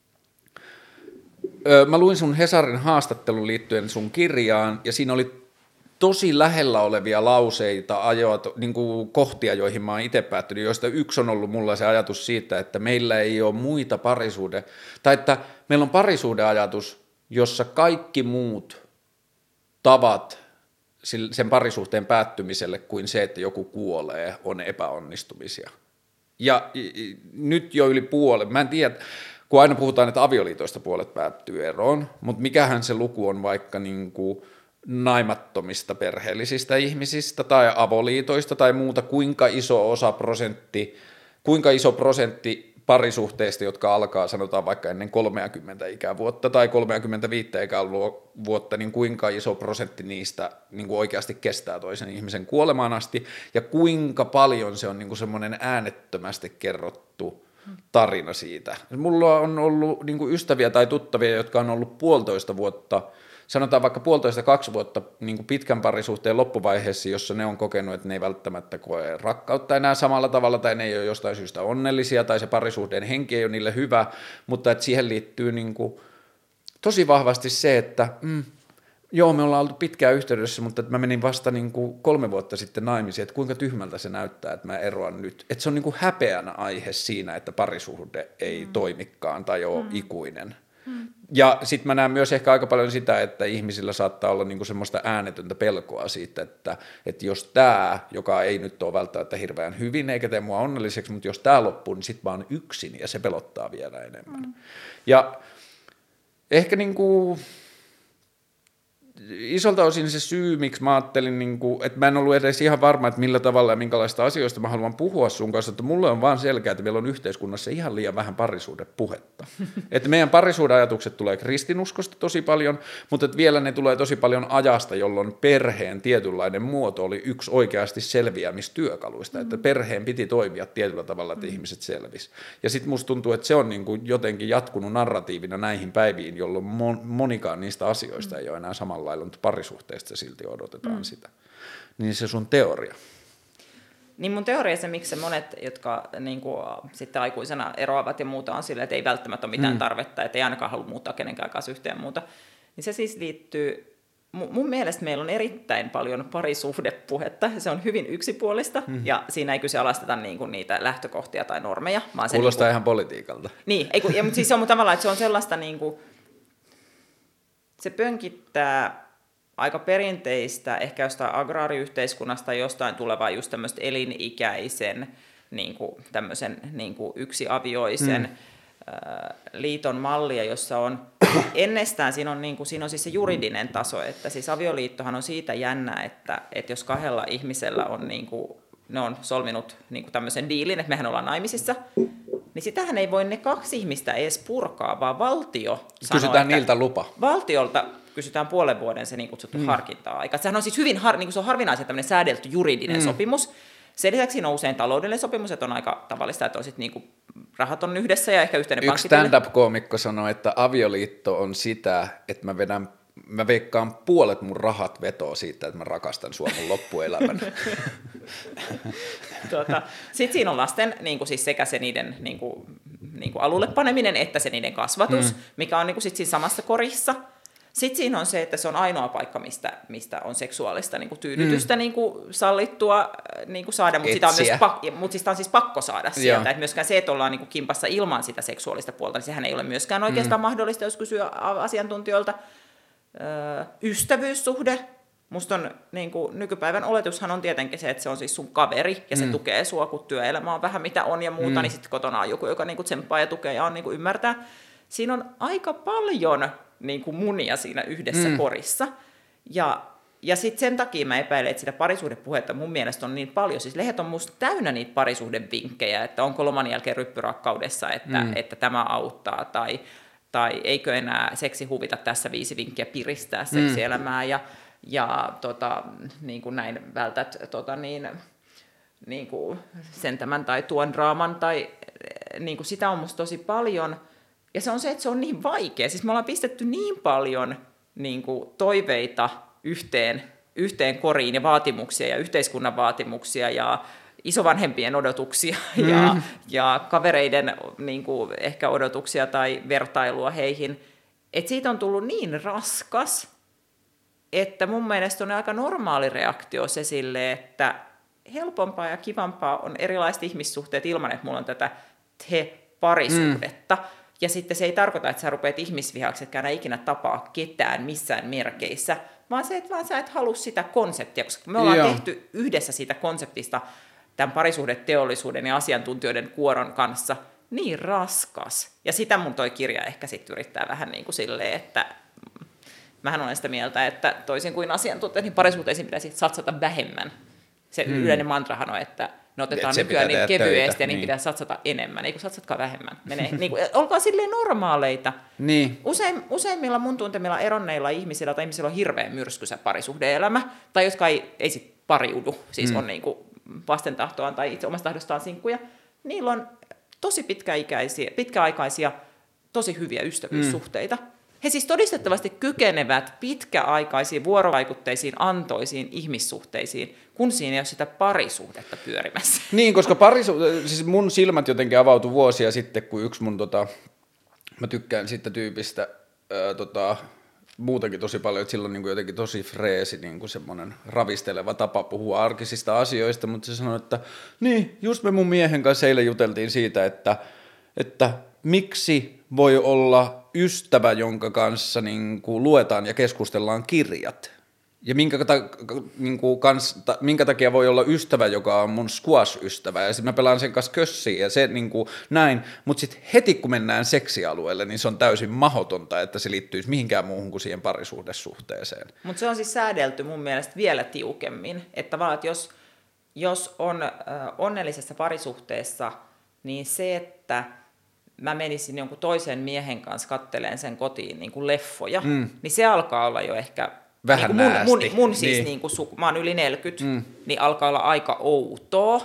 mä luin sun Hesarin haastattelun liittyen sun kirjaan, ja siinä oli tosi lähellä olevia lauseita, ajoa, niin kuin kohtia, joihin mä oon itse päättynyt, joista yksi on ollut mulla se ajatus siitä, että meillä ei ole muita parisuhde, tai että meillä on parisuhdeajatus, jossa kaikki muut tavat sen parisuhteen päättymiselle kuin se, että joku kuolee, on epäonnistumisia. Ja nyt jo yli puolet, mä en tiedä, kun aina puhutaan, että avioliitoista puolet päättyy eroon, mutta mikähän se luku on vaikka niin kuin naimattomista perheellisistä ihmisistä tai avoliitoista tai muuta, kuinka iso osa prosentti, kuinka iso prosentti parisuhteista, jotka alkaa sanotaan vaikka ennen kolmekymmentä ikävuotta tai kolmekymmentäviisi ikävuotta, niin kuinka iso prosentti niistä niin kuin oikeasti kestää toisen ihmisen kuolemaan asti ja kuinka paljon se on niin kuin semmoinen äänettömästi kerrottu tarina siitä. Mulla on ollut niin kuin ystäviä tai tuttavia, jotka on ollut puolitoista vuotta, sanotaan vaikka puolitoista kaksi vuotta niin kuin pitkän parisuhteen loppuvaiheessa, jossa ne on kokenut, että ne ei välttämättä koe rakkautta enää samalla tavalla, tai ne ei ole jostain syystä onnellisia, tai se parisuhteen henki ei ole niille hyvä, mutta että siihen liittyy niin kuin tosi vahvasti se, että mm, joo, me ollaan oltu pitkään yhteydessä, mutta että mä menin vasta niin kuin kolme vuotta sitten naimisiin, että kuinka tyhmältä se näyttää, että mä eroan nyt. Että se on niin kuin häpeänä aihe siinä, että parisuhde ei mm. toimikaan tai ole mm. ikuinen. Mm. Ja sitten mä näen myös ehkä aika paljon sitä, että ihmisillä saattaa olla niinku semmoista äänetöntä pelkoa siitä, että, että jos tämä, joka ei nyt ole välttämättä hirveän hyvin eikä tee mua onnelliseksi, mutta jos tämä loppuu, niin sitten mä oon yksin ja se pelottaa vielä enemmän. Mm. Ja ehkä niinku isolta osin se syy, miksi mä ajattelin, niin kuin, että mä en ollut edes ihan varma, että millä tavalla ja minkälaista asioista mä haluan puhua sun kanssa, että mulle on vaan selkeää, että meillä on yhteiskunnassa ihan liian vähän parisuhdepuhetta. Että meidän parisuhdeajatukset tulee kristinuskosta tosi paljon, mutta että vielä ne tulee tosi paljon ajasta, jolloin perheen tietynlainen muoto oli yksi oikeasti selviämistyökaluista, että perheen piti toimia tietyllä tavalla, että ihmiset selvis. Ja sitten musta tuntuu, että se on niin kuin jotenkin jatkunut narratiivina näihin päiviin, jolloin monikaan niistä asioista ei ole enää samalla lailla, mutta parisuhteesta silti odotetaan mm. sitä. Niin se sun teoria. Niin mun teoria se, miksi se monet, jotka niin kuin, sitten aikuisena eroavat ja muuta on sille, että ei välttämättä ole mitään mm. tarvetta, että ei ainakaan halua muuttaa kenenkään kanssa yhteen muuta, niin se siis liittyy, mun mielestä meillä on erittäin paljon parisuhdepuhetta, se on hyvin yksipuolista, mm. ja siinä ei kyseenalaisteta niin kuin niitä lähtökohtia tai normeja. Vaan se kuulostaa niin kuin, ihan politiikalta. Niin, ei, ja, mutta siis se on tavallaan, että se on sellaista niin kuin, se pönkittää aika perinteistä, ehkä jostain agraariyhteiskunnasta jostain tulevaa just tämmöistä elinikäisen niin kuin, tämmöisen niin kuin yksiavioisen mm. ä, liiton mallia, jossa on ennestään, siinä on, niin kuin, siinä on siis se juridinen taso, että siis avioliittohan on siitä jännä, että, että jos kahdella ihmisellä on, niin kuin, ne on solminut niin kuin tämmöisen diilin, että mehän ollaan naimisissa, niin sitähän ei voi ne kaksi ihmistä edes purkaa, vaan valtio sanoo, kysytään niiltä lupa. Valtiolta kysytään puolen vuoden se niin kutsuttu mm. harkinta-aika. Sehän on siis hyvin har, niin kuin se on harvinaisen tämmöinen säädelty juridinen mm. sopimus, Sen lisäksi on usein taloudellinen sopimus, että on aika tavallista, että on sit niinku, rahat on yhdessä ja ehkä yhteinen Yksi pankkitili. stand-up-koomikko sanoi, että avioliitto on sitä, että mä vedän Mä veikkaan puolet mun rahat vetoo siitä, että mä rakastan sua mun loppuelämän. tuota, Sitten siinä on lasten niin kuin siis sekä se niiden niin kuin, niin kuin alulle paneminen, että se niiden kasvatus, mm. mikä on niin kuin sit siinä samassa korissa. Sitten siinä on se, että se on ainoa paikka, mistä, mistä on seksuaalista niin kuin tyydytystä mm. niin kuin sallittua niin kuin saada, mutta sitä, on myös pak- mut sitä on siis pakko saada sieltä. Et myöskään se, että ollaan niin kuin kimpassa ilman sitä seksuaalista puolta, niin sehän ei ole myöskään oikeastaan mm. mahdollista, jos kysyy asiantuntijoilta. Öö, ystävyyssuhde. Musta on, niin kuin, nykypäivän oletushan on tietenkin se, että se on siis sun kaveri ja se mm. tukee sua, kun työelämä on vähän mitä on ja muuta, mm. niin sitten kotona on joku, joka niin kuin tsemppaa ja tukee ja on, niin kuin ymmärtää. Siinä on aika paljon niin kuin munia siinä yhdessä mm. korissa. Ja, ja sitten sen takia mä epäilen, että sitä parisuhdepuhetta mun mielestä on niin paljon. Siis lehdet on musta täynnä niitä parisuhdevinkkejä, että onko loman jälkeen ryppyrakkaudessa, että, mm. että tämä auttaa tai... tai eikö enää seksi huvita tässä viisi vinkkiä piristää seksielämää mm. ja, ja tota, niin kuin näin vältät tota, niin, niin kuin sen tämän tai tuon draaman, tai niin kuin sitä on musta tosi paljon. Ja se on se, että se on niin vaikea. Siis me ollaan pistetty niin paljon niin kuin toiveita yhteen, yhteen koriin ja vaatimuksia ja yhteiskunnan vaatimuksia ja isovanhempien odotuksia mm. ja, ja kavereiden niin kuin, ehkä odotuksia tai vertailua heihin. Et siitä on tullut niin raskas, että mun mielestä on aika normaali reaktio se sille, että helpompaa ja kivampaa on erilaiset ihmissuhteet ilman, että mulla on tätä te-parisuhdetta. Mm. Ja sitten se ei tarkoita, että sä rupeat ihmisvihaksi, etkä enää ikinä tapaa ketään missään merkeissä, vaan se, että vaan sä et halua sitä konseptia, koska me ollaan Joo. tehty yhdessä siitä konseptista tämän parisuhdeteollisuuden ja asiantuntijoiden kuoron kanssa niin raskas. Ja sitä mun toi kirja ehkä sitten yrittää vähän niin kuin silleen, että mähän olen sitä mieltä, että toisin kuin asiantuntijat, niin parisuhteisiin pitäisi satsata vähemmän. Se hmm. yleinen mantrahan on, että ne otetaan Et nykyään niin kevyesti ja niin, niin pitää satsata enemmän. Ei kun satsatkaa vähemmän. Menee, niin kuin, olkaa silleen normaaleita. Niin. Usein, useimmilla mun tuntemilla eronneilla ihmisillä tai ihmisillä on hirveän myrskyisä parisuhde-elämä, tai jotka ei, ei sit pariudu, siis hmm. on niin kuin vasten tahtoaan tai itse omasta tahdostaan sinkkuja, niillä on tosi pitkäikäisiä, pitkäaikaisia, tosi hyviä ystävyyssuhteita. Mm. He siis todistettavasti kykenevät pitkäaikaisiin, vuorovaikutteisiin, antoisiin ihmissuhteisiin, kun siinä ei ole sitä parisuhdetta pyörimässä. Niin, koska parisuhde, siis mun silmät jotenkin avautui vuosia sitten, kun yksi mun, tota, mä tykkään siitä tyypistä, ää, tota, muutenkin tosi paljon, että sillä on niin kuin jotenkin tosi freesi, niin kuin semmoinen ravisteleva tapa puhua arkisista asioista, mutta se sanoi, että niin, just me mun miehen kanssa eilen juteltiin siitä, että, että miksi voi olla ystävä, jonka kanssa niin kuin luetaan ja keskustellaan kirjat. Ja minkä, ta, niin kuin kans, ta, minkä takia voi olla ystävä, joka on mun squash-ystävä, ja sitten mä pelaan sen kanssa kössiä ja se niin kuin näin, mutta sitten heti kun mennään seksialueelle, niin se on täysin mahdotonta, että se liittyisi mihinkään muuhun kuin siihen parisuhdesuhteeseen. Mutta se on siis säädelty mun mielestä vielä tiukemmin, että vaan, että jos, jos on äh, onnellisessa parisuhteessa, niin se, että mä menisin jonkun toisen miehen kanssa katteleen sen kotiin niin kuin leffoja, mm. niin se alkaa olla jo ehkä vähän niin mun, mun, mun siis, niin. niin kuin, mä oon yli neljäkymmentä, mm. niin alkaa olla aika outoa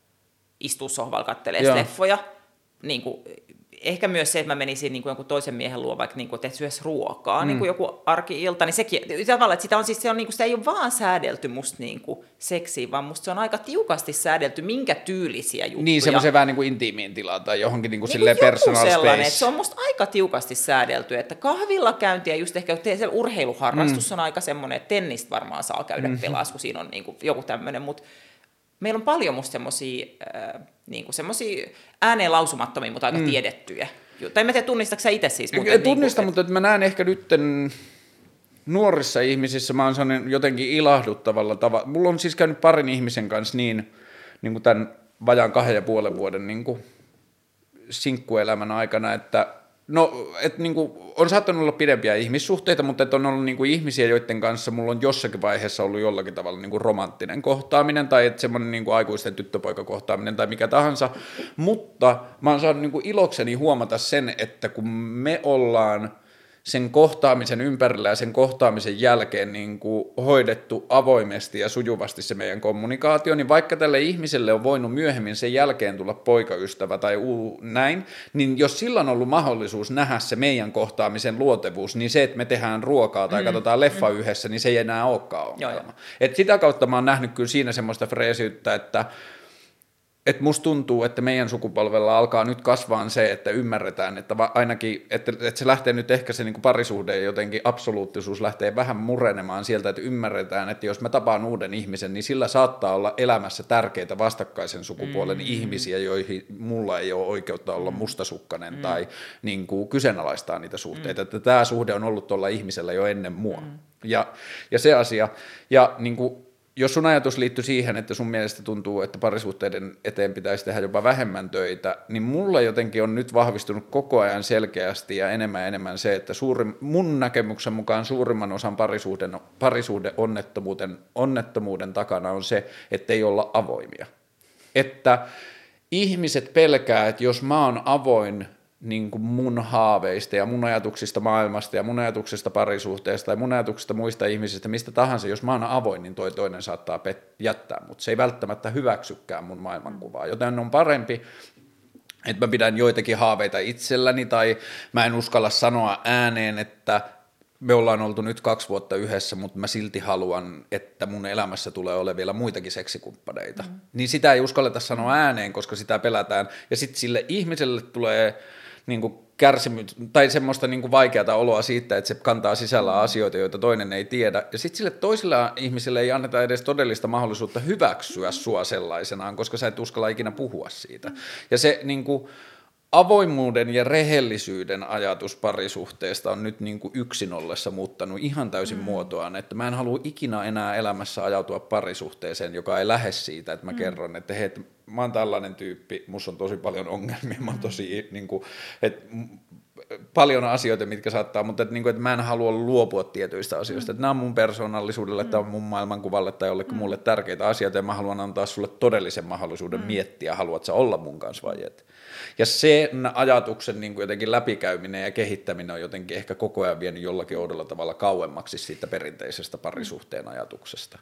istua sohvalla kattelemaan leffoja. Niin kuin, ehkä myös se, että mä menisin niin kuin jonkun toisen miehen luo, vaikka niin kuin, että syöisi ruokaa, mm. niin kuin joku arki-ilta, niin sekin, tavallaan, että sitä on, siis, se on, niin kuin, sitä ei ole vaan säädelty musta niin kuin seksiin, vaan musta se on aika tiukasti säädelty, minkä tyylisiä juttuja. Niin, semmoisen vähän niin kuin intiimiin tilaan tai johonkin niin kuin niin silleen personal space. Se on musta aika tiukasti säädelty, että kahvilla käynti ja just ehkä se urheiluharrastus mm. on aika semmoinen, että tennistä varmaan saa käydä mm. pelaa, kun siinä on niin kuin joku tämmöinen, mutta meillä on paljon musta semmoisia äh, niinku semmoisia ääneen lausumattomia, mutta aika mm. tiedettyjä. Tai mä tiedä, tunnistatko sä itse siis? Mutta, Tunnista, niin kuin, mutta mä näen ehkä nytten nuorissa ihmisissä, mä oon sellainen jotenkin ilahduttavalla tavalla. Mulla on siis käynyt parin ihmisen kanssa niin, niin kuin tämän vajaan kahden ja puolen vuoden niin kuin sinkkuelämän aikana, että no, et niinku, on saattanut olla pidempiä ihmissuhteita, mutta et on ollut niinku ihmisiä, joiden kanssa mulla on jossakin vaiheessa ollut jollakin tavalla niinku romanttinen kohtaaminen tai semmoinen niinku aikuisten tyttöpoikakohtaaminen tai mikä tahansa, mutta mä oon saanut niinku ilokseni huomata sen, että kun me ollaan sen kohtaamisen ympärillä ja sen kohtaamisen jälkeen niin kuin hoidettu avoimesti ja sujuvasti se meidän kommunikaatio, niin vaikka tälle ihmiselle on voinut myöhemmin sen jälkeen tulla poikaystävä tai uu, näin, niin jos sillä on ollut mahdollisuus nähdä se meidän kohtaamisen luotevuus, niin se, että me tehdään ruokaa tai mm, katsotaan leffa mm. yhdessä, niin se ei enää olekaan ongelma. Et sitä kautta mä oon nähnyt kyllä siinä semmoista freesiyttä, että että musta tuntuu, että meidän sukupolvella alkaa nyt kasvaa se, että ymmärretään, että ainakin, että, että se lähtee nyt ehkä se niin kuin parisuhde jotenkin absoluuttisuus lähtee vähän murenemaan sieltä, että ymmärretään, että jos mä tapaan uuden ihmisen, niin sillä saattaa olla elämässä tärkeitä vastakkaisen sukupuolen mm. ihmisiä, joihin mulla ei ole oikeutta olla mustasukkainen mm. tai niin kuin kyseenalaistaa niitä suhteita, mm. että tämä suhde on ollut tuolla ihmisellä jo ennen mua. Mm. Ja, ja se asia, ja niin kuin jos sun ajatus liittyy siihen, että sun mielestä tuntuu, että parisuhteiden eteen pitäisi tehdä jopa vähemmän töitä, niin mulla jotenkin on nyt vahvistunut koko ajan selkeästi ja enemmän ja enemmän se, että suurin, mun näkemyksen mukaan suurimman osan parisuhden, parisuhden onnettomuuden, onnettomuuden takana on se, että ei olla avoimia. Että ihmiset pelkää, että jos mä oon avoin niin kuin mun haaveista ja mun ajatuksista maailmasta ja mun ajatuksista parisuhteesta tai mun ajatuksista muista ihmisistä, mistä tahansa, jos mä oon avoin, niin toi toinen saattaa pet- jättää, mutta se ei välttämättä hyväksykään mun maailmankuvaa, joten on parempi, että mä pidän joitakin haaveita itselläni tai mä en uskalla sanoa ääneen, että me ollaan oltu nyt kaksi vuotta yhdessä, mutta mä silti haluan, että mun elämässä tulee ole vielä muitakin seksikumppaneita. Mm. Niin sitä ei uskalleta sanoa ääneen, koska sitä pelätään. Ja sitten sille ihmiselle tulee niinku kärsimys, tai semmoista niinku vaikeata oloa siitä, että se kantaa sisällä asioita, joita toinen ei tiedä. Ja sitten sille toiselle ihmiselle ei anneta edes todellista mahdollisuutta hyväksyä sua sellaisenaan, koska sä et uskalla ikinä puhua siitä. Ja se niinku avoimuuden ja rehellisyyden ajatus parisuhteesta on nyt niin kuin yksin ollessa muuttanut ihan täysin mm. muotoaan, että mä en halua ikinä enää elämässä ajautua parisuhteeseen, joka ei lähde siitä, että mä mm. kerron, että hei, mä oon tällainen tyyppi, musta on tosi paljon ongelmia, mä oon tosi, niin kuin, että paljon asioita, mitkä saattaa, mutta että, niin kuin, että mä en halua luopua tietyistä asioista, mm. että nämä on mun persoonallisuudelle mm. tai mun maailmankuvalle tai jollekin mm. mulle tärkeitä asioita ja mä haluan antaa sulle todellisen mahdollisuuden mm. miettiä, haluat sä olla mun kanssa vai et. Ja sen ajatuksen niin kuin jotenkin läpikäyminen ja kehittäminen on jotenkin ehkä koko ajan vienyt jollakin oudolla tavalla kauemmaksi siitä perinteisestä parisuhteen ajatuksesta.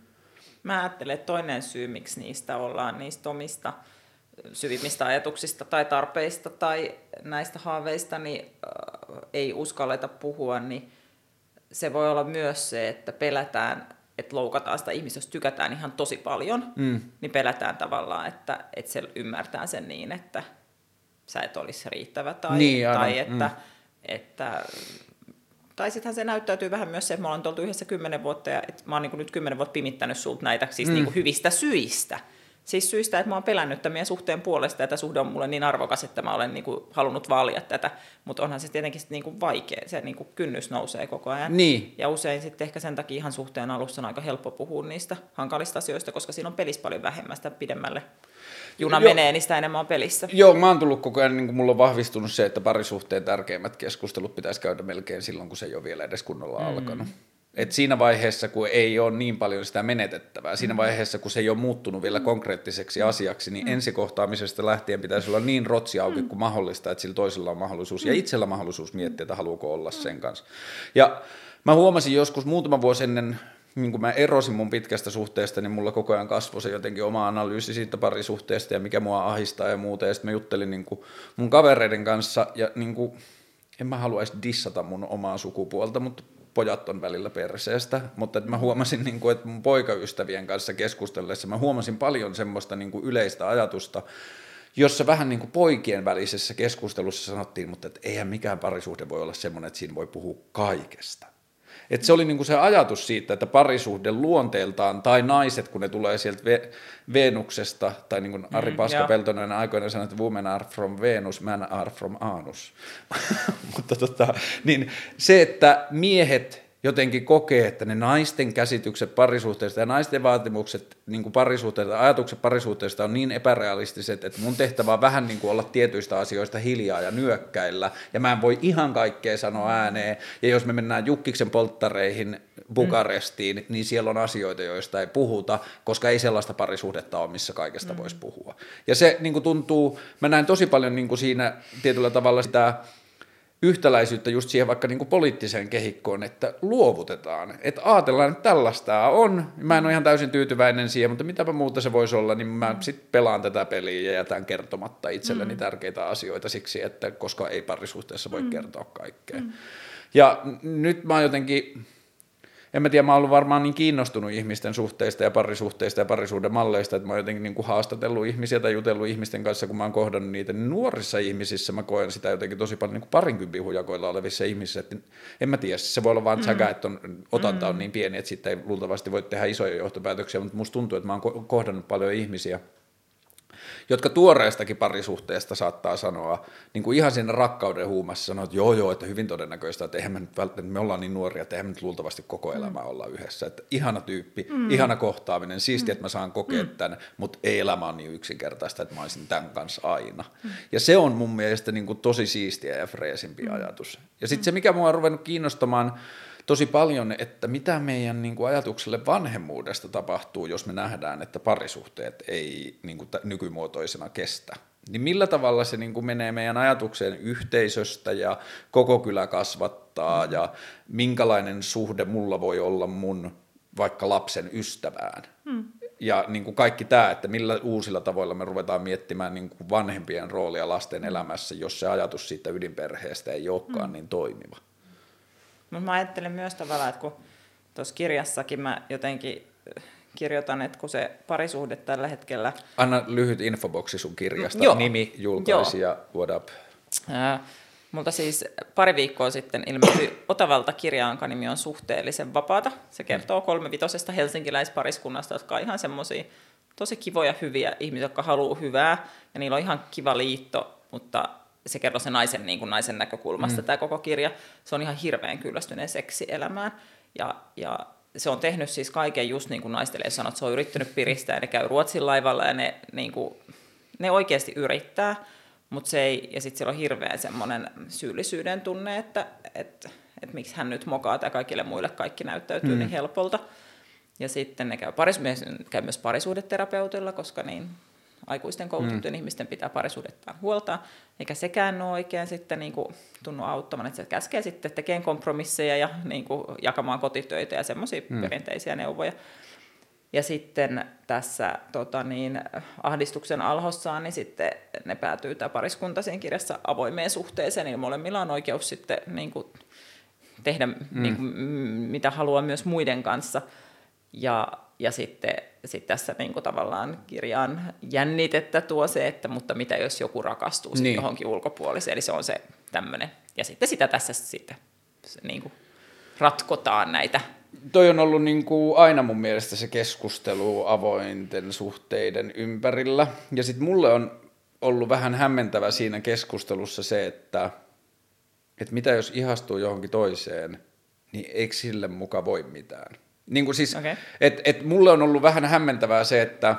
Mä ajattelen, että toinen syy, miksi niistä ollaan niistä omista syvimmistä ajatuksista tai tarpeista tai näistä haaveista, niin äh, ei uskalleta puhua, niin se voi olla myös se, että pelätään, että loukataan sitä ihmistä, jos tykätään ihan tosi paljon, mm. niin pelätään tavallaan, että, että se ymmärtää sen niin, että sä et olisi riittävä tai, niin, tai että, mm. että tai sittenhän se näyttäytyy vähän myös se, että me ollaan oltu yhdessä kymmenen vuotta ja että mä oon niin kuin nyt kymmenen vuotta pimittänyt sulta näitä siis mm. niin kuin hyvistä syistä. Siis syistä, että mä oon pelännyt tämän meidän suhteen puolesta ja tämä suhde on mulle niin arvokas, että mä olen niin kuin halunnut vaalia tätä, mutta onhan se tietenkin niin kuin vaikea, se niin kuin kynnys nousee koko ajan. Niin. Ja usein sitten ehkä sen takia ihan suhteen alussa on aika helppo puhua niistä hankalista asioista, koska siinä on pelissä paljon vähemmän sitä pidemmälle. Juna Joo. menee, niin sitä enemmän on pelissä. Joo, mä oon tullut koko ajan, niin kuin mulla on vahvistunut se, että parisuhteen tärkeimmät keskustelut pitäisi käydä melkein silloin, kun se ei ole vielä edes kunnolla mm. alkanut. Et siinä vaiheessa, kun ei ole niin paljon sitä menetettävää, siinä vaiheessa, kun se ei ole muuttunut vielä konkreettiseksi asiaksi, niin ensikohtaamisesta lähtien pitäisi olla niin rotsi auki kuin mahdollista, että sillä toisella on mahdollisuus ja itsellä mahdollisuus miettiä, että haluuko olla sen kanssa. Ja mä huomasin joskus muutama vuosi ennen, niin kun mä erosin mun pitkästä suhteesta, niin mulla koko ajan kasvoi se jotenkin oma analyysi siitä parisuhteesta ja mikä mua ahistaa ja muuta. Ja sitten mä juttelin niin kuin mun kavereiden kanssa ja niin kuin, en mä haluaisi dissata mun omaa sukupuolta, mutta pojat on välillä perseestä, mutta että mä huomasin, niin kuin, että mun poikaystävien kanssa keskustellessa mä huomasin paljon semmoista niin kuin yleistä ajatusta, jossa vähän niin kuin poikien välisessä keskustelussa sanottiin, mutta että eihän mikään parisuhde voi olla semmoinen, että siinä voi puhua kaikesta. Että se oli niin kuin se ajatus siitä, että parisuhde luonteeltaan, tai naiset, kun ne tulee sieltä Ve- Venuksesta, tai niin kuin Ari Paska-Peltonen mm, aikoinaan sanoi, että women are from Venus, men are from anus. Mutta tota, niin se, että miehet jotenkin kokee, että ne naisten käsitykset parisuhteesta ja naisten vaatimukset niin kuin parisuhteesta, ajatukset parisuhteesta on niin epärealistiset, että mun tehtävä on vähän niin kuin olla tietyistä asioista hiljaa ja nyökkäillä, ja mä en voi ihan kaikkea sanoa ääneen, ja jos me mennään Jukkiksen polttareihin Bukarestiin, mm. niin siellä on asioita, joista ei puhuta, koska ei sellaista parisuhdetta ole, missä kaikesta mm. voisi puhua. Ja se niin kuin tuntuu, mä näen tosi paljon niin kuin siinä tietyllä tavalla sitä yhtäläisyyttä just siihen vaikka niin kuin poliittiseen kehikkoon, että luovutetaan, että ajatellaan, että tällaista on, mä en ole ihan täysin tyytyväinen siihen, mutta mitäpä muuta se voisi olla, niin mä sitten pelaan tätä peliä ja jätän kertomatta itselleni mm. tärkeitä asioita siksi, että koska ei parisuhteessa voi mm. kertoa kaikkea. Mm. Ja nyt mä oon jotenkin, en mä tiedä, mä oon ollut varmaan niin kiinnostunut ihmisten suhteista ja parisuhteista ja parisuuden malleista, että mä oon jotenkin niin kuin haastatellut ihmisiä tai jutellut ihmisten kanssa, kun mä oon kohdannut niitä. Nuorissa ihmisissä mä koen sitä jotenkin tosi paljon niin kuin parinkympin hujakoilla olevissa ihmisissä, että en mä tiedä, se voi olla vaan säkä, että on, otanta on niin pieni, että sitten ei luultavasti voi tehdä isoja johtopäätöksiä, mutta musta tuntuu, että mä oon kohdannut paljon ihmisiä, jotka tuoreestakin parisuhteesta saattaa sanoa, niin kuin ihan siinä rakkauden huumassa sanoa, että joo joo, että hyvin todennäköistä, että eihän me nyt välttämättä, me ollaan niin nuoria, että eihän me nyt luultavasti koko elämä olla yhdessä, että ihana tyyppi, mm. ihana kohtaaminen, siistiä, että mä saan kokea mm. tämän, mutta ei elämä on niin yksinkertaista, että mä olisin tämän kanssa aina. Mm. Ja se on mun mielestä niin kuin tosi siistiä ja freesimpi mm. ajatus. Ja sitten se, mikä mua on ruvennut kiinnostamaan tosi paljon, että mitä meidän niin kuin ajatukselle vanhemmuudesta tapahtuu, jos me nähdään, että parisuhteet ei niin kuin nykymuotoisena kestä. Niin millä tavalla se niin kuin menee meidän ajatukseen yhteisöstä ja koko kylä kasvattaa mm. ja minkälainen suhde mulla voi olla mun vaikka lapsen ystävään. Mm. Ja niin kuin kaikki tämä, että millä uusilla tavoilla me ruvetaan miettimään niin kuin vanhempien roolia lasten elämässä, jos se ajatus siitä ydinperheestä ei olekaan mm. niin toimiva. Mutta mä ajattelen myös tavallaan, että kun tuossa kirjassakin mä jotenkin kirjoitan, että kun se parisuhde tällä hetkellä... Anna lyhyt infoboksi sun kirjasta, Joo. nimi, julkaisija, what up? Ää, multa siis pari viikkoa sitten ilmestyi Otavalta kirja, jonka nimi on Suhteellisen vapaata. Se kertoo kolmevitosesta helsinkiläispariskunnasta, jotka on ihan semmoisia tosi kivoja, hyviä ihmisiä, jotka haluaa hyvää, ja niillä on ihan kiva liitto, mutta... Se kertoo se naisen, niin kuin naisen näkökulmasta, mm. tämä koko kirja. Se on ihan hirveän kyllästyneen seksielämään. Ja, ja se on tehnyt siis kaiken just niin kuin naistelle sanoo, että se on yrittänyt piristää, ja ne käy Ruotsin laivalla, ja ne, niin kuin, ne oikeasti yrittää, mutta se ei, ja sitten siellä on hirveän semmoinen syyllisyyden tunne, että, että, että miksi hän nyt mokaa, tai kaikille muille kaikki näyttäytyy mm. niin helpolta. Ja sitten ne käy, paris, käy myös parisuhdeterapeutilla, koska niin... aikuisten koulutettujen mm. ihmisten pitää parisuudettaan huoltaa, eikä sekään ole oikein sitten niin kuin tunnu auttamaan, että se käskee sitten tekemään kompromisseja ja niin kuin jakamaan kotitöitä ja semmoisia mm. perinteisiä neuvoja. Ja sitten tässä tota niin, ahdistuksen alhossaan, niin sitten ne päätyy tämä pariskunta siinä kirjassa avoimeen suhteeseen, niin molemmilla on oikeus sitten niin kuin tehdä mm. niin kuin, mitä haluaa myös muiden kanssa. Ja, ja sitten sit tässä niin kuin tavallaan kirjan jännitettä tuo se, että mutta mitä jos joku rakastuu niin. johonkin ulkopuoliseen, eli se on se tämmöinen. Ja sitten sitä tässä sitten se, niin kuin ratkotaan näitä. Toi on ollut niin kuin aina mun mielestä se keskustelu avointen suhteiden ympärillä. Ja sitten mulle on ollut vähän hämmentävä siinä keskustelussa se, että, että mitä jos ihastuu johonkin toiseen, niin eikö sille muka voi mitään. Niin kuin siis, okay. et, et mulle on ollut vähän hämmentävää se, että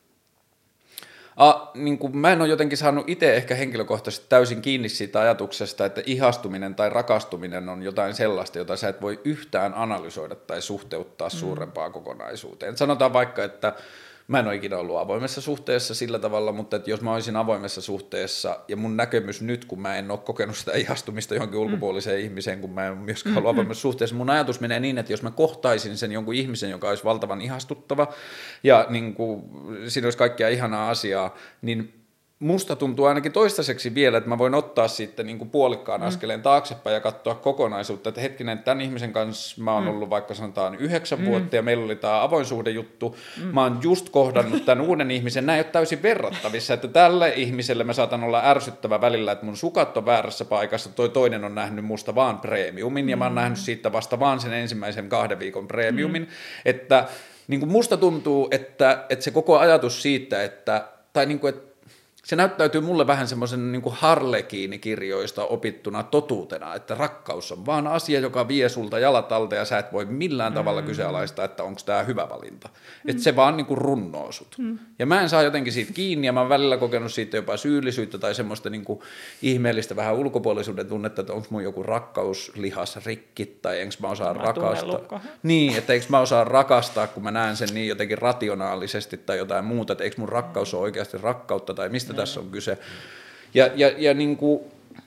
a, niin kuin mä en ole jotenkin saanut itse ehkä henkilökohtaisesti täysin kiinni siitä ajatuksesta, että ihastuminen tai rakastuminen on jotain sellaista, jota sä et voi yhtään analysoida tai suhteuttaa mm. suurempaan kokonaisuuteen. Sanotaan vaikka, että mä en ole ikinä ollut avoimessa suhteessa sillä tavalla, mutta että jos mä olisin avoimessa suhteessa ja mun näkemys nyt, kun mä en ole kokenut sitä ihastumista johonkin ulkopuoliseen mm. ihmiseen, kun mä en myöskään mm-hmm. ollut avoimessa suhteessa, mun ajatus menee niin, että jos mä kohtaisin sen jonkun ihmisen, joka olisi valtavan ihastuttava ja niin kuin, siinä olisi kaikkea ihanaa asiaa, niin musta tuntuu ainakin toistaiseksi vielä, että mä voin ottaa sitten niin kuin puolikkaan mm. askeleen taaksepäin ja katsoa kokonaisuutta, että hetkinen, tämän ihmisen kanssa mä oon mm. ollut vaikka sanotaan yhdeksän mm. vuotta ja meillä oli tämä avoinsuhdejuttu, mm. mä oon just kohdannut tämän uuden ihmisen, nämä ei ole täysin verrattavissa, että tälle ihmiselle mä saatan olla ärsyttävä välillä, että mun sukat on väärässä paikassa, toi toinen on nähnyt musta vaan premiumin mm. ja mä oon nähnyt siitä vasta vaan sen ensimmäisen kahden viikon premiumin, mm. että niin kuin musta tuntuu, että, että se koko ajatus siitä, että, tai niin kuin, että se näyttäytyy mulle vähän semmoisen niin kuin Harlekiini-kirjoista opittuna totuutena, että rakkaus on vaan asia, joka vie sulta jalat alta ja sä et voi millään tavalla mm. kyseenalaistaa, että onko tämä hyvä valinta. Mm. Että se vaan niin kuin runnoo sut. Mm. Ja mä en saa jotenkin siitä kiinni ja mä oon välillä kokenut siitä jopa syyllisyyttä tai semmoista niin kuin ihmeellistä vähän ulkopuolisuuden tunnetta, että onko mun joku rakkauslihas rikki tai enkö mä osaa mä rakastaa. Niin, että eikö mä osaa rakastaa, kun mä näen sen niin jotenkin rationaalisesti tai jotain muuta, että eikö mun rakkaus ole oikeasti rakkautta tai mistä tässä on kyse. Ja, ja, ja niin kuin,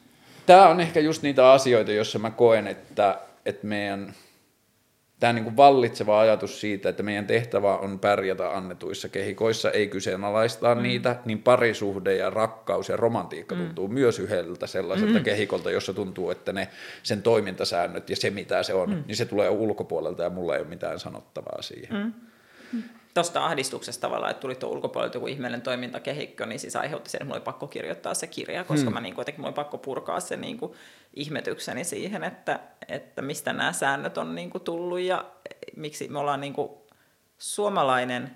tämä on ehkä just niitä asioita, joissa mä koen, että, että meidän tämä niin kuin vallitseva ajatus siitä, että meidän tehtävä on pärjätä annetuissa kehikoissa, ei kyseenalaistaa mm. niitä, niin parisuhde ja rakkaus ja romantiikka mm. tuntuu myös yhdeltä sellaiselta mm. kehikolta, jossa tuntuu, että ne sen toimintasäännöt ja se mitä se on, mm. niin se tulee ulkopuolelta ja mulla ei ole mitään sanottavaa siihen. Mm. Mm. Tuosta ahdistuksesta tavallaan, että tuli tuo ulkopuolelta joku ihmeellinen toimintakehikko, niin siis aiheutti sen, että mulla oli pakko kirjoittaa se kirja, koska mm. mä niin jotenkin mulla oli pakko purkaa se niin kuin ihmetykseni siihen, että, että mistä nämä säännöt on niin kuin tullut ja miksi me ollaan niin kuin, suomalainen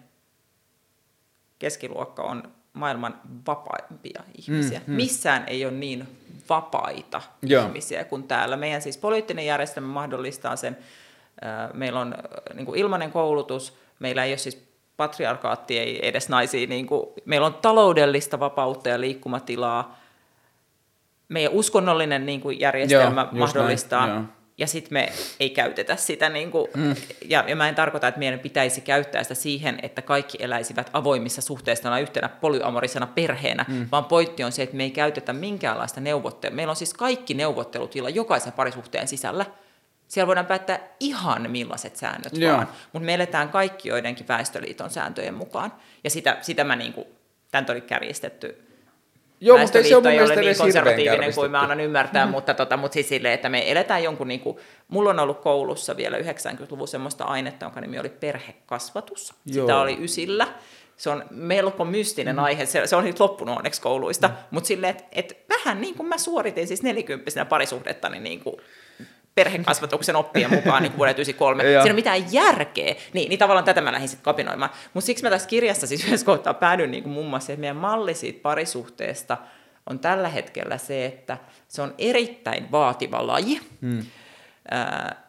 keskiluokka on maailman vapaimpia ihmisiä. Mm, mm. Missään ei ole niin vapaita Joo. ihmisiä kuin täällä. Meidän siis poliittinen järjestelmä mahdollistaa sen. Meillä on niin kuin ilmainen koulutus, meillä ei ole siis patriarkaatti, ei edes naisia. Niin kuin, meillä on taloudellista vapautta ja liikkumatilaa. Meidän uskonnollinen niin kuin järjestelmä Joo, mahdollistaa. Ja sitten me ei käytetä sitä, niin kuin, mm. ja, ja mä en tarkoita, että meidän pitäisi käyttää sitä siihen, että kaikki eläisivät avoimissa suhteissa yhtenä polyamorisena perheenä, mm. vaan pointti on se, että me ei käytetä minkäänlaista neuvottelua. Meillä on siis kaikki neuvottelutila jokaisen parisuhteen sisällä. Siellä voidaan päättää ihan millaiset säännöt Joo. vaan, mutta me eletään kaikki joidenkin Väestöliiton sääntöjen mukaan. Ja sitä, sitä mä, niin kuin, tämän oli kärjistetty. Joo, mutta ei se ole mun mielestä niin konservatiivinen kuin mä annan ymmärtää, mm-hmm. mutta, tota, mutta siis silleen, että me eletään jonkun, niin kuin, mulla on ollut koulussa vielä yhdeksänkymmentäluvun semmoista ainetta, jonka nimi oli perhekasvatus. Joo. Sitä oli ysillä. Se on melko mystinen mm. aihe, se, se on nyt loppunut onneksi kouluista, mm. mutta silleen, että et vähän niin kuin mä suoritin siis nelikymppisenä parisuhdettani niin kuin perhekasvatuksen oppien mukaan niin vuoden yhdeksänkymmentäkolme. Siinä ei ole mitään järkeä. Niin, niin tavallaan tätä mä lähdin sitten kapinoimaan. Mutta siksi mä tässä kirjassa siis yhdessä kohtaa päädyin niin kuin muun muassa, että meidän malli siitä parisuhteesta on tällä hetkellä se, että se on erittäin vaativa laji. Hmm. Ää,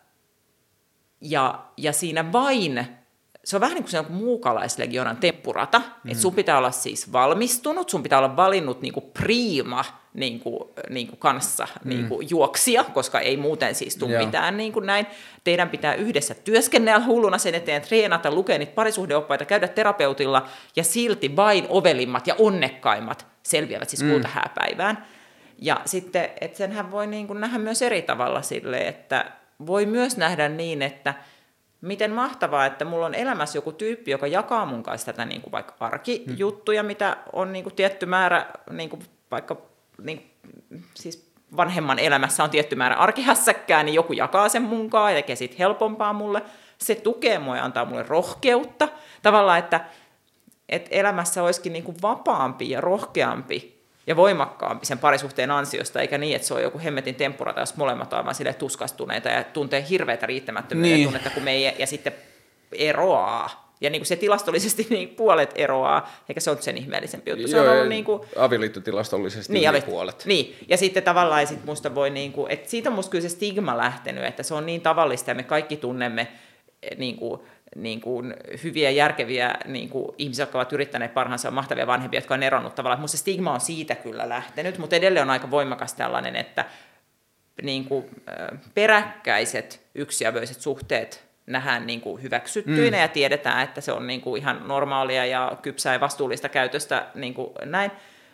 ja, ja siinä vain, se on vähän niin kuin se muukalaislegionan temppurata, hmm. että sun pitää olla siis valmistunut, sun pitää olla valinnut niin kuin priima, Niin kuin, niin kuin kanssa mm. niin kuin juoksia, koska ei muuten siis tule yeah. mitään niin kuin näin. Teidän pitää yhdessä työskennellä hulluna sen eteen, treenata, lukea niitä parisuhdeoppaita, käydä terapeutilla, ja silti vain ovelimmat ja onnekkaimmat selviävät siis mm. kultahääpäivään. Ja sitten, että senhän voi niin kuin nähdä myös eri tavalla silleen, että voi myös nähdä niin, että miten mahtavaa, että mulla on elämässä joku tyyppi, joka jakaa mun kanssa tätä niin kuin vaikka arkijuttuja, mm. mitä on niin kuin tietty määrä, niin kuin vaikka niin, siis vanhemman elämässä on tietty määrä arkihässäkkää, niin joku jakaa sen munkaan ja tekee siitä helpompaa mulle. Se tukee mua ja antaa mulle rohkeutta. Tavallaan, että, että elämässä olisikin niin kuin vapaampi ja rohkeampi ja voimakkaampi sen parisuhteen ansiosta, eikä niin, että se on joku hemmetin temppurata, jos molemmat on aivan silleen tuskastuneita ja tuntee hirveätä riittämättömyyden niin. tunnetta, kun me ei, ja sitten eroaa. Ja niin kuin se tilastollisesti niin puolet eroaa, eikä se ole sen ihmeellisempi juttu. Se on ollut niin kuin avioliittotilastollisesti niin, yli puolet. Niin, ja sitten tavallaan sit musta voi, niin kuin, että siitä on musta kyllä se stigma lähtenyt, että se on niin tavallista, ja me kaikki tunnemme niin kuin, niin kuin hyviä, järkeviä niin kuin ihmisiä, jotka ovat yrittäneet parhaansa, on mahtavia vanhempia, jotka on eronnut tavallaan. Musta se stigma on siitä kyllä lähtenyt, mutta edelleen on aika voimakas tällainen, että niin kuin, peräkkäiset yksiavioiset suhteet nähdään niin kuin hyväksyttyinä mm. ja tiedetään, että se on niin kuin ihan normaalia ja kypsää ja vastuullista käytöstä niin kuin näin.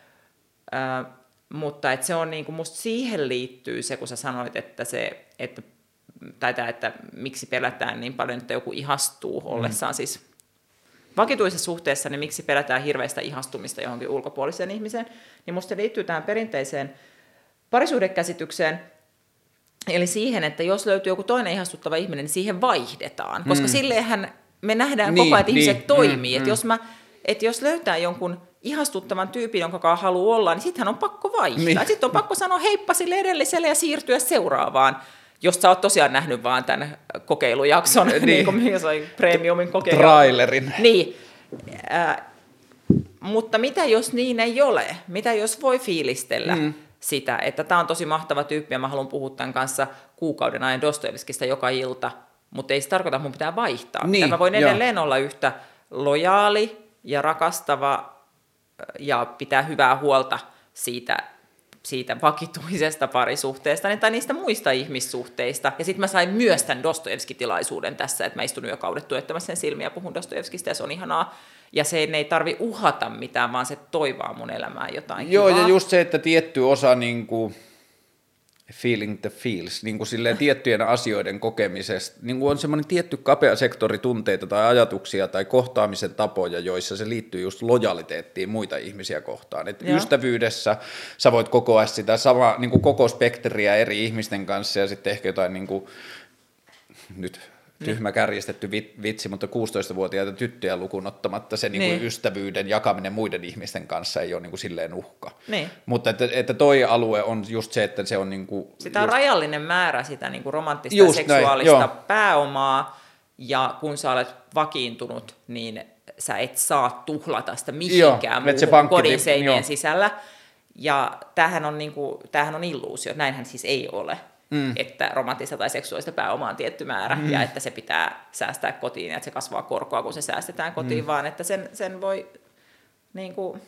Äh, mutta että se on niin kuin, musta siihen liittyy se, kun sä sanoit, että se, että, tai tämä, että miksi pelätään niin paljon, että joku ihastuu ollessaan mm. siis vakituisessa suhteessa, niin miksi pelätään hirveästä ihastumista johonkin ulkopuoliseen ihmiseen, niin musta liittyy tähän perinteiseen parisuhdekäsitykseen, eli siihen, että jos löytyy joku toinen ihastuttava ihminen, niin siihen vaihdetaan. Koska mm. silleenhän me nähdään niin, koko ajan, että niin, ihmiset toimii. Mm, että, mm. jos mä, että jos löytää jonkun ihastuttavan tyypin, jonka kanssa haluaa olla, niin sittenhän on pakko vaihtaa. Niin. Sitten on pakko sanoa heippa sille edelliselle ja siirtyä seuraavaan. Jos sä oot tosiaan nähnyt vaan tämän kokeilujakson, niin, niin kuin minä sain premiumin kokeilu. Trailerin. Niin. Äh, mutta mitä jos niin ei ole? Mitä jos voi fiilistellä? Mm. sitä, että tämä on tosi mahtava tyyppi ja mä haluan puhua tämän kanssa kuukauden ajan Dostojevskista joka ilta, mutta ei se tarkoita, että mun pitää vaihtaa. Niin, mä voin edelleen jo. olla yhtä lojaali ja rakastava ja pitää hyvää huolta siitä, siitä vakituisesta parisuhteesta tai niistä muista ihmissuhteista. Ja sitten mä sain myös tämän Dostojevski-tilaisuuden tässä, että mä istun yökaudet tuettamassa sen silmiä ja puhun Dostojevskista ja se on ihanaa. Ja se ei tarvi uhata mitään, vaan se toivaa mun elämään jotain Joo, kivaa. Ja just se, että tietty osa niin kuin, feeling the feels, niin kuin silleen tiettyjen asioiden kokemisesta, niin kuin on semmoinen tietty kapea sektori tunteita tai ajatuksia tai kohtaamisen tapoja, joissa se liittyy just lojaliteettiin muita ihmisiä kohtaan. Et ystävyydessä sä voit kokoa sitä sama, niin kuin koko spektriä eri ihmisten kanssa ja sitten ehkä jotain niin kuin, nyt tyhmä kärjistetty vitsi, mutta kuusitoistavuotiaita tyttöjä lukuun ottamatta se niin kuin niin. ystävyyden jakaminen muiden ihmisten kanssa ei ole niin kuin silleen uhka. Niin. Mutta että, että toi alue on just se, että se on niin kuin sitä on just rajallinen määrä sitä niin kuin romanttista just ja seksuaalista näin, pääomaa, ja kun sä olet vakiintunut, niin sä et saa tuhlata sitä mihinkään muuhun kodin seinien sisällä. Ja tämähän on, niin kuin, tämähän on illuusio, näinhän siis ei ole. Mm. Että romanttista tai seksuaalista pääomaa on tietty määrä mm. ja että se pitää säästää kotiin ja että se kasvaa korkoa, kun se säästetään kotiin, mm. vaan että sen, sen voi niin kuin,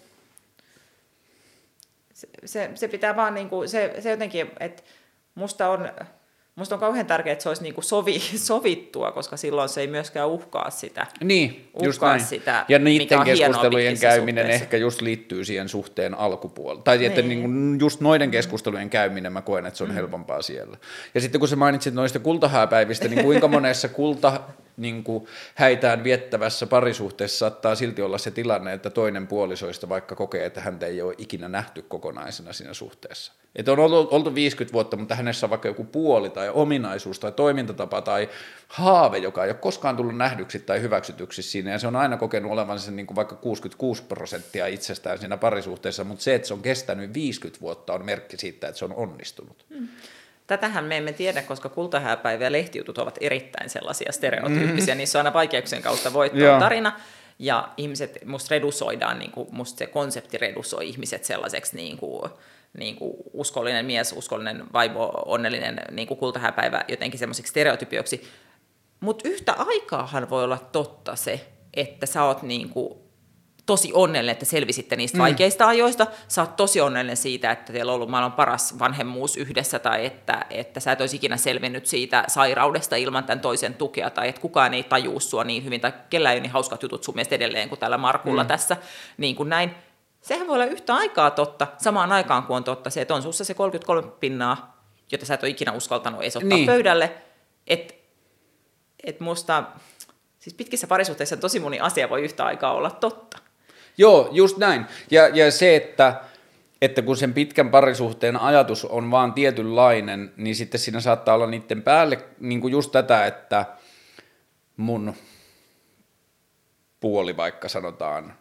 se, se, se pitää vaan niin kuin, se, se jotenkin, että musta on, musta on kauhean tärkeää, että se olisi niin kuin sovi, sovittua, koska silloin se ei myöskään uhkaa sitä. Niin, just uhkaa näin. Sitä, ja niiden keskustelujen käyminen suhteessa ehkä just liittyy siihen suhteen alkupuolelle. Tai että niin. Niin just noiden keskustelujen käyminen mä koen, että se on mm. helpompaa siellä. Ja sitten kun sä mainitsit noista kultahääpäivistä, niin kuinka monessa kulta niin kuin häitään viettävässä parisuhteessa saattaa silti olla se tilanne, että toinen puolisoista vaikka kokee, että häntä ei ole ikinä nähty kokonaisena siinä suhteessa. Että on oltu viisikymmentä vuotta, mutta hänessä on vaikka joku puoli tai ominaisuus tai toimintatapa tai haave, joka ei ole koskaan tullut nähdyksi tai hyväksytyksi siinä, ja se on aina kokenut olevansa niin kuin vaikka kuusikymmentäkuusi prosenttia itsestään siinä parisuhteessa, mutta se, että se on kestänyt viisikymmentä vuotta, on merkki siitä, että se on onnistunut. Hmm. Tätähän me emme tiedä, koska kultahääpäivä ja lehtijutut ovat erittäin sellaisia stereotyyppisiä, mm. niissä on aina vaikeuksien kautta voittoon tarina, ja ihmiset, musta redusoidaan, niin kuin, musta se konsepti redusoi ihmiset sellaiseksi niin kuin, niin kuin uskollinen mies, uskollinen vaimo, onnellinen niin kuin kultahääpäivä jotenkin semmoiseksi stereotypioksi, mutta yhtä aikaahan voi olla totta se, että sä oot niin kuin tosi onnellinen, että selvisitte niistä mm. vaikeista ajoista. Sä oot tosi onnellinen siitä, että teillä on ollut maailman paras vanhemmuus yhdessä, tai että, että sä et olisi ikinä selvinnyt siitä sairaudesta ilman tämän toisen tukea, tai että kukaan ei tajuu sua niin hyvin, tai kellään ei ole niin hauskat jutut sun mielestä edelleen kuin tällä Markulla mm. tässä, niin kuin näin. Sehän voi olla yhtä aikaa totta, samaan aikaan kuin on totta se, että on sussa se kolmekymmentäkolme pinnaa, jota sä et ole ikinä uskaltanut edes ottaa niin pöydälle. Että et musta, siis pitkissä parisuhteissa tosi moni asia voi yhtä aikaa olla totta. Joo, just näin. Ja, ja se, että, että kun sen pitkän parisuhteen ajatus on vaan tietynlainen, niin sitten siinä saattaa olla niiden päälle niin kuin just tätä, että mun puoli vaikka sanotaan,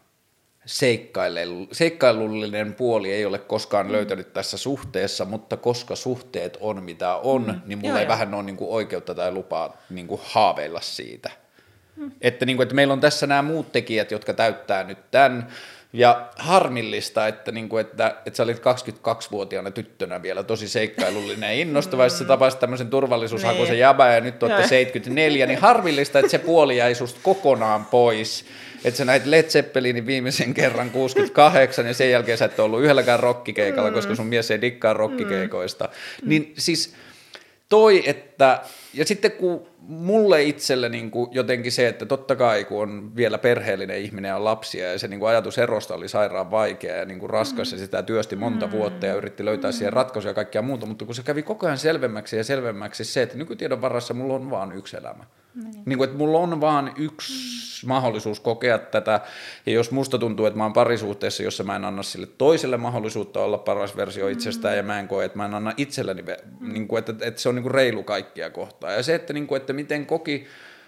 seikkailullinen puoli ei ole koskaan mm. löytänyt tässä suhteessa, mutta koska suhteet on mitä on, mm. niin mulla joo, ei joo. vähän ole niin kuin oikeutta tai lupaa niin kuin haaveilla siitä. Mm. Että, niin kuin, että meillä on tässä nämä muut tekijät, jotka täyttää nyt tämän, ja harmillista, että, niin kuin, että, että sä olit kaksikymmentäkaksivuotiaana tyttönä vielä tosi seikkailullinen ja innostava, mm. ja sä tapasit tämmöisen turvallisuushakuisen niin jäbä, ja nyt olette seitsemänkymmentäneljä, niin harmillista, että se puoli jäi susta kokonaan pois. Että sä näit Led Zeppelinin viimeisen kerran kuusikymmentäkahdeksan, ja sen jälkeen sä et ollut yhdelläkään rokkikeikalla, mm. koska sun mies ei dikkaa rokkikeikoista. Mm. Niin siis toi, että, ja sitten kun mulle itselle niin kuin jotenkin se, että totta kai kun on vielä perheellinen ihminen ja lapsia, ja se niin kuin ajatus erosta oli sairaan vaikea ja niin kuin raskas, ja sitä työsti monta mm. vuotta ja yritti löytää siihen ratkaisuja ja kaikkea muuta, mutta kun se kävi koko ajan selvemmäksi ja selvemmäksi se, että nykytiedon varassa mulla on vaan yksi elämä. Mm. Niin kuin, että mulla on vaan yksi mm. mahdollisuus kokea tätä, ja jos musta tuntuu, että mä oon parisuhteessa, jossa mä en anna sille toiselle mahdollisuutta olla paras versio itsestään, mm. ja mä en koe, että mä en anna itselleni, mm. niin kuin, että, että se on niin kuin reilu kaikkia kohtaan. Ja se, että, niin kuin, että miten koki,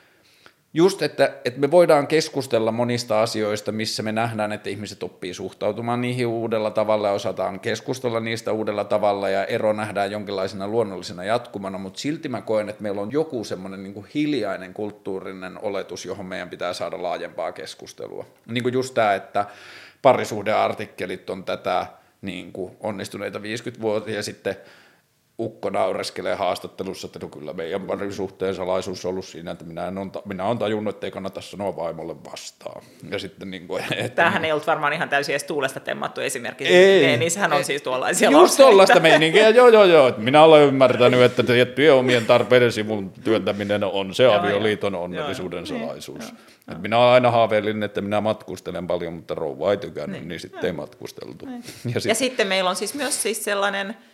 just, että, että me voidaan keskustella monista asioista, missä me nähdään, että ihmiset oppii suhtautumaan niihin uudella tavalla, ja osataan keskustella niistä uudella tavalla, ja ero nähdään jonkinlaisena luonnollisena jatkumana, mutta silti mä koen, että meillä on joku semmoinen niin kuin hiljainen kulttuurinen oletus, johon meidän pitää saada laajempaa keskustelua. Niin kuin just tämä, että parisuhdeartikkelit on tätä niin kuin onnistuneita viisikymmentä vuotta, ja sitten ukko naureskelee haastattelussa, että no kyllä meidän parisuhteen salaisuus on ollut siinä, että minä olen, minä olen tajunnut, että ei kannata sanoa vaimolle vastaan. Ja sitten niin kuin, että tämähän niin, ei ollut varmaan ihan täysin edes tuulesta temmattu esimerkki. Ei. Niissähän on ei, siis tuollaisia just lauseita. Just tuollaista meininkiä, joo joo joo. Minä olen ymmärtänyt, että tiettyjen omien tarpeiden sivun työntäminen on se avioliiton onnellisuuden joo, salaisuus. Joo, joo. Minä olen aina haaveellinen, että minä matkustelen paljon, mutta rouva ei tykännyt, niin, niin sitten ei matkusteltu. Ja, ja sitten, sitten meillä on siis myös siis sellainen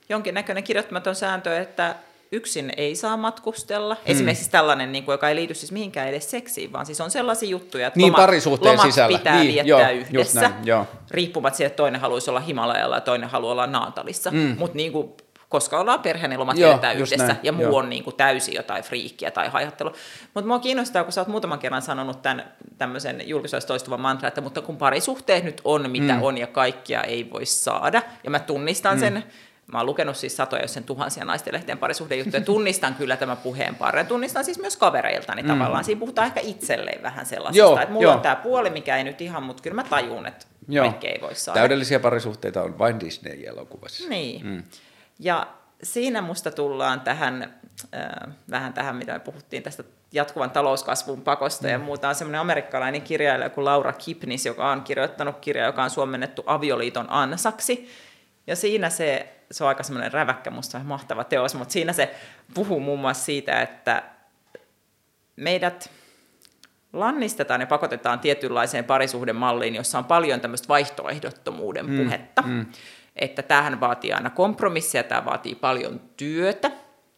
jonkinnäköinen kirjoittamaton sääntö, että yksin ei saa matkustella. Hmm. Esimerkiksi tällainen, niin kuin, joka ei liity siis mihinkään edes seksiin, vaan siis on sellaisia juttuja, että niin, lomat, lomat sisällä. pitää niin, viettää joo, yhdessä, riippumatta siitä, että toinen haluaisi olla Himalajalla ja toinen haluaa olla Naatalissa. Hmm. Mutta niin kuin, koska ollaan perheen, niin lomat vietetään yhdessä, näin. Ja muu joo. on niin kuin täysin jotain friikkiä tai haihattelua. Mutta mua kiinnostaa, kun sä oot muutaman kerran sanonut tämän tämmöisen julkisuudessa toistuvan mantra, että mutta kun parisuhteet nyt on, mitä hmm. on, ja kaikkia ei voi saada, ja mä tunnistan hmm. sen. Mä oon lukenut siis satoja, jos sen tuhansia naistenlehteen parisuhdejuttuja. Tunnistan kyllä tämän puheenparren. Tunnistan siis myös kavereiltani mm. tavallaan. Siinä puhutaan ehkä itselleen vähän sellaisesta. Joo, että mulla jo. on tämä puoli, mikä ei nyt ihan, mutta kyllä mä tajun, että kaikkea ei voi saada. Täydellisiä parisuhteita on vain Disney-elokuvassa. Niin. Mm. Ja siinä musta tullaan tähän, äh, vähän tähän, mitä me puhuttiin tästä jatkuvan talouskasvun pakosta mm. ja muuta. On semmoinen amerikkalainen kirjailija kuin Laura Kipnis, joka on kirjoittanut kirjaa, joka on suomennettu Avioliiton ansaksi. Ja siinä se, se on aika semmoinen räväkkä, musta mahtava teos, mutta siinä se puhuu muun muassa siitä, että meidät lannistetaan ja pakotetaan tietynlaiseen parisuhdemalliin, jossa on paljon tämmöistä vaihtoehdottomuuden mm. puhetta. Mm. Että tämähän vaatii aina kompromissia, tämä vaatii paljon työtä.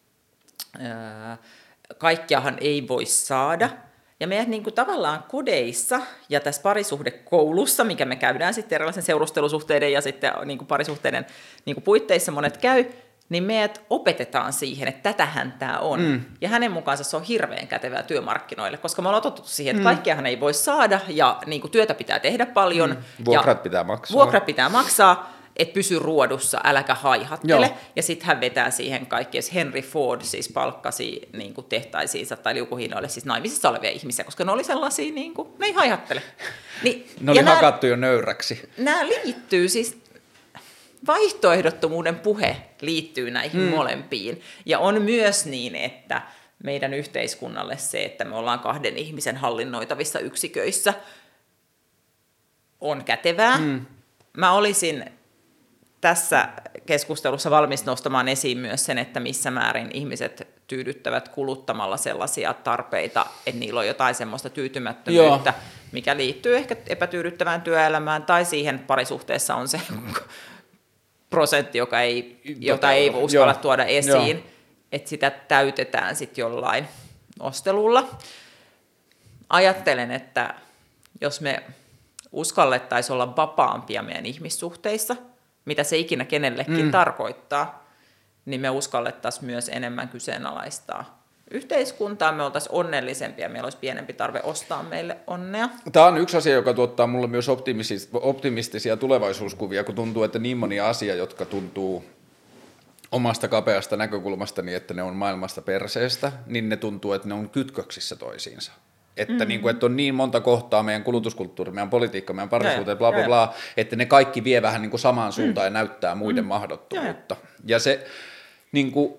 Kaikkiahan ei voi saada. Ja meidät niin kuin tavallaan kodeissa ja tässä parisuhdekoulussa, mikä me käydään sitten erilaisen seurustelusuhteiden ja sitten niin kuin parisuhteiden niin kuin puitteissa monet käy, niin meidät opetetaan siihen, että tätähän tämä on. Mm. Ja hänen mukaansa se on hirveän kätevää työmarkkinoille, koska me ollaan totuttu siihen, että kaikkiahan ei voi saada ja niin kuin työtä pitää tehdä paljon. Mm. Vuokrat ja pitää maksaa. Vuokrat pitää maksaa. Että pysy ruodussa, äläkä haihattele. Joo. Ja sitten hän vetää siihen kaikki, jos Henry Ford siis palkkasi niin kuin tehtaisiinsa tai liukuhiinoille siis naimisissa olevia ihmisiä, koska ne oli sellaisia, niin kuin, ne ei haihattele. Niin, ne oli hakattu jo nöyräksi. Nämä liittyy siis, vaihtoehdottomuuden puhe liittyy näihin hmm. molempiin. Ja on myös niin, että meidän yhteiskunnalle se, että me ollaan kahden ihmisen hallinnoitavissa yksiköissä, on kätevää. Hmm. Mä olisin tässä keskustelussa valmis nostamaan esiin myös sen, että missä määrin ihmiset tyydyttävät kuluttamalla sellaisia tarpeita, että niillä on jotain semmoista tyytymättömyyttä, Joo. mikä liittyy ehkä epätyydyttävään työelämään, tai siihen parisuhteessa on se prosentti, joka ei, jota ei uskalla Joo. tuoda esiin, Joo. että sitä täytetään sitten jollain ostelulla. Ajattelen, että jos me uskallettaisiin olla vapaampia meidän ihmissuhteissa, mitä se ikinä kenellekin mm. tarkoittaa, niin me uskallettaisiin myös enemmän kyseenalaistaa yhteiskuntaa, me oltaisiin onnellisempia, meillä olisi pienempi tarve ostaa meille onnea. Tämä on yksi asia, joka tuottaa mulle myös optimistisia tulevaisuuskuvia, kun tuntuu, että niin moni asia, jotka tuntuu omasta kapeasta näkökulmasta niin, että ne on maailmasta perseestä, niin ne tuntuu, että ne on kytköksissä toisiinsa. Että, mm-hmm. niin kuin, että on niin monta kohtaa meidän kulutuskulttuuri, meidän politiikka, meidän parisuhteet, bla bla bla, että ne kaikki vie vähän niin kuin samaan suuntaan mm. ja näyttää muiden mm. mahdottomuutta. Ja, ja se, niin kuin,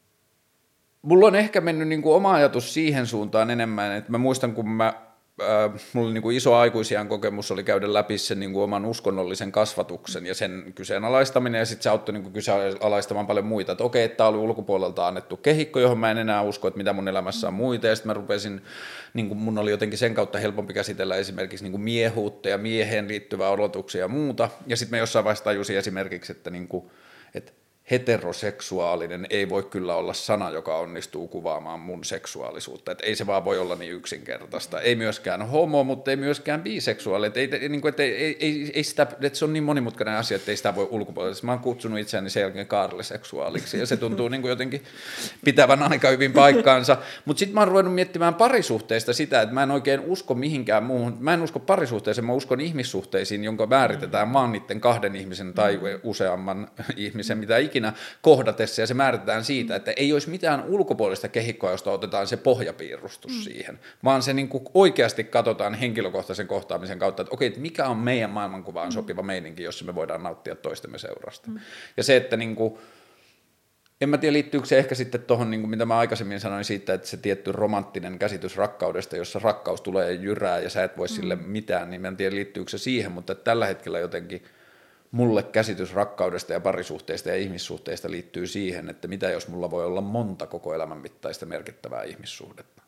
mulla on ehkä mennyt niin kuin oma ajatus siihen suuntaan enemmän, että mä muistan, kun mä, äh, mulla niin kuin iso aikuisiän kokemus oli käydä läpi sen niin kuin oman uskonnollisen kasvatuksen ja sen kyseenalaistaminen, ja sitten se auttoi niin kuin kyseenalaistamaan paljon muita, että okei, että tämä oli ulkopuolelta annettu kehikko, johon mä en enää usko, että mitä mun elämässä on muita, ja sitten mä rupesin, niin kuin mun oli jotenkin sen kautta helpompi käsitellä esimerkiksi niin kuin miehuutta ja mieheen liittyvää odotuksia ja muuta, ja sitten mä jossain vaiheessa tajusin esimerkiksi, että, niin kuin, että heteroseksuaalinen ei voi kyllä olla sana, joka onnistuu kuvaamaan mun seksuaalisuutta. Että ei se vaan voi olla niin yksinkertaista. Ei myöskään homo, mutta ei myöskään biseksuaali. Että ei, niin kuin, että ei, ei, ei sitä, että se on niin monimutkainen asia, että ei sitä voi ulkopuolella. Mä oon kutsunut itseäni sen jälkeen kaarliseksuaaliksi, ja se tuntuu niin kuin jotenkin pitävän aika hyvin paikkaansa. Mutta sitten mä oon ruvennut miettimään parisuhteista sitä, että mä en oikein usko mihinkään muuhun. Mä en usko parisuhteeseen, mä uskon ihmissuhteisiin, jonka määritetään vaan niiden kahden ihmisen tai useamman ihmisen, mitä ikinä kohdatessa, ja se määritetään siitä, että ei olisi mitään ulkopuolista kehikkoa, josta otetaan se pohjapiirustus mm. siihen, vaan se niin kuin oikeasti katsotaan henkilökohtaisen kohtaamisen kautta, että okei, että mikä on meidän maailmankuvaan sopiva meininki, jossa me voidaan nauttia toistemme seurasta. Mm. Ja se, että niin kuin, en mä tiedä, liittyykö se ehkä sitten tuohon, niin kuin mitä mä aikaisemmin sanoin siitä, että se tietty romanttinen käsitys rakkaudesta, jossa rakkaus tulee jyrää ja sä et voi mm. sille mitään, niin mä en tiedä, liittyykö se siihen, mutta tällä hetkellä jotenkin mulle käsitys rakkaudesta ja parisuhteista ja ihmissuhteista liittyy siihen, että mitä jos mulla voi olla monta koko elämän mittaista merkittävää ihmissuhdetta.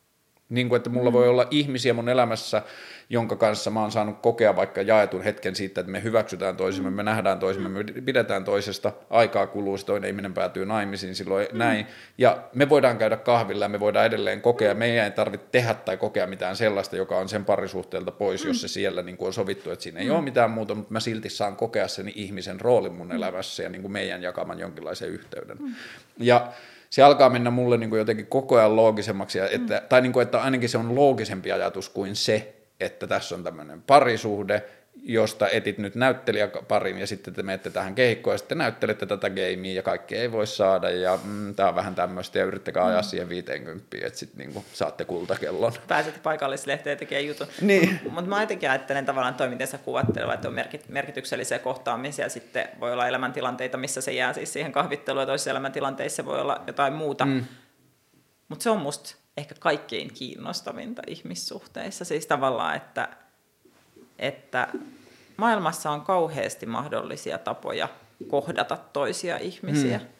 Niin kuin, että mulla mm. voi olla ihmisiä mun elämässä, jonka kanssa mä oon saanut kokea vaikka jaetun hetken siitä, että me hyväksytään toisimme, mm. me nähdään toisimme, me pidetään toisesta, aikaa kuluu, se toinen ihminen päätyy naimisiin silloin mm. näin. Ja me voidaan käydä kahvilla ja me voidaan edelleen kokea, meidän ei tarvitse tehdä tai kokea mitään sellaista, joka on sen parisuhteelta pois, mm. jos se siellä niin kuin on sovittu, että siinä ei mm. ole mitään muuta, mutta mä silti saan kokea sen ihmisen roolin mun elämässä ja niin kuin meidän jakaman jonkinlaisen yhteyden. Mm. Ja se alkaa mennä mulle niin kuin jotenkin koko ajan loogisemmaksi, että, mm. tai niin kuin, että ainakin se on loogisempi ajatus kuin se, että tässä on tämmöinen parisuhde, josta etit nyt näyttelijäparin ja sitten te menette tähän kehikkoon ja sitten näyttelette tätä gamea ja kaikkea ei voi saada ja mm, tämä on vähän tämmöistä ja yrittäkää ajaa mm. siihen viiteenkymppiin, että sitten niinku saatte kultakellon. Pääsette paikallislehteen tekemään jutun. Niin. Mutta mä jotenkin ajattelen tavallaan toi, miten sä kuvattelevat, että on merkityksellisiä kohtaamisia, sitten voi olla elämäntilanteita, missä se jää siis siihen kahvitteluun ja toisissa elämäntilanteissa voi olla jotain muuta. Mm. Mutta se on musta ehkä kaikkein kiinnostavinta ihmissuhteissa, siis tavallaan, että että maailmassa on kauheasti mahdollisia tapoja kohdata toisia ihmisiä. Hmm.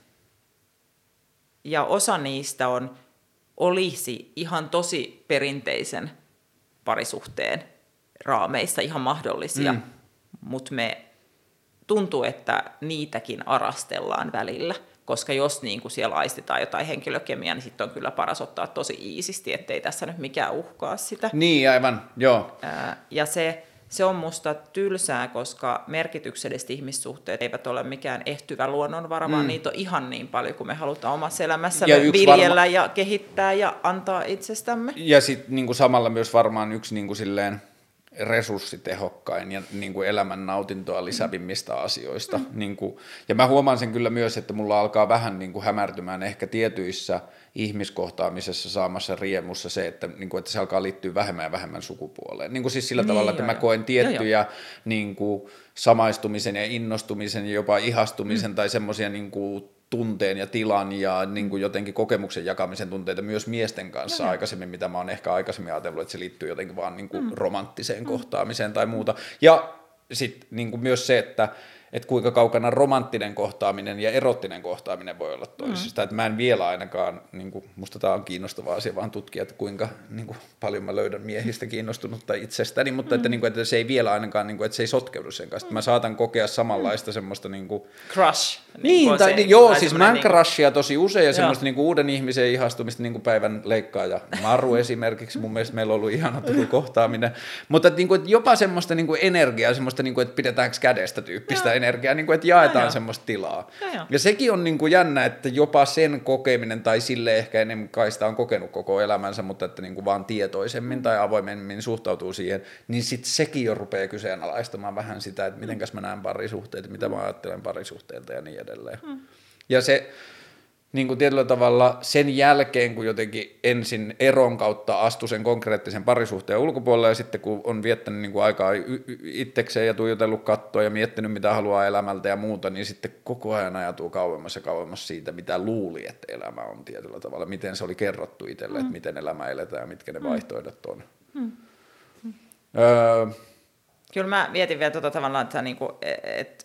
Ja osa niistä on, olisi ihan tosi perinteisen parisuhteen raameissa ihan mahdollisia, hmm. mutta me tuntuu, että niitäkin arastellaan välillä, koska jos niin kuin siellä aistitaan jotain henkilökemiaa, niin sitten on kyllä paras ottaa tosi iisisti, ettei tässä nyt mikään uhkaa sitä. Niin, aivan, joo. Ja se... Se on musta tylsää, koska merkitykselliset ihmissuhteet eivät ole mikään ehtyvä luonnonvara, mm. vaan niitä on ihan niin paljon, kun me halutaan omassa elämässämme viljellä varma... ja kehittää ja antaa itsestämme. Ja sitten niin samalla myös varmaan yksi niin kuin silleen resurssitehokkain ja niin kuin elämän nautintoa lisävimmistä asioista. Mm. Niin kuin, ja mä huomaan sen kyllä myös, että mulla alkaa vähän niin kuin hämärtymään ehkä tietyissä ihmiskohtaamisessa saamassa riemussa se, että, niin kuin, että se alkaa liittyä vähemmän ja vähemmän sukupuoleen. Niin kuin siis sillä niin, tavalla, että joo, mä koen tiettyjä joo, joo. Niin kuin samaistumisen ja innostumisen ja jopa ihastumisen mm. tai semmoisia niin kuin tunteen ja tilan ja niin kuin jotenkin kokemuksen jakamisen tunteita myös miesten kanssa joo, aikaisemmin, mitä mä oon ehkä aikaisemmin ajatellut, että se liittyy jotenkin vaan niin kuin mm. romanttiseen mm. kohtaamiseen tai muuta. Ja sitten niin kuin myös se, että että kuinka kaukana romanttinen kohtaaminen ja erottinen kohtaaminen voi olla toisista. Mm. Että mä en vielä ainakaan, niin kuin, musta tämä on kiinnostava asia vaan tutkia, että kuinka niin kuin, paljon mä löydän miehistä kiinnostunutta itsestäni, mutta mm. että, niin kuin, että se ei vielä ainakaan, niin kuin, että se ei sotkeudu sen kanssa. Mm. Mä saatan kokea samanlaista semmoista... Niin kuin, crush. Niin, niin tai, se, joo, siis mä niin crushia tosi usein ja semmoista niin kuin, uuden ihmisen ihastumista, niin kuin päivän leikkaaja Maru esimerkiksi. Mun mielestä meillä on ollut ihana kohtaaminen. Mutta että, niin kuin, että jopa semmoista niin kuin energiaa, semmoista, niin kuin, että pidetäänkö kädestä tyyppistä ja energiaa, niin kuin, että jaetaan ja semmoista tilaa. Ja, ja sekin on niin kuin jännä, että jopa sen kokeminen, tai sille ehkä enemmän kai sitä on kokenut koko elämänsä, mutta että niin kuin vaan tietoisemmin tai avoimemmin suhtautuu siihen, niin sitten sekin jo rupeaa kyseenalaistamaan vähän sitä, että mitenkäs mä näen parisuhteita, mitä mä ajattelen parisuhteilta ja niin edelleen. Hmm. Ja se niin kuin tietyllä tavalla sen jälkeen, kun jotenkin ensin eron kautta astui sen konkreettisen parisuhteen ulkopuolelle ja sitten kun on viettänyt niin kuin aikaa y- y- itsekseen ja tuijotellut kattoa ja miettinyt mitä haluaa elämältä ja muuta, niin sitten koko ajan ajatuu kauemmas ja kauemmas siitä, mitä luuli, että elämä on tietyllä tavalla, miten se oli kerrottu itselle, mm. että miten elämä eletään ja mitkä ne mm. vaihtoehdot on. Mm. Mm. Öö, Kyllä mä mietin vielä tuota tavallaan, että niinku, et,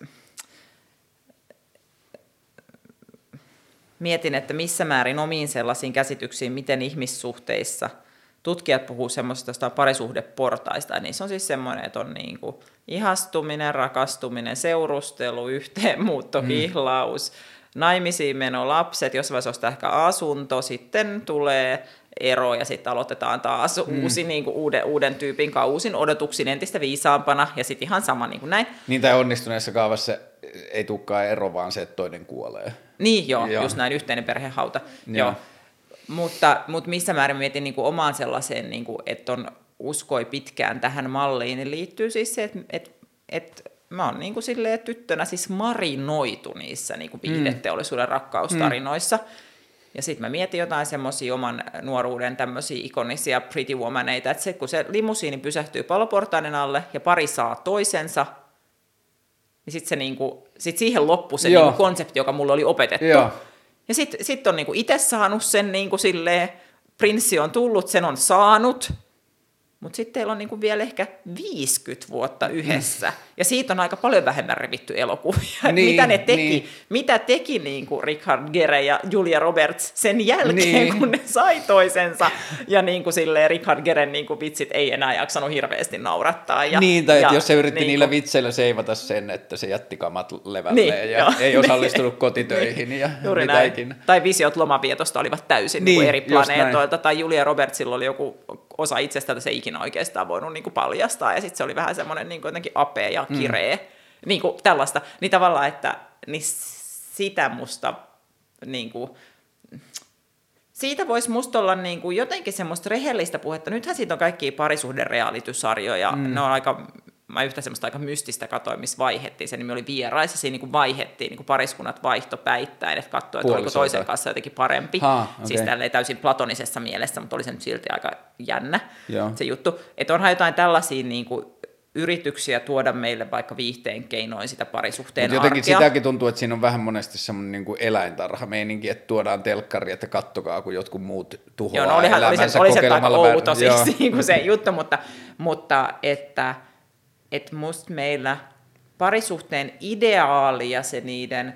mietin, että missä määrin omiin sellaisiin käsityksiin, miten ihmissuhteissa tutkijat puhuu semmoisesta parisuhdeportaista. Niissä on siis semmoinen, että on niinku ihastuminen, rakastuminen, seurustelu, yhteenmuutto, mm. kihlaus, naimisiin meno, lapset, jos vaiheessa ostaa ehkä asunto, sitten tulee ero ja sitten aloitetaan taas mm. uusi, niin kuin uuden, uuden tyypin kausin odotuksin entistä viisaampana ja sitten ihan sama niin kuin näin. Niin tai onnistuneessa kaavassa ei tulekaan ero, vaan se, että toinen kuolee. Niin joo, joo. Just näin, yhteinen perhehauta. Joo. Joo. Mutta, mutta missä määrin mietin niin kuin omaan sellaiseen, niin kuin, että on uskoi pitkään tähän malliin, niin liittyy siis se, että, että, että mä oon niin kuin silleen tyttönä siis marinoitu niissä niin kuin viihdeteollisuuden rakkaustarinoissa. Mm. Ja sitten mä mietin jotain semmoisia oman nuoruuden tämmöisiä ikonisia pretty womaneita, että se, kun se limusiini pysähtyy paloportaiden alle ja pari saa toisensa, niin sitten se niinku, sit siihen loppui se niinku konsepti, joka mulle oli opetettu. Joo. Ja sitten sit on niinku itse saanut sen niinku silleen, prinssi on tullut, sen on saanut, mutta sitten teillä on niinku vielä ehkä viisikymmentä vuotta yhdessä, mm. ja siitä on aika paljon vähemmän revitty elokuvia. Niin, mitä ne teki, niin. mitä teki niinku Richard Gere ja Julia Roberts sen jälkeen, niin. kun ne sai toisensa, ja niinku silleen Richard Geren niinku vitsit ei enää jaksanut hirveästi naurattaa. Ja, niin, tai ja, jos se yritti niinku, niillä vitseillä seivata sen, että se jätti kamat levälleen, niin, ja jo, ei osallistunut niin, kotitöihin, ja juuri mitä ikinä. Tai visiot lomavietosta olivat täysin niin, niin eri planeetoilta, tai Julia Robertsilla oli joku osa itsestään, se ei ikinä oikeastaan voinut niin kuin paljastaa, ja sitten se oli vähän semmoinen niin kuin jotenkin apea ja kireä, mm. niin kuin tällaista. Niin tavallaan, että niin sitä musta, niin kuin, siitä voisi musta olla niin kuin jotenkin semmoista rehellistä puhetta. Nythän siitä on kaikkia parisuhderealitysarjoja, mm. ne on aika, mä yhtä semmoista aika mystistä katoin, missä vaihettiin, se nimi oli Vieraissa, siinä niin kuin vaihettiin, niin kuin pariskunnat vaihto päittäin, että katsoi, että oliko toisen kanssa jotenkin parempi, ha, okay. siis tälleen täysin platonisessa mielessä, mutta oli se nyt silti aika jännä Joo. se juttu, että onhan jotain tällaisia niin kuin yrityksiä tuoda meille vaikka viihteen keinoin sitä parisuhteen Mut jotenkin arkea. Sitäkin tuntuu, että siinä on vähän monesti semmoinen niin kuin eläintarha-meininki, että tuodaan telkkari, että kattokaa, kun jotkut muut tuhoaa Joo, no olihan, elämänsä oli se, kokeilemalla. Oli se aika outo siis niin kuin se juttu, mutta, mutta että, että musta meillä parisuhteen ideaali ja se niiden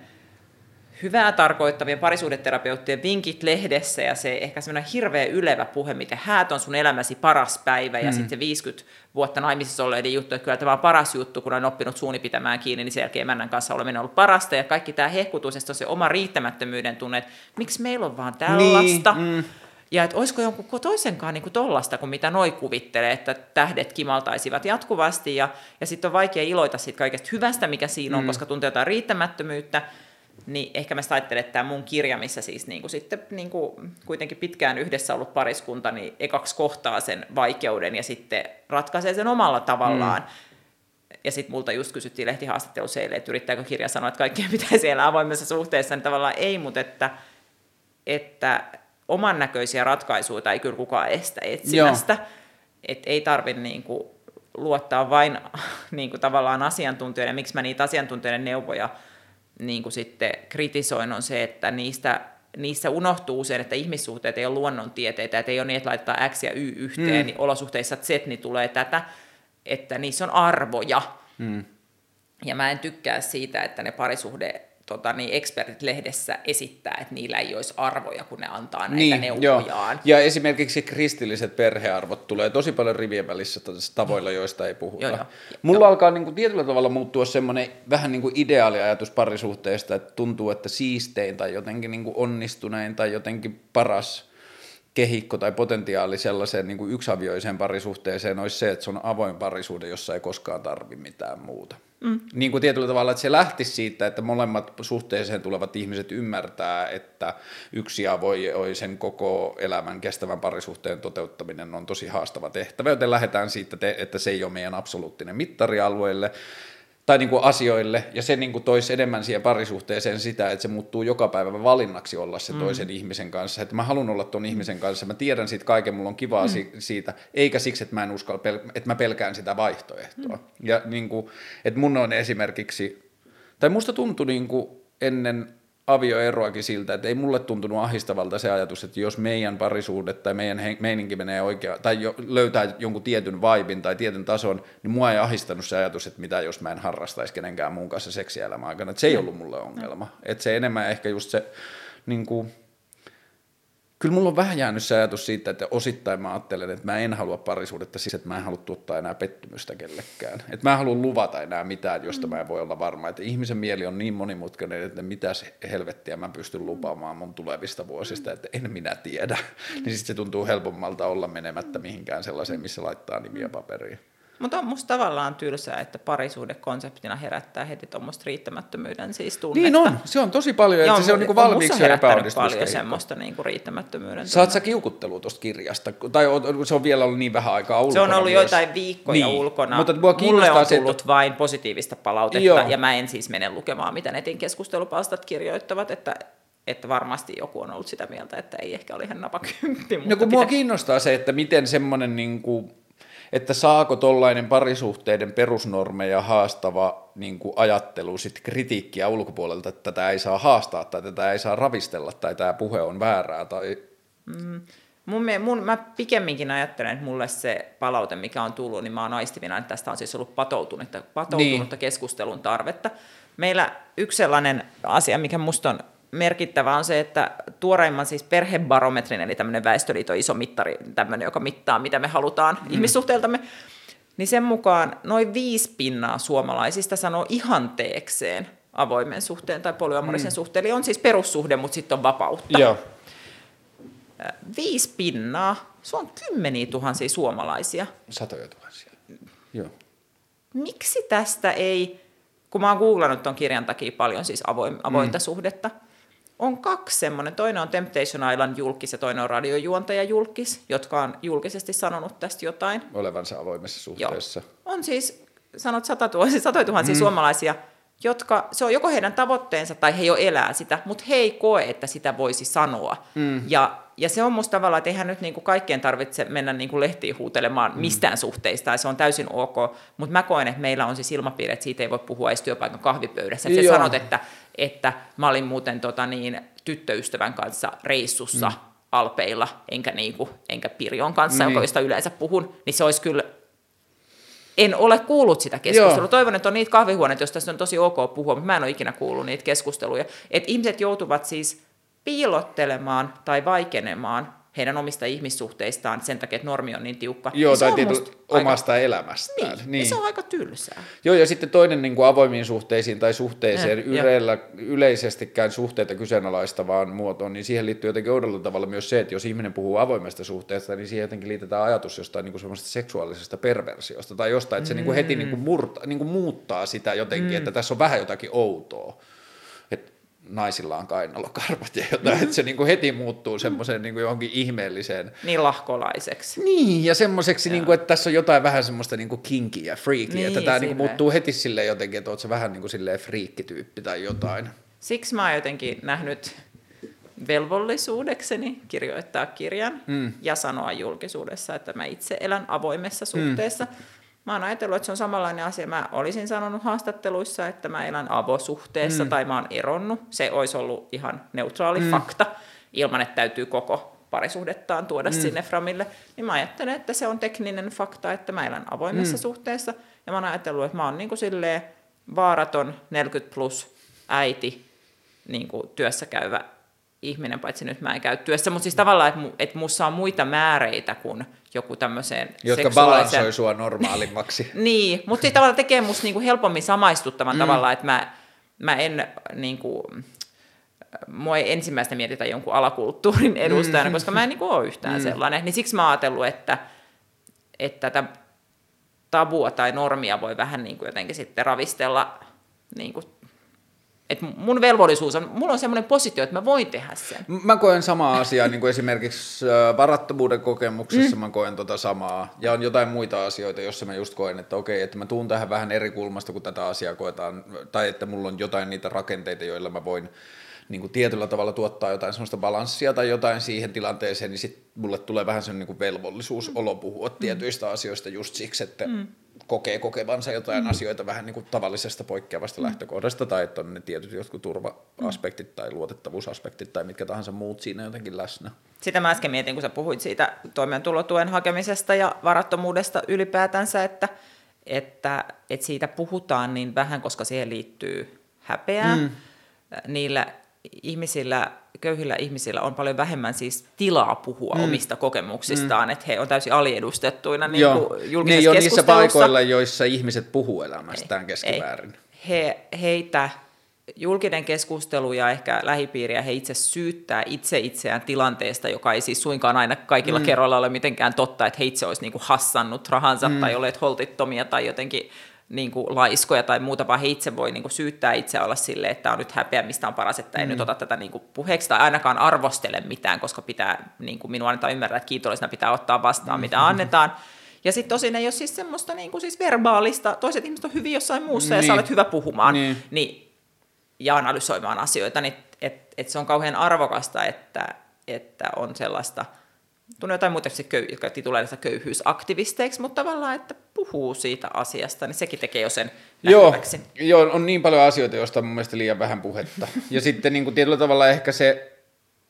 hyvää tarkoittavien parisuhdeterapeuttien vinkit lehdessä ja se ehkä semmoinen hirveä ylevä puhe, miten häät on sun elämäsi paras päivä ja mm. sitten se viisikymmentä vuotta naimisissa olleiden juttu, että kyllä tämä on paras juttu, kun on oppinut suuni pitämään kiinni, niin sen jälkeen emännän kanssa oleminen on ollut parasta ja kaikki tämä hehkutus, ja on se oma riittämättömyyden tunne, että miksi meillä on vaan tällaista. Niin, mm. Ja että olisiko jonkun toisenkaan niin kuin tollasta, kuin mitä noi kuvittelee, että tähdet kimaltaisivat jatkuvasti ja, ja sitten on vaikea iloita siitä kaikesta hyvästä, mikä siinä on, mm. koska tuntee jotain riittämättömyyttä. Niin ehkä mä ajattelen, että tämä mun kirja, missä siis niin kuin sitten niin kuin kuitenkin pitkään yhdessä ollut pariskunta, niin ekaksi kohtaa sen vaikeuden ja sitten ratkaisee sen omalla tavallaan. Mm. Ja sitten multa just kysyttiin lehtihaastattelussa eilen, että yrittääkö kirja sanoa, että kaikkien pitäisi elää avoimessa suhteessa, niin tavallaan ei, mutta että, että oman näköisiä ratkaisuja ei kyllä kukaan estä etsimästä. Että ei tarvitse niin kuin luottaa vain niin kuin tavallaan asiantuntijoiden, miksi mä niitä asiantuntijoiden neuvoja niin kuin sitten kritisoin, on se, että niistä, niissä unohtuu usein, että ihmissuhteet ei ole luonnontieteitä, että ei ole niin, että laitetaan X ja Y yhteen, mm. niin olosuhteissa Z niin tulee tätä, että niissä on arvoja. Mm. Ja mä en tykkää siitä, että ne parisuhde tota, niin ekspertit lehdessä esittää, että niillä ei olisi arvoja, kun ne antaa näitä niin, neuvojaan. Jo. Ja esimerkiksi kristilliset perhearvot tulee tosi paljon rivien välissä tavoilla, joista ei puhuta. Jo, jo. Mulla jo. alkaa niin kuin, tietyllä tavalla muuttua semmoinen vähän niin kuin ideaaliajatus parisuhteesta, että tuntuu, että siistein tai jotenkin niin kuin onnistunein tai jotenkin paras kehikko tai potentiaali sellaiseen niin kuin yksiavioiseen parisuhteeseen olisi se, että se on avoin parisuhde, jossa ei koskaan tarvitse mitään muuta. Mm. Niin kuin tietyllä tavalla, että se lähtisi siitä, että molemmat suhteeseen tulevat ihmiset ymmärtää, että yksi avoisen koko elämän kestävän parisuhteen toteuttaminen on tosi haastava tehtävä, joten lähdetään siitä, että se ei ole meidän absoluuttinen mittarialueelle tai niin kuin asioille, ja se niin kuin toisi enemmän siihen parisuhteeseen sitä, että se muuttuu joka päivä valinnaksi olla se toisen mm. ihmisen kanssa, että mä haluan olla ton ihmisen kanssa, mä tiedän siitä kaiken, mulla on kivaa mm. siitä, eikä siksi, että mä en uskalla, että mä pelkään sitä vaihtoehtoa. Mm. Ja niin kuin, että mun on esimerkiksi, tai musta tuntui niin kuin ennen avioeroakin siltä, että ei mulle tuntunut ahdistavalta se ajatus, että jos meidän parisuhde tai meidän meininki menee oikein, tai jo, löytää jonkun tietyn vibin tai tietyn tason, niin mua ei ahdistanut se ajatus, että mitä jos mä en harrastaisi kenenkään muun kanssa seksielämän aikana, että se ei ollut mulle ongelma. Että se enemmän ehkä just se, niin kuin, kyllä mulla on vähän jäänyt se ajatus siitä, että osittain mä ajattelen, että mä en halua parisuudetta siksi, että mä en halua tuottaa enää pettymystä kellekään. Että mä en halua luvata enää mitään, josta mä en voi olla varma. Että ihmisen mieli on niin monimutkainen, että mitä se helvettiä mä pystyn lupaamaan mun tulevista vuosista, että en minä tiedä. Niin sitten se tuntuu helpommalta olla menemättä mihinkään sellaiseen, missä laittaa nimiä paperiin. Mutta on musta tavallaan tylsää, että parisuhde konseptina herättää heti tuommoista riittämättömyyden siis tunnetta. Niin on, se on tosi paljon, että Joo, se on niinku valmiiksi ja epäonnistus. Paljon semmoista niinku riittämättömyyden tunnetta. Saat sä kiukuttelua tuosta kirjasta? Tai se on vielä ollut niin vähän aikaa ulkona. Se on ollut myös. joitain viikkoja niin. ulkona. Mutta mulle on tullut että... vain positiivista palautetta, Joo. ja mä en siis mene lukemaan, mitä netin keskustelupalstat kirjoittavat, että että varmasti joku on ollut sitä mieltä, että ei ehkä ole ihan napakymppi. No kun mua kiinnostaa se, että miten semmoinen niinku... että saako tollainen parisuhteiden perusnormeja haastava niin kuin ajattelu sit kritiikkiä ulkopuolelta, että tätä ei saa haastaa tai tätä ei saa ravistella tai tämä puhe on väärää? Tai... Mm, Mun, mun, mä pikemminkin ajattelen, että mulle se palaute, mikä on tullut, niin mä oon aistivina, että tästä on siis ollut patoutunutta, patoutunutta niin. keskustelun tarvetta. Meillä yksi sellainen asia, mikä musta on merkittävä, on se, että tuoreimman siis perhebarometrin, eli tämmöinen Väestöliiton iso mittari, tämmöinen, joka mittaa, mitä me halutaan mm. ihmissuhteiltamme, niin sen mukaan noin viisi pinnaa suomalaisista sanoo ihanteekseen avoimen suhteen tai polyamorisen mm. suhteen, eli on siis perussuhde, mutta sitten on vapautta. Joo. Viisi pinnaa, se on kymmeniä tuhansia suomalaisia. Satoja tuhansia, joo. Miksi tästä ei, kun mä oon googlannut ton kirjan takia paljon siis avoin, avointa mm. suhdetta, on kaksi semmoinen, toinen on Temptation Island julkis ja toinen on radiojuontaja julkis, jotka on julkisesti sanonut tästä jotain. Olevansa avoimessa suhteessa. Joo. On siis, sanot satoja satoja tuhansia mm. suomalaisia, jotka, se on joko heidän tavoitteensa tai he jo elää sitä, mutta he ei koe, että sitä voisi sanoa. Mm. Ja, ja se on musta tavallaan, että eihän nyt niinku kaikkien tarvitse mennä niinku lehtiin huutelemaan mm. mistään suhteista, ja se on täysin ok, mutta mä koen, että meillä on siis ilmapiiri, että siitä ei voi puhua edes työpaikan kahvipöydässä. Että sä sanot, että, että mä olin muuten tota niin, tyttöystävän kanssa reissussa mm. Alpeilla, enkä, niinku, enkä Pirjon kanssa, mm. josta yleensä puhun, niin se olisi kyllä... En ole kuullut sitä keskustelua. Joo. Toivon, että on niitä kahvihuoneita, joista on tosi ok puhua, mutta mä en ole ikinä kuullut niitä keskusteluja. Että ihmiset joutuvat siis piilottelemaan tai vaikenemaan heidän omista ihmissuhteistaan sen takia, että normi on niin tiukka. Joo, tai tietysti omasta aika... elämästään. Niin, niin. Se on aika tylsää. Joo, ja sitten toinen niin kuin avoimiin suhteisiin tai suhteeseen eh, yleillä, yleisestikään suhteita kyseenalaistavaan muotoon, niin siihen liittyy jotenkin oudolla tavalla myös se, että jos ihminen puhuu avoimesta suhteesta, niin siihen jotenkin liitetään ajatus jostain niin kuin semmoisesta seksuaalisesta perversiosta tai jostain, että se mm. niin kuin heti niin kuin murta, niin kuin muuttaa sitä jotenkin, mm. että tässä on vähän jotakin outoa. Naisilla on kainalokarvat ja jotain, mm-hmm. että se niinku heti muuttuu semmoiseen niinku johonkin ihmeelliseen. Niin lahkolaiseksi. Niin, ja semmoiseksi, niinku, että tässä on jotain vähän semmoista niinku kinkiä, freakia, niin, että tämä niinku muuttuu heti silleen jotenkin, että oot sä vähän niinku silleen friikkityyppi tai jotain. Siksi mä oon jotenkin nähnyt velvollisuudekseni kirjoittaa kirjan mm. ja sanoa julkisuudessa, että mä itse elän avoimessa suhteessa. Mm. Mä oon ajatellut, että se on samanlainen asia. Mä olisin sanonut haastatteluissa, että mä elän avosuhteessa mm. tai mä oon eronnut. Se olisi ollut ihan neutraali mm. fakta, ilman että täytyy koko parisuhdettaan tuoda mm. sinne framille. Niin mä ajattelen, että se on tekninen fakta, että mä elän avoimessa mm. suhteessa. Ja mä oon ajatellut, että mä oon niin kuin silleen vaaraton neljäkymmentä plus äiti, niin kuin työssä käyvä ihminen, paitsi nyt mä en käy työssä, mutta siis tavallaan, että, että musta on muita määreitä kuin joku tämmöiseen jotka seksuaalisen... balansoi sua normaalimmaksi. Niin, mutta siis tavallaan tekee musta niinku helpommin samaistuttavan mm. tavallaan, että mä, mä en niinku, mua ei ensimmäistä mietitä jonkun alakulttuurin edustajana, mm. koska mä en niinku ole yhtään mm. sellainen. Niin siksi mä oon ajatellut, että, että tätä tabua tai normia voi vähän niinku jotenkin sitten ravistella niinku, että mun velvollisuus on, mulla on semmoinen positio, että mä voin tehdä sen. Mä koen samaa asiaa, niin kuin esimerkiksi varattomuuden kokemuksessa mm. mä koen tota samaa. Ja on jotain muita asioita, joissa mä just koen, että okei, että mä tuun tähän vähän eri kulmasta, kun tätä asiaa koetaan. Tai että mulla on jotain niitä rakenteita, joilla mä voin niin kuin tietyllä tavalla tuottaa jotain semmoista balanssia tai jotain siihen tilanteeseen, niin sitten mulle tulee vähän semmoinen niin kuin velvollisuus olo puhua mm. tietyistä asioista just siksi, että mm. kokee kokevansa jotain mm. asioita vähän niin kuin tavallisesta poikkeavasta mm. lähtökohdasta, tai että on ne tietyt jotkut turva-aspektit mm. tai luotettavuusaspektit tai mitkä tahansa muut siinä jotenkin läsnä. Sitä mä äsken mietin, kun sä puhuit siitä toimeentulotuen hakemisesta ja varattomuudesta ylipäätänsä, että, että, että siitä puhutaan niin vähän, koska siihen liittyy häpeää. Mm. Niillä ihmisillä, köyhillä ihmisillä on paljon vähemmän siis tilaa puhua mm. omista kokemuksistaan, mm. että he on täysin aliedustettuina niin kuin julkisessa ne keskustelussa. Niissä paikoilla, joissa ihmiset puhuu elämästään ei, keskimäärin. Ei. He, heitä julkinen keskustelu ja ehkä lähipiiriä, he itse syyttää itse itseään tilanteesta, joka ei siis suinkaan aina kaikilla mm. kerroilla ole mitenkään totta, että he itse olisi niin kuin hassannut rahansa mm. tai olleet holtittomia tai jotenkin niin kuin laiskoja tai muuta, vaan he itse voi niin kuin syyttää itse olla silleen, että tämä on nyt häpeä, mistä on paras, että ei mm. nyt ota tätä niin kuin puheeksi tai ainakaan arvostele mitään, koska pitää, niin kuin minua annetaan ymmärtää, että kiitollisena pitää ottaa vastaan, mm. mitä annetaan. Ja sitten tosin ei ole siis semmoista niin kuin siis verbaalista, toiset ihmiset on hyvin jossain muussa niin. ja sä olet hyvä puhumaan niin. Niin, ja analysoimaan asioita, niin että et se on kauhean arvokasta, että, että on sellaista, tunne jotain muuta, jotka tituleerissa köyhyysaktivisteiksi, mutta tavallaan, että puhuu siitä asiasta, niin sekin tekee jo sen näkyväksi. Joo, on niin paljon asioita, joista on mun mielestä liian vähän puhetta. Ja sitten niin kuin tietyllä tavalla ehkä se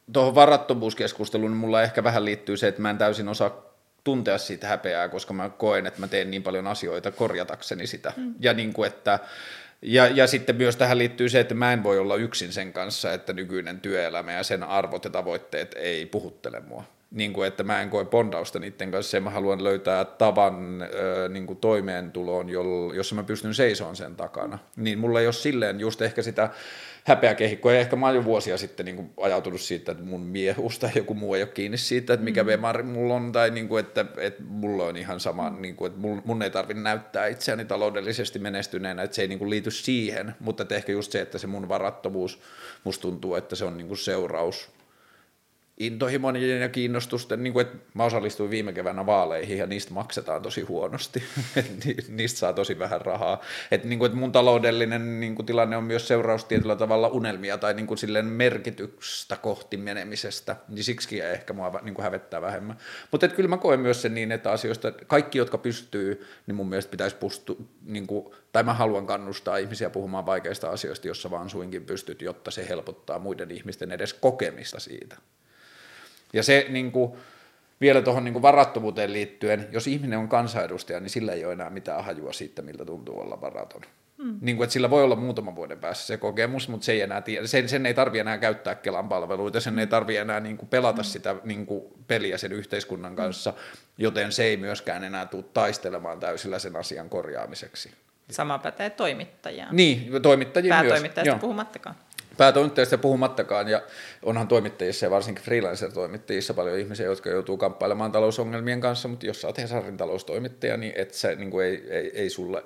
tuohon varattomuuskeskusteluun niin mulla ehkä vähän liittyy se, että mä en täysin osaa tuntea siitä häpeää, koska mä koen, että mä teen niin paljon asioita korjatakseni sitä. Mm. Ja, niin kuin, että, ja, ja sitten myös tähän liittyy se, että mä en voi olla yksin sen kanssa, että nykyinen työelämä ja sen arvot ja tavoitteet ei puhuttele mua. Niin kuin, että mä en koe bondausta niiden kanssa ja mä haluan löytää tavan ö, niin kuin toimeentuloon, jossa mä pystyn seisomaan sen takana. Niin mulla ei ole silleen just ehkä sitä häpeäkehikkoa, ja ehkä mä oon jo vuosia sitten niin kuin ajautunut siitä, että mun miehuus tai joku muu ei ole kiinni siitä, että mikä vemari mulla on, tai niin kuin, että, että mulla on ihan sama, niin kuin, että mun ei tarvitse näyttää itseäni taloudellisesti menestyneenä, että se ei niin kuin liity siihen, mutta että ehkä just se, että se mun varattomuus, musta tuntuu, että se on niin kuin seuraus intohimoinen ja kiinnostusten, niin kuin, että mä osallistuin viime keväänä vaaleihin ja niistä maksetaan tosi huonosti, niistä saa tosi vähän rahaa, että, niin kuin, että mun taloudellinen niin kuin, tilanne on myös seuraus tietyllä tavalla unelmia tai niin kuin, silleen merkitystä kohti menemisestä, niin siksi ehkä mua niin kuin, hävettää vähemmän, mutta että kyllä mä koen myös sen niin, että asioista, kaikki jotka pystyy, niin mun mielestä pitäisi pustu, niin kuin, tai mä haluan kannustaa ihmisiä puhumaan vaikeista asioista, jossa vaan suinkin pystyt, jotta se helpottaa muiden ihmisten edes kokemista siitä. Ja se niin kuin, vielä tuohon niin kuin varattomuuteen liittyen, jos ihminen on kansanedustaja, niin sillä ei ole enää mitään hajua siitä, miltä tuntuu olla varaton. Hmm. Niin kuin, että sillä voi olla muutaman vuoden päässä se kokemus, mutta se ei enää tiedä, sen, sen ei tarvitse enää käyttää Kelan palveluita, sen ei tarvitse enää niin kuin pelata hmm. sitä niin kuin peliä sen yhteiskunnan kanssa, joten se ei myöskään enää tule taistelemaan täysillä sen asian korjaamiseksi. Sama pätee toimittajaan. Niin, toimittajia myös. Päätoimittajasta puhumattakaan. Päätoimittajista puhumattakaan, ja onhan toimittajissa ja varsinkin freelancer-toimittajissa paljon ihmisiä, jotka joutuu kamppailemaan talousongelmien kanssa, mutta jos sä oot Hesarin taloustoimittaja, niin et sä, niin kuin ei, ei, ei sulle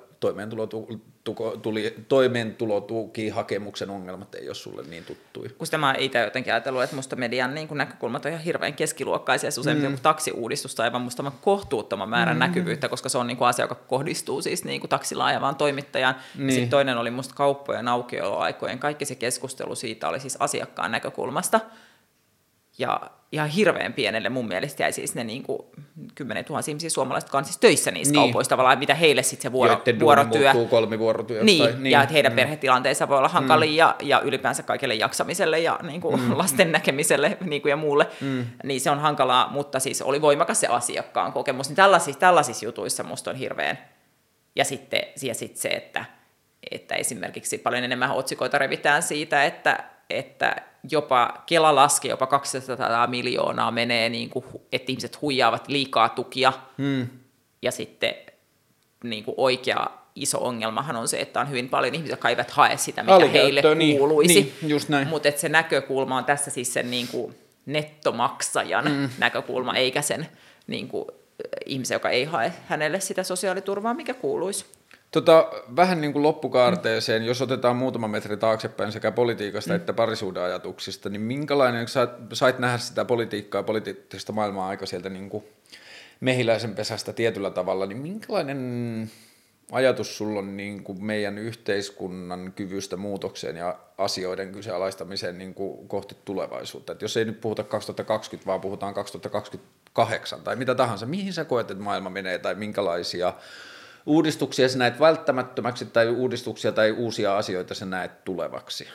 toimeentulotuki-hakemuksen ongelmat ei ole sulle niin tuttuja. Kun sitä mä oon itse jotenkin ajatellut, että musta median niin kuin näkökulmat on ihan hirveän keskiluokkaisia, se usein mm. taksiuudistusta aivan musta kohtuuttoman määrän mm. näkyvyyttä, koska se on niin kuin asia, joka kohdistuu siis niin kuin taksilla ajavaan toimittajaan. Niin. Sitten toinen oli musta kauppojen aukioloaikojen, kaikki se keskustelu siitä oli siis asiakkaan näkökulmasta. Ja ihan hirveän pienelle mun mielestä jäi siis ne niin kuin kymmenen tuhansia ihmisiä suomalaiset, jotka on siis töissä niissä niin. kaupoissa tavallaan, mitä heille sitten se vuoro, vuorotyö. Muuttuu kolmivuorotyö. Niin, tai, niin, ja että heidän mm. perhetilanteensa voi olla hankalia mm. ja, ja ylipäänsä kaikille jaksamiselle ja niin kuin mm. lasten näkemiselle niin kuin ja muulle, mm. niin se on hankalaa, mutta siis oli voimakas se asiakkaan kokemus. Niin tällaisissa, tällaisissa jutuissa musta on hirveän. Ja sitten ja sit se, että, että esimerkiksi paljon enemmän otsikoita revitään siitä, että että jopa Kela laski, jopa kaksisataa miljoonaa menee, niin kuin, että ihmiset huijaavat liikaa tukia. Hmm. Ja sitten niin kuin oikea iso ongelmahan on se, että on hyvin paljon ihmisiä, jotka eivät hae sitä, mikä heille kuuluisi. Niin, mutta se näkökulma on tässä siis sen niin kuin nettomaksajan hmm. näkökulma, eikä sen niin kuin, ihmisen, joka ei hae hänelle sitä sosiaaliturvaa, mikä kuuluisi. Tota, vähän niin kuin loppukaarteeseen, jos otetaan muutama metri taaksepäin sekä politiikasta mm. että parisuhdeajatuksista, niin minkälainen, sä sait nähdä sitä politiikkaa ja poliittista maailmaa aika sieltä niin kuin mehiläisen pesästä tietyllä tavalla, niin minkälainen ajatus sulla on niin kuin meidän yhteiskunnan kyvystä muutokseen ja asioiden kyseenalaistamiseen niin kuin kohti tulevaisuutta? Et jos ei nyt puhuta kaksituhattakaksikymmentä, vaan puhutaan kaksituhattakaksikymmentäkahdeksan tai mitä tahansa, mihin sä koet, että maailma menee tai minkälaisia uudistuksia sä näet välttämättömäksi tai uudistuksia tai uusia asioita sä näet tulevaksi?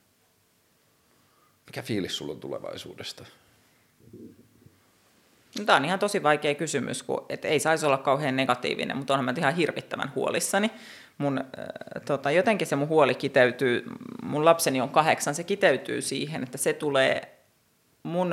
Mikä fiilis sulla on tulevaisuudesta? No, tämä on ihan tosi vaikea kysymys, kun et ei saisi olla kauhean negatiivinen, mutta onhan mä ihan hirvittävän huolissani. Mun, äh, tota, jotenkin se mun huoli kiteytyy, mun lapseni on kahdeksan, se kiteytyy siihen, että se tulee mun...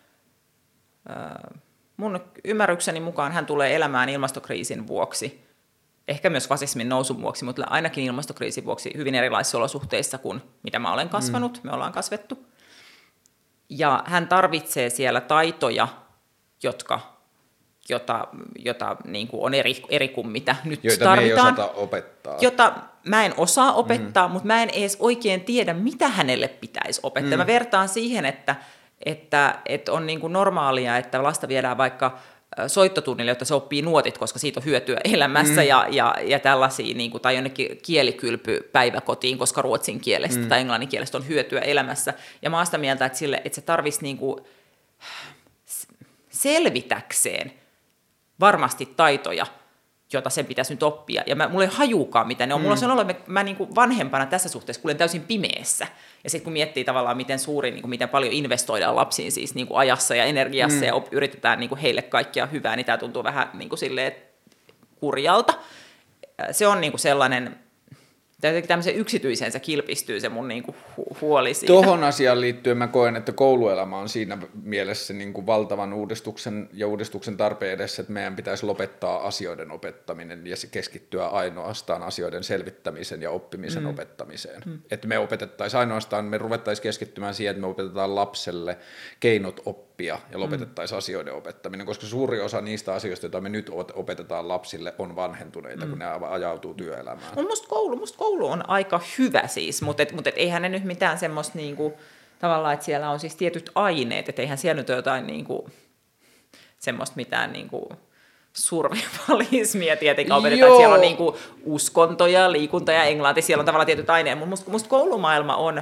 Äh, mun ymmärrykseni mukaan hän tulee elämään ilmastokriisin vuoksi. Ehkä myös fasismin nousun vuoksi, mutta ainakin ilmastokriisin vuoksi hyvin erilaisissa olosuhteissa kuin mitä mä olen kasvanut, mm. me ollaan kasvettu. Ja hän tarvitsee siellä taitoja, jotka, jota, jota niin kuin on eri, eri kuin mitä nyt joita tarvitaan. Joita me ei osata opettaa. Jota mä en osaa opettaa, mm. mutta mä en edes oikein tiedä, mitä hänelle pitäisi opettaa. Mm. Mä vertaan siihen, että, että, että on niin kuin normaalia, että lasta viedään vaikka soittotunnille, jotta se oppii nuotit, koska siitä on hyötyä elämässä, mm. ja, ja, ja tällaisia, niin kuin, tai jonnekin kielikylpy päiväkotiin, koska ruotsin kielestä mm. tai englannin kielestä on hyötyä elämässä. Ja mä oon sitä mieltä, että, sille, että se tarvitsisi niin kuin selvitäkseen varmasti taitoja, jota sen pitäisi nyt oppia. Ja mä, mulla ei hajukaan, mitä ne on. Mm. Mulla on sellainen, että mä, mä niin kuin vanhempana tässä suhteessa kuulen täysin pimeässä. Ja sitten kun miettii tavallaan, miten suuri, niin kuin, miten paljon investoidaan lapsiin siis niin kuin ajassa ja energiassa mm. ja op, yritetään niin kuin heille kaikkia hyvää, niin tämä tuntuu vähän niin kuin silleen kurjalta. Se on niin kuin sellainen... tämmöisen yksityiseen se kilpistyy se mun niinku hu- huoli siitä. Tuohon asiaan liittyen mä koen, että kouluelämä on siinä mielessä niinku valtavan uudistuksen ja uudistuksen tarpeen edessä, että meidän pitäisi lopettaa asioiden opettaminen ja keskittyä ainoastaan asioiden selvittämisen ja oppimisen mm. opettamiseen. Mm. Että me opetettaisiin ainoastaan, me ruvettaisiin keskittymään siihen, että me opetetaan lapselle keinot oppia ja lopetettaisiin mm. asioiden opettaminen, koska suuri osa niistä asioista, joita me nyt opetetaan lapsille, on vanhentuneita, mm. kun ne ajautuu työelämään. On musta koulu, musta koulu on aika hyvä siis, mutta, et, mutta et eihän ne nyt mitään semmoista niinku, tavallaan, että siellä on siis tietyt aineet, että eihän siellä nyt ole jotain niinku, semmoista mitään niinku, survivalismia tietenkään opetetaan, että siellä on niinku, uskontoja, liikunta ja englanti, siellä on tavallaan tietyt aineet, mutta musta, musta koulumaailma on,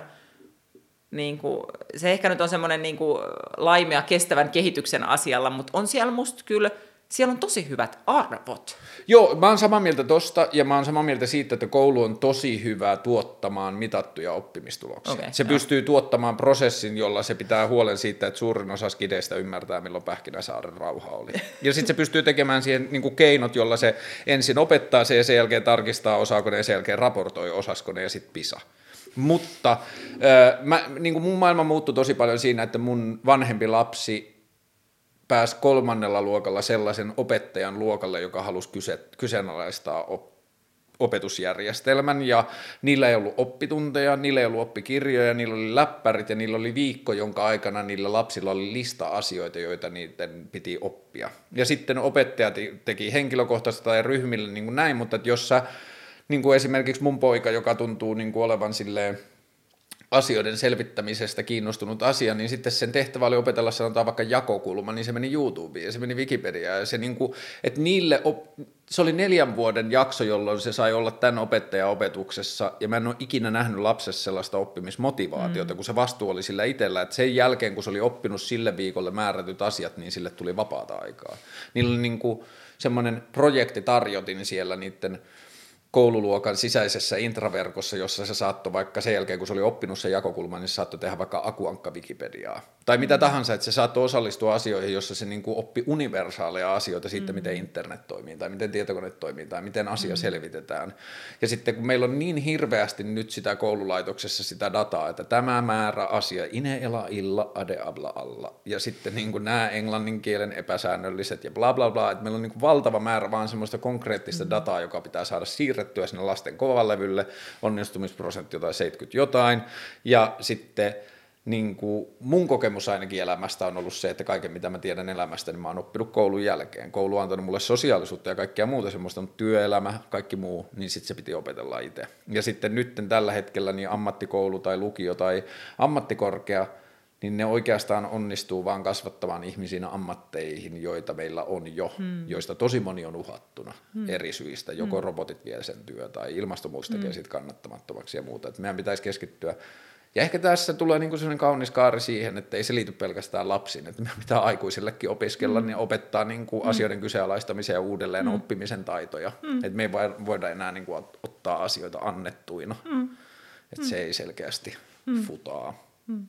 niinku, se ehkä nyt on semmoinen niinku, laimea kestävän kehityksen asialla, mutta on siellä musta kyllä, siellä on tosi hyvät arvot. Joo, mä oon samaa mieltä tosta, ja mä oon samaa mieltä siitä, että koulu on tosi hyvä tuottamaan mitattuja optimistuloksia. Okay, se joo. pystyy tuottamaan prosessin, jolla se pitää huolen siitä, että suurin osa skideistä ymmärtää, milloin Pähkinäsaaren rauha oli. Ja sitten se pystyy tekemään siihen niin kuin keinot, jolla se ensin opettaa se, ja sen jälkeen tarkistaa, osaako ne, ja sen jälkeen raportoi, osasko ne, ja sitten PISA. Mutta äh, mä, niin kuin mun maailma muuttui tosi paljon siinä, että mun vanhempi lapsi pääsi kolmannella luokalla sellaisen opettajan luokalle, joka halusi kyse, kyseenalaistaa op, opetusjärjestelmän, ja niillä ei ollut oppitunteja, niillä ei ollut oppikirjoja, niillä oli läppärit, ja niillä oli viikko, jonka aikana niillä lapsilla oli lista asioita, joita niiden piti oppia. Ja sitten opettaja teki henkilökohtaisesti tai ryhmille niin kuin näin, mutta että jos sä, niin kuin esimerkiksi mun poika, joka tuntuu niin kuin olevan silleen, asioiden selvittämisestä kiinnostunut asia, niin sitten sen tehtävä oli opetella, sanotaan vaikka jakokulma, niin se meni YouTubeen ja se meni Wikipediaan, ja se niin kuin, että niille, op- se oli neljän vuoden jakso, jolloin se sai olla tämän opettajan opetuksessa, ja mä en ole ikinä nähnyt lapsessa sellaista oppimismotivaatiota, mm. kun se vastuu oli sillä itsellä, että sen jälkeen, kun se oli oppinut sille viikolle määrätyt asiat, niin sille tuli vapaata aikaa. Niillä oli niin kuin semmoinen projektitarjotin siellä niiden koululuokan sisäisessä intraverkossa, jossa se saattoi vaikka sen jälkeen, kun se oli oppinut sen jakokulman, niin se saattoi tehdä vaikka Akuankka Wikipediaa. Tai mitä tahansa, että se saattoi osallistua asioihin, jossa se niin kuin oppi universaaleja asioita siitä, mm-hmm. miten internet toimii, tai miten tietokone toimii, tai miten asia mm-hmm. selvitetään. Ja sitten kun meillä on niin hirveästi nyt sitä koululaitoksessa sitä dataa, että tämä määrä asia, ine ela illa ade abla alla, ja sitten niin kuin nämä englannin kielen epäsäännölliset ja bla bla bla, että meillä on niin kuin valtava määrä vaan semmoista konkreettista mm-hmm. dataa, joka pitää saada siirrettyä sinne lasten kovalevylle, onnistumisprosentti jotain seitsemänkymmentä jotain, ja sitten niin kuin mun kokemus ainakin elämästä on ollut se, että kaiken mitä mä tiedän elämästä, niin mä oon oppinut koulun jälkeen. Koulu on antanut mulle sosiaalisuutta ja kaikkea muuta semmoista, mutta työelämä, kaikki muu, niin sitten se piti opetella itse. Ja sitten nyt tällä hetkellä niin ammattikoulu tai lukio tai ammattikorkea, niin ne oikeastaan onnistuu vaan kasvattamaan ihmisiä ammatteihin, joita meillä on jo, hmm. joista tosi moni on uhattuna hmm. eri syistä. Joko hmm. robotit vie sen työ tai ilmastonmuutos tekee hmm. siitä kannattamattomaksi ja muuta. Et meidän pitäisi keskittyä. Ja ehkä tässä tulee niinku sellainen kaunis kaari siihen, että ei se liity pelkästään lapsiin, että meidän pitää aikuisillekin opiskella mm. ja opettaa niinku mm. asioiden kyseenalaistamisen ja uudelleen mm. oppimisen taitoja. Mm. Että me ei voida enää niinku ottaa asioita annettuina, mm. että mm. se ei selkeästi mm. futaa. Mm.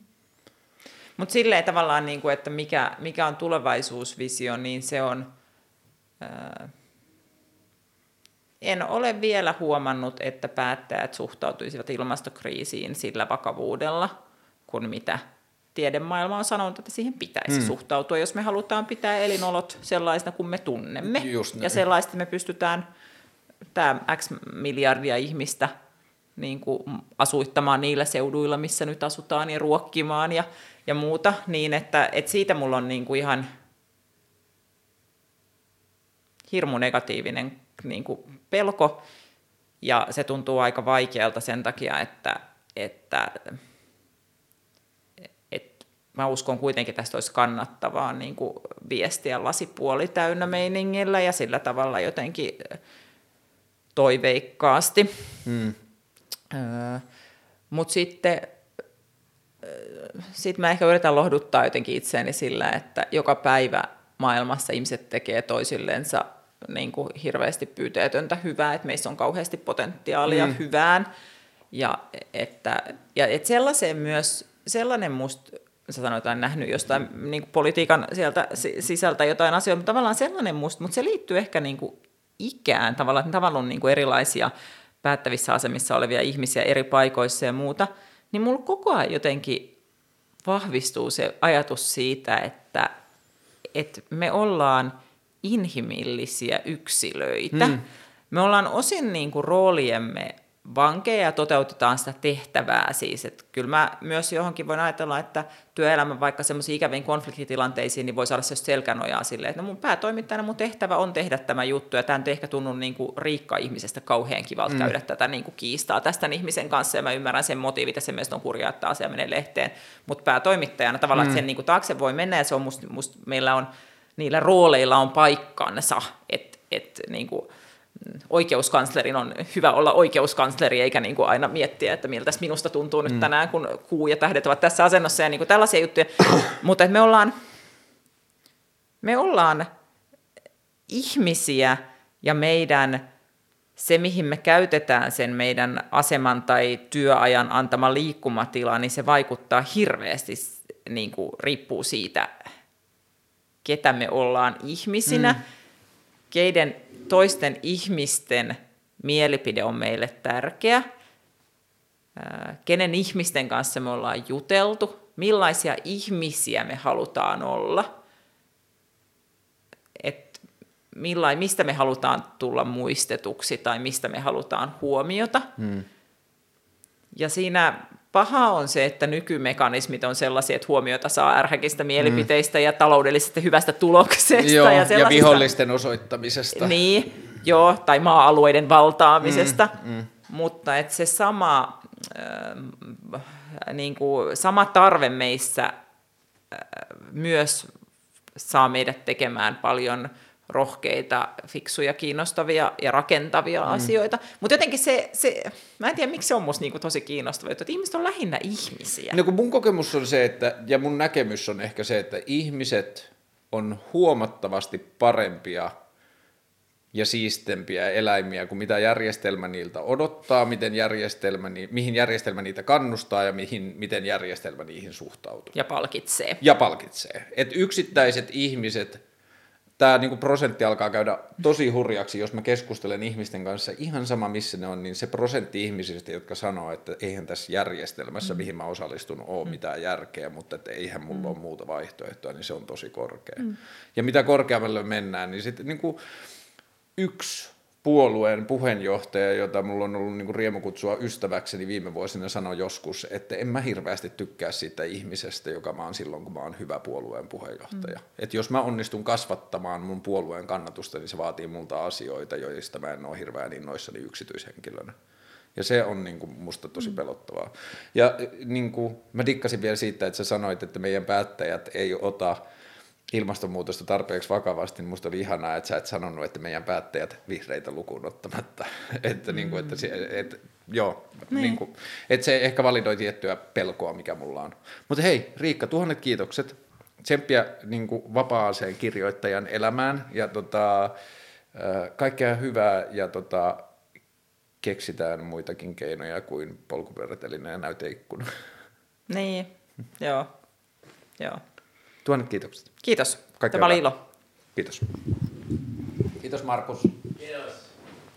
Mutta silleen tavallaan, niinku, että mikä, mikä on tulevaisuusvisio, niin se on... Ää, en ole vielä huomannut, että päättäjät suhtautuisivat ilmastokriisiin sillä vakavuudella, kun mitä tiedemaailma on sanonut, että siihen pitäisi mm. suhtautua, jos me halutaan pitää elinolot sellaisena kuin me tunnemme. Ja sellaista me pystytään tämä X miljardia ihmistä niin kuin asuittamaan niillä seuduilla, missä nyt asutaan, ja ruokkimaan ja, ja muuta, niin että, että siitä mulla on niin kuin ihan hirmu negatiivinen niin kuin pelko, ja se tuntuu aika vaikealta sen takia, että, että, että mä uskon kuitenkin, että tästä olisi kannattavaa niin kuin viestiä lasipuoli täynnä meiningillä ja sillä tavalla jotenkin toiveikkaasti. Hmm. Öö, mutta sitten sit mä ehkä yritän lohduttaa jotenkin itseäni sillä, että joka päivä maailmassa ihmiset tekee toisillensa niin kuin hirveästi pyyteetöntä hyvää, että meissä on kauheasti potentiaalia mm. hyvään. Ja että ja et sellaiseen myös, sellainen musta, sä sanoit, että nähnyt jostain niin kuin politiikan sieltä sisältä jotain asioita, mutta tavallaan sellainen musta, mutta se liittyy ehkä niin kuin ikään, tavallaan, että tavallaan on niin kuin erilaisia päättävissä asemissa olevia ihmisiä eri paikoissa ja muuta, niin mulla koko ajan jotenkin vahvistuu se ajatus siitä, että, että me ollaan inhimillisiä yksilöitä. Mm. Me ollaan osin niin kuin rooliemme vankeja ja toteutetaan sitä tehtävää siis. Että kyllä mä myös johonkin voin ajatella, että työelämä vaikka semmoisiin ikäviin konfliktitilanteisiin, niin voi saada se selkänojaa silleen, että no mun päätoimittajana mun tehtävä on tehdä tämä juttu, ja tämä ei ehkä tunnu niin kuin Riikka-ihmisestä kauhean kivalta mm. käydä tätä niin kuin kiistaa tästä ihmisen kanssa, ja mä ymmärrän sen motiivit, ja sen mielestä on kurjaa, että asia menee lehteen, mutta päätoimittajana tavallaan, mm. että sen niin kuin taakse voi mennä, ja se on musta, musta meillä on, niillä rooleilla on paikkansa, että et, niin kuin oikeuskanslerin on hyvä olla oikeuskansleri, eikä niin kuin aina miettiä, että miltä minusta tuntuu nyt tänään, kun kuu ja tähdet ovat tässä asennossa ja niin kuin tällaisia juttuja. Mutta me ollaan, me ollaan ihmisiä ja meidän, se mihin me käytetään sen meidän aseman tai työajan antama liikkumatila, niin se vaikuttaa hirveästi, niin kuin riippuu siitä, ketä me ollaan ihmisinä, mm. keiden toisten ihmisten mielipide on meille tärkeä, kenen ihmisten kanssa me ollaan juteltu, millaisia ihmisiä me halutaan olla, että millain, mistä me halutaan tulla muistetuksi tai mistä me halutaan huomiota. Hmm. Ja siinä paha on se, että nykymekanismit on sellaisia, että huomiota saa ärhäkistä mielipiteistä mm. ja taloudellisesta hyvästä tuloksesta. Joo, ja, ja vihollisten osoittamisesta. Niin, joo, tai maa-alueiden valtaamisesta. Mm, mm. Mutta että se sama, äh, niin kuin, sama tarve meissä äh, myös saa meidät tekemään paljon rohkeita, fiksuja, kiinnostavia ja rakentavia mm. asioita. Mutta jotenkin se, se, mä en tiedä miksi se on musta niinku tosi kiinnostavaa, että ihmiset on lähinnä ihmisiä. No kun mun kokemus on se, että, ja mun näkemys on ehkä se, että ihmiset on huomattavasti parempia ja siistempiä eläimiä kuin mitä järjestelmä niiltä odottaa, miten järjestelmä, mihin järjestelmä niitä kannustaa ja mihin, miten järjestelmä niihin suhtautuu. Ja palkitsee. Ja palkitsee. Että yksittäiset ihmiset, tämä niinku prosentti alkaa käydä tosi hurjaksi, jos mä keskustelen ihmisten kanssa, ihan sama missä ne on, niin se prosentti ihmisistä, jotka sanoo, että eihän tässä järjestelmässä, mm. mihin mä osallistun, ole mm. mitään järkeä, mutta että eihän mulla mm. ole muuta vaihtoehtoa, niin se on tosi korkea. Mm. Ja mitä korkeammalle mennään, niin sitten niinku yksi puolueen puheenjohtaja, jota mulla on ollut niinku riemu kutsua ystäväkseni viime vuosina, sanoi joskus, että en mä hirveästi tykkää siitä ihmisestä, joka mä oon silloin, kun mä oon hyvä puolueen puheenjohtaja. Mm. Että jos mä onnistun kasvattamaan mun puolueen kannatusta, niin se vaatii multa asioita, joista mä en ole hirveän innoissani yksityishenkilönä. Ja se on niinku musta tosi pelottavaa. Ja niinku, mä dikkasin vielä siitä, että sä sanoit, että meidän päättäjät ei ota ilmastonmuutosta tarpeeksi vakavasti, niin musta oli ihanaa, että sä et sanonut, että meidän päättäjät vihreitä lukuun ottamatta. että, mm. niin kuin, että, se, että, joo, niin. Niin kuin, että se ehkä validoi tiettyä pelkoa, mikä mulla on. Mutta hei, Riikka, tuhannet kiitokset. Tsemppiä niin kuin vapaaseen kirjoittajan elämään ja tota, kaikkea hyvää ja tota, keksitään muitakin keinoja kuin polkupyörätelineen ja näyteikkuna. Niin, joo, joo. Tuhannet kiitokset. Kiitos. Kaikkea Tämä oli ilo. Kiitos. Kiitos Markus. Kiitos.